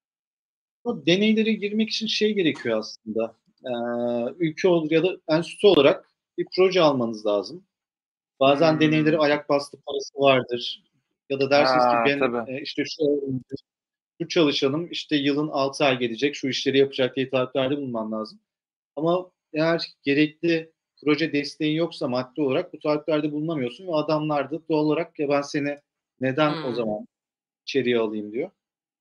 Speaker 3: O deneylere girmek için şey gerekiyor aslında. Ee, ülke olur ya da enstitü olarak bir proje almanız lazım. Bazen deneyleri
Speaker 2: Hmm.
Speaker 3: ayak bastı parası vardır. Ya da dersiniz ki
Speaker 2: Ha
Speaker 3: ben
Speaker 2: tabii.
Speaker 3: e, işte şu şu çalışanım işte yılın altı ay gelecek, şu işleri yapacak diye taahhütlerde bulunman lazım. Ama eğer gerekli proje desteğin yoksa maddi olarak bu taahhütlerde bulunamıyorsun ve adamlar da doğal olarak ya ben seni neden o
Speaker 1: Hmm.
Speaker 3: zaman içeriye alayım diyor.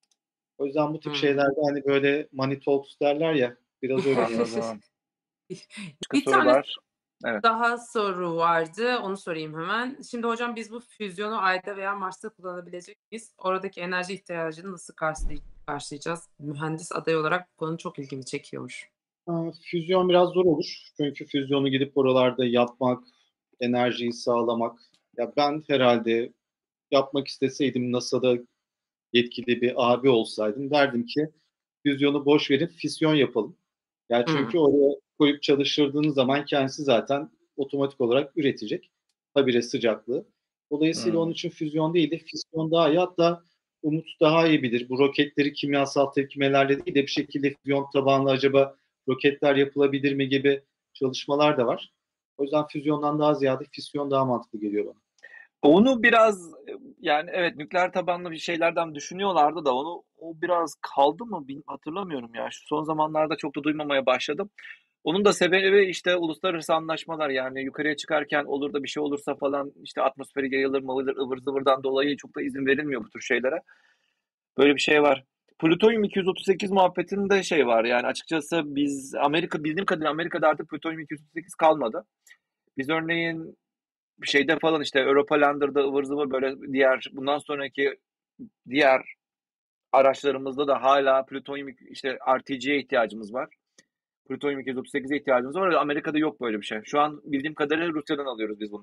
Speaker 3: O yüzden bu tip
Speaker 1: Hmm.
Speaker 3: şeylerde hani böyle money talks derler ya biraz öyle yani.
Speaker 2: Anladım. Başka
Speaker 1: Bir tane
Speaker 2: sorular? Evet.
Speaker 1: daha soru vardı. Onu sorayım hemen. Şimdi hocam biz bu füzyonu Ay'da veya Mars'ta kullanabilecek miyiz? Oradaki enerji ihtiyacını nasıl karşılay- karşılayacağız? Mühendis adayı olarak bu konu çok ilgimi çekiyor.
Speaker 3: Ha, füzyon biraz zor olur. Çünkü füzyonu gidip oralarda yapmak, enerjiyi sağlamak. Ya ben herhalde yapmak isteseydim NASA'da yetkili bir abi olsaydım derdim ki füzyonu boş verin fisyon yapalım. Yani çünkü
Speaker 1: Hmm.
Speaker 3: oraya koyup çalıştırdığınız zaman kendisi zaten otomatik olarak üretecek habire sıcaklığı. Dolayısıyla onun
Speaker 2: Hmm.
Speaker 3: için füzyon değil de fisyon daha iyi. Hatta Umut daha iyi bilir. Bu roketleri kimyasal tepkimelerle değil de bir şekilde füzyon tabanlı acaba roketler yapılabilir mi gibi çalışmalar da var. O yüzden füzyondan daha ziyade fisyon daha mantıklı geliyor bana.
Speaker 2: Onu biraz yani evet nükleer tabanlı bir şeylerden düşünüyorlardı da onu o biraz kaldı mı bil- hatırlamıyorum ya. Şu son zamanlarda çok da duymamaya başladım. Onun da sebebi işte uluslararası anlaşmalar yani yukarıya çıkarken olur da bir şey olursa falan işte atmosferi yayılır mı ıvır zıvırdan dolayı çok da izin verilmiyor bu tür şeylere. Böyle bir şey var. Plütonyum iki yüz otuz sekiz muhabbetinde şey var yani açıkçası biz Amerika bildiğim kadarıyla Amerika'da artık plütonyum iki yüz otuz sekiz kalmadı. Biz örneğin bir şeyde falan işte Europa Lander'da ıvır zıvır böyle diğer bundan sonraki diğer araçlarımızda da hala plütonyum işte R T G'ye ihtiyacımız var. Plütonyum iki yüz otuz sekize ihtiyacımız var. Amerika'da yok böyle bir şey. Şu an bildiğim kadarıyla Rusya'dan alıyoruz biz bunu.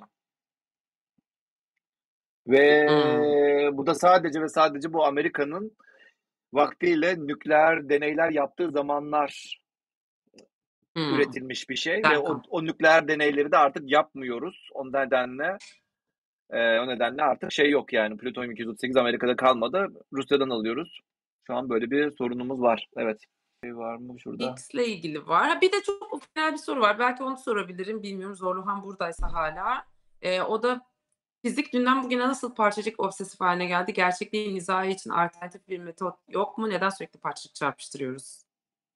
Speaker 1: Hmm.
Speaker 2: Ve bu da sadece ve sadece bu Amerika'nın vaktiyle nükleer deneyler yaptığı zamanlar
Speaker 1: Hmm.
Speaker 2: üretilmiş bir şey ve o,
Speaker 1: Danko.
Speaker 2: o nükleer deneyleri de artık yapmıyoruz. O nedenle e, o nedenle artık şey yok yani plütonyum iki yüz otuz sekiz Amerika'da kalmadı. Rusya'dan alıyoruz. Şu an böyle bir sorunumuz var. Evet. Şey var mı şurada?
Speaker 1: X'le ilgili var. Ha, bir de çok genel bir soru var. Belki onu sorabilirim. Bilmiyorum Zorluhan buradaysa hala. Eee, o da fizik dünden bugüne nasıl parçacık obsesif haline geldi? Gerçekliğin izahı için alternatif bir metot yok mu? Neden sürekli parçacık çarpıştırıyoruz?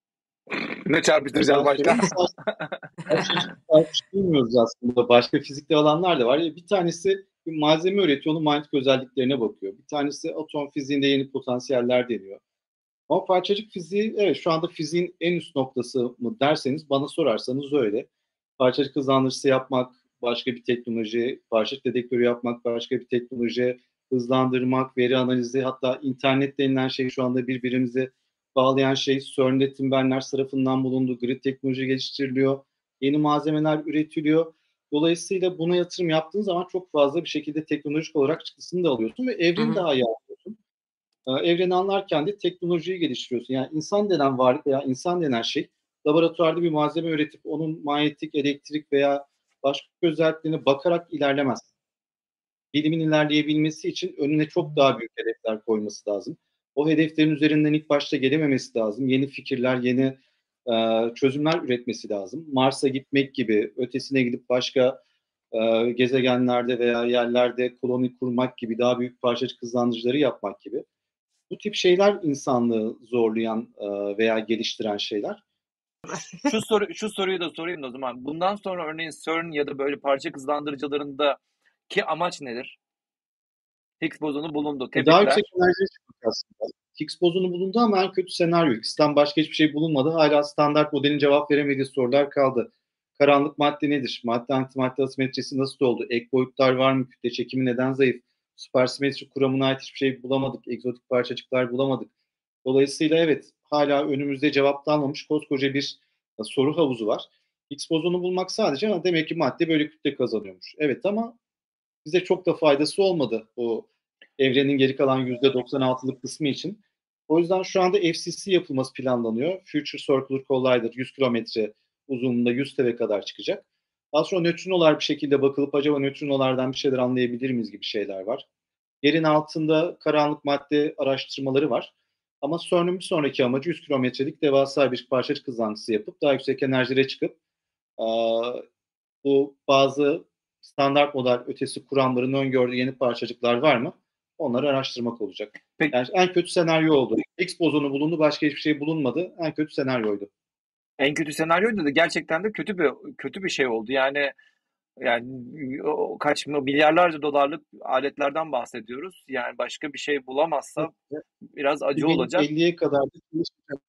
Speaker 2: Ne çarpıştıracağız
Speaker 3: Ben
Speaker 2: başka?
Speaker 3: söyleyeyim. Parçacık çarpıştırmıyoruz aslında. Başka fizikte alanlar da var. Bir tanesi bir malzeme üretiyor, onun manyetik özelliklerine bakıyor. Bir tanesi atom fiziğinde yeni potansiyeller deniyor. Ama parçacık fiziği, evet şu anda fiziğin en üst noktası mı derseniz, bana sorarsanız öyle. Parçacık hızlandırıcısı yapmak başka bir teknoloji, parçacık dedektörü yapmak başka bir teknoloji, hızlandırmak, veri analizi, hatta internet denilen şey şu anda birbirimizi bağlayan şey CERN'de Tim Berners tarafından bulundu, grid teknoloji geliştiriliyor, yeni malzemeler üretiliyor. Dolayısıyla buna yatırım yaptığın zaman çok fazla bir şekilde teknolojik olarak çıktısını da alıyorsun ve
Speaker 1: Hı
Speaker 3: evreni
Speaker 1: hı.
Speaker 3: daha iyi anlıyorsun. Evreni anlarken de teknolojiyi geliştiriyorsun. Yani insan denen varlık veya insan denen şey laboratuvarda bir malzeme üretip onun manyetik, elektrik veya başka özelliklerine bakarak ilerlemez. Bilimin ilerleyebilmesi için önüne çok daha büyük hedefler koyması lazım. O hedeflerin üzerinden ilk başta gelememesi lazım. Yeni fikirler, yeni e, çözümler üretmesi lazım. Mars'a gitmek gibi, ötesine gidip başka e, gezegenlerde veya yerlerde koloni kurmak gibi, daha büyük parçacık hızlandırıcıları yapmak gibi. Bu tip şeyler insanlığı zorlayan e, veya geliştiren şeyler.
Speaker 2: Şu soru şu soruyu da sorayım da o zaman. Bundan sonra örneğin CERN ya da böyle parçacık hızlandırıcılarında ki amaç nedir? Higgs bozonu bulundu.
Speaker 3: Daha yüksek
Speaker 2: Tebrikler.
Speaker 3: enerjiye çıkmak aslında. Higgs bozonu bulundu ama en kötü senaryo. Higgs'ten başka hiçbir şey bulunmadı. Hala standart modelin cevap veremediği sorular kaldı. Karanlık madde nedir? Madde antimadde asimetrisi nasıl oldu? Ek boyutlar var mı? Kütle çekimi neden zayıf? Süpersimetri kuramına ait hiçbir şey bulamadık. Egzotik parçacıklar bulamadık. Dolayısıyla evet, hala önümüzde cevaplanmamış koskoca bir soru havuzu var. Higgs bozonu bulmak sadece, ama demek ki madde böyle kütle kazanıyormuş. Evet, ama bize çok da faydası olmadı o evrenin geri kalan yüzde doksan altılık kısmı için. O yüzden şu anda F C C yapılması planlanıyor. Future Circular Collider yüz kilometre uzunluğunda yüz T V kadar çıkacak. Daha sonra nötrinolar bir şekilde bakılıp acaba nötrinolardan bir şeyler anlayabilir miyiz gibi şeyler var. Yerin altında karanlık madde araştırmaları var. Ama CERN'ün bir sonraki amacı yüz kilometrelik devasa bir parçacık hızlantısı yapıp daha yüksek enerjilere çıkıp bu bazı standart model ötesi kuramların öngördüğü yeni parçacıklar var mı? Onları araştırmak olacak.
Speaker 2: Peki,
Speaker 3: Yani en kötü senaryo oldu. Higgs bozonu bulundu, başka hiçbir şey bulunmadı. En kötü senaryoydu.
Speaker 2: en kötü senaryoydu da gerçekten de kötü bir kötü bir şey oldu. Yani yani o kaç milyarlarca dolarlık aletlerden bahsediyoruz. Yani başka bir şey bulamazsa biraz acı olacak.
Speaker 3: iki bin elliye kadar da çalışacak.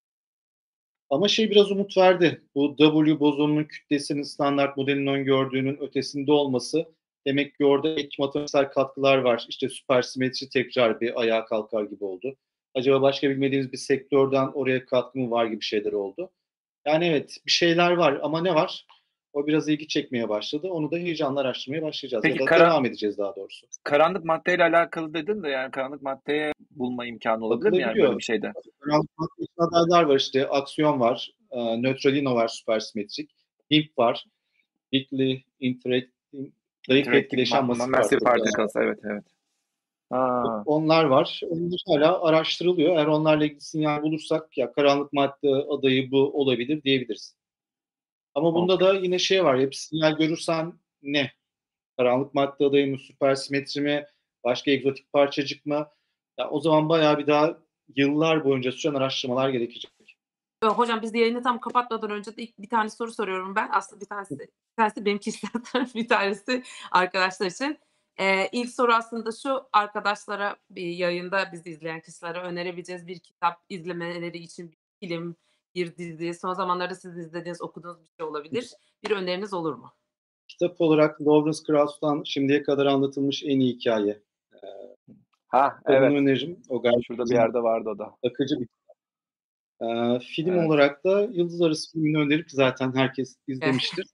Speaker 3: Ama şey biraz umut verdi. Bu W bozonunun kütlesinin standart modelin öngördüğünün ötesinde olması demek ki orada ek matematiksel katkılar var. İşte süpersimetri tekrar bir ayağa kalkar gibi oldu. Acaba başka bilmediğimiz bir sektörden oraya katkı mı var gibi şeyler oldu. Yani evet, bir şeyler var ama ne var? O biraz ilgi çekmeye başladı. Onu da heyecanla araştırmaya başlayacağız ya
Speaker 2: Peki
Speaker 3: da
Speaker 2: kara,
Speaker 3: devam edeceğiz daha doğrusu.
Speaker 2: karanlık maddeyle alakalı dedin de yani karanlık maddeye bulma imkanı olabilir mi yani böyle
Speaker 3: Bakılabiliyor.
Speaker 2: bir şeyde?
Speaker 3: Karanlık madde için adaylar var işte. Aksiyon var, e, nötralino var süpersimetrik, HIMP var, Weakly Interacting, zayıf
Speaker 2: Interacting
Speaker 3: etkileşen
Speaker 2: ma-
Speaker 3: masif
Speaker 2: Massive
Speaker 3: partiküller.
Speaker 2: Particles, evet evet. Aa,
Speaker 3: Onlar var. Onlar hala araştırılıyor. Eğer onlarla ilgili sinyal bulursak ya karanlık madde adayı bu olabilir diyebiliriz. Ama bunda
Speaker 2: okey.
Speaker 3: da yine şey var ya, bir sinyal görürsen ne? Karanlık madde adayı mı, süpersimetri mi, başka egzotik parçacık mı? Ya o zaman bayağı bir daha yıllar boyunca süren araştırmalar gerekecek.
Speaker 1: Eee, hocam biz yayını tam kapatmadan önce de ilk bir tane soru soruyorum ben. Aslında bir tanesi bir tanesi benim kişisel tarafım, bir tanesi arkadaşlar için. Eee, ilk soru aslında şu: arkadaşlara bir yayında bizi izleyen kişilere önerebileceğiniz bir kitap, izlemeleri için bir film, bir dizi, son zamanlarda siz izlediğiniz, okuduğunuz bir şey olabilir. Bir öneriniz olur mu?
Speaker 3: Kitap olarak Lawrence Krauss'tan şimdiye kadar anlatılmış en iyi hikaye. Ee,
Speaker 2: Ha
Speaker 3: kitabını
Speaker 2: evet.
Speaker 3: öneririm. O gayet
Speaker 2: Şurada bir yerde vardı o da.
Speaker 3: akıcı bir. Ee, film
Speaker 2: Evet.
Speaker 3: olarak da Yıldız Arası filmini önerip zaten herkes
Speaker 1: Eh,
Speaker 3: izlemiştir.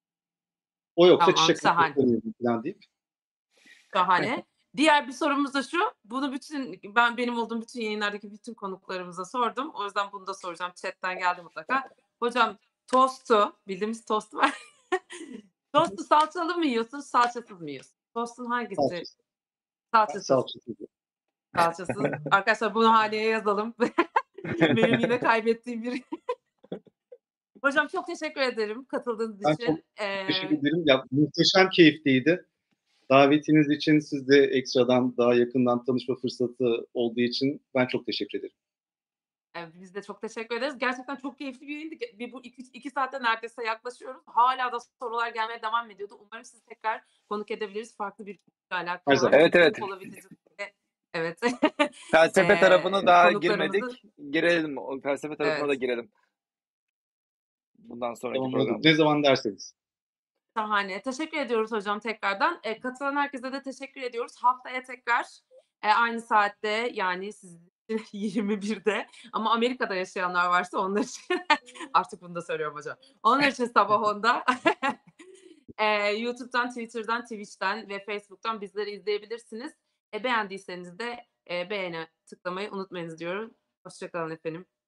Speaker 3: O yoksa
Speaker 1: Tamam,
Speaker 3: Çiçek
Speaker 1: şahane.
Speaker 3: Koklatları falan deyip.
Speaker 1: Şahane. Diğer bir sorumuz da şu: bunu bütün ben benim olduğum bütün yayınlardaki bütün konuklarımıza sordum. O yüzden bunu da soracağım. Chat'ten geldi mutlaka. Hocam tostu, bildiğimiz tost var. Tostu salçalı mı yiyorsun, salçasız mı yiyorsun? Tostun hangisi
Speaker 3: Salçası.
Speaker 1: salçasız?
Speaker 3: Salçası.
Speaker 1: Salçasız. Arkadaşlar bunu haneye yazalım. Benim yine kaybettiğim bir Hocam çok teşekkür ederim katıldığınız
Speaker 3: Ben çok
Speaker 1: için.
Speaker 3: teşekkür
Speaker 1: Eee
Speaker 3: ederim. Ya, muhteşem keyifliydi. Davetiniz için, siz de ekstradan daha yakından tanışma fırsatı olduğu için ben çok teşekkür ederim.
Speaker 1: Eee, biz de çok teşekkür ederiz. Gerçekten çok keyifli bir yayındı. Ge bir bu iki iki saate neredeyse yaklaşıyoruz. Hâlâ da sorular gelmeye devam ediyordu. Umarım sizi tekrar konuk edebiliriz farklı bir konuyla
Speaker 3: Her
Speaker 1: alakalı
Speaker 3: zaman.
Speaker 1: olarak.
Speaker 2: Evet,
Speaker 1: Çünkü
Speaker 2: evet.
Speaker 1: Polavitic'te evet,
Speaker 2: Felsefe tarafına
Speaker 1: eee,
Speaker 2: daha
Speaker 1: konuklarımızı
Speaker 2: girmedik. Girelim. O felsefe tarafına da
Speaker 1: Evet.
Speaker 2: girelim. Bundan sonraki
Speaker 3: Tamam, olur.
Speaker 2: programda.
Speaker 3: Ne zaman derseniz.
Speaker 1: Şahane. Teşekkür ediyoruz hocam tekrardan. Eee, katılan herkese de teşekkür ediyoruz. Haftaya tekrar, eee, aynı saatte yani sizin için yirmi birde ama Amerika'da yaşayanlar varsa onlar için artık bunu da söylüyorum hocam. Onlar için sabah onda eee, YouTube'dan, Twitter'dan, Twitch'ten ve Facebook'tan bizleri izleyebilirsiniz. E, beğendiyseniz de, eee, beğene tıklamayı unutmayınız diyorum. Hoşça kalın efendim.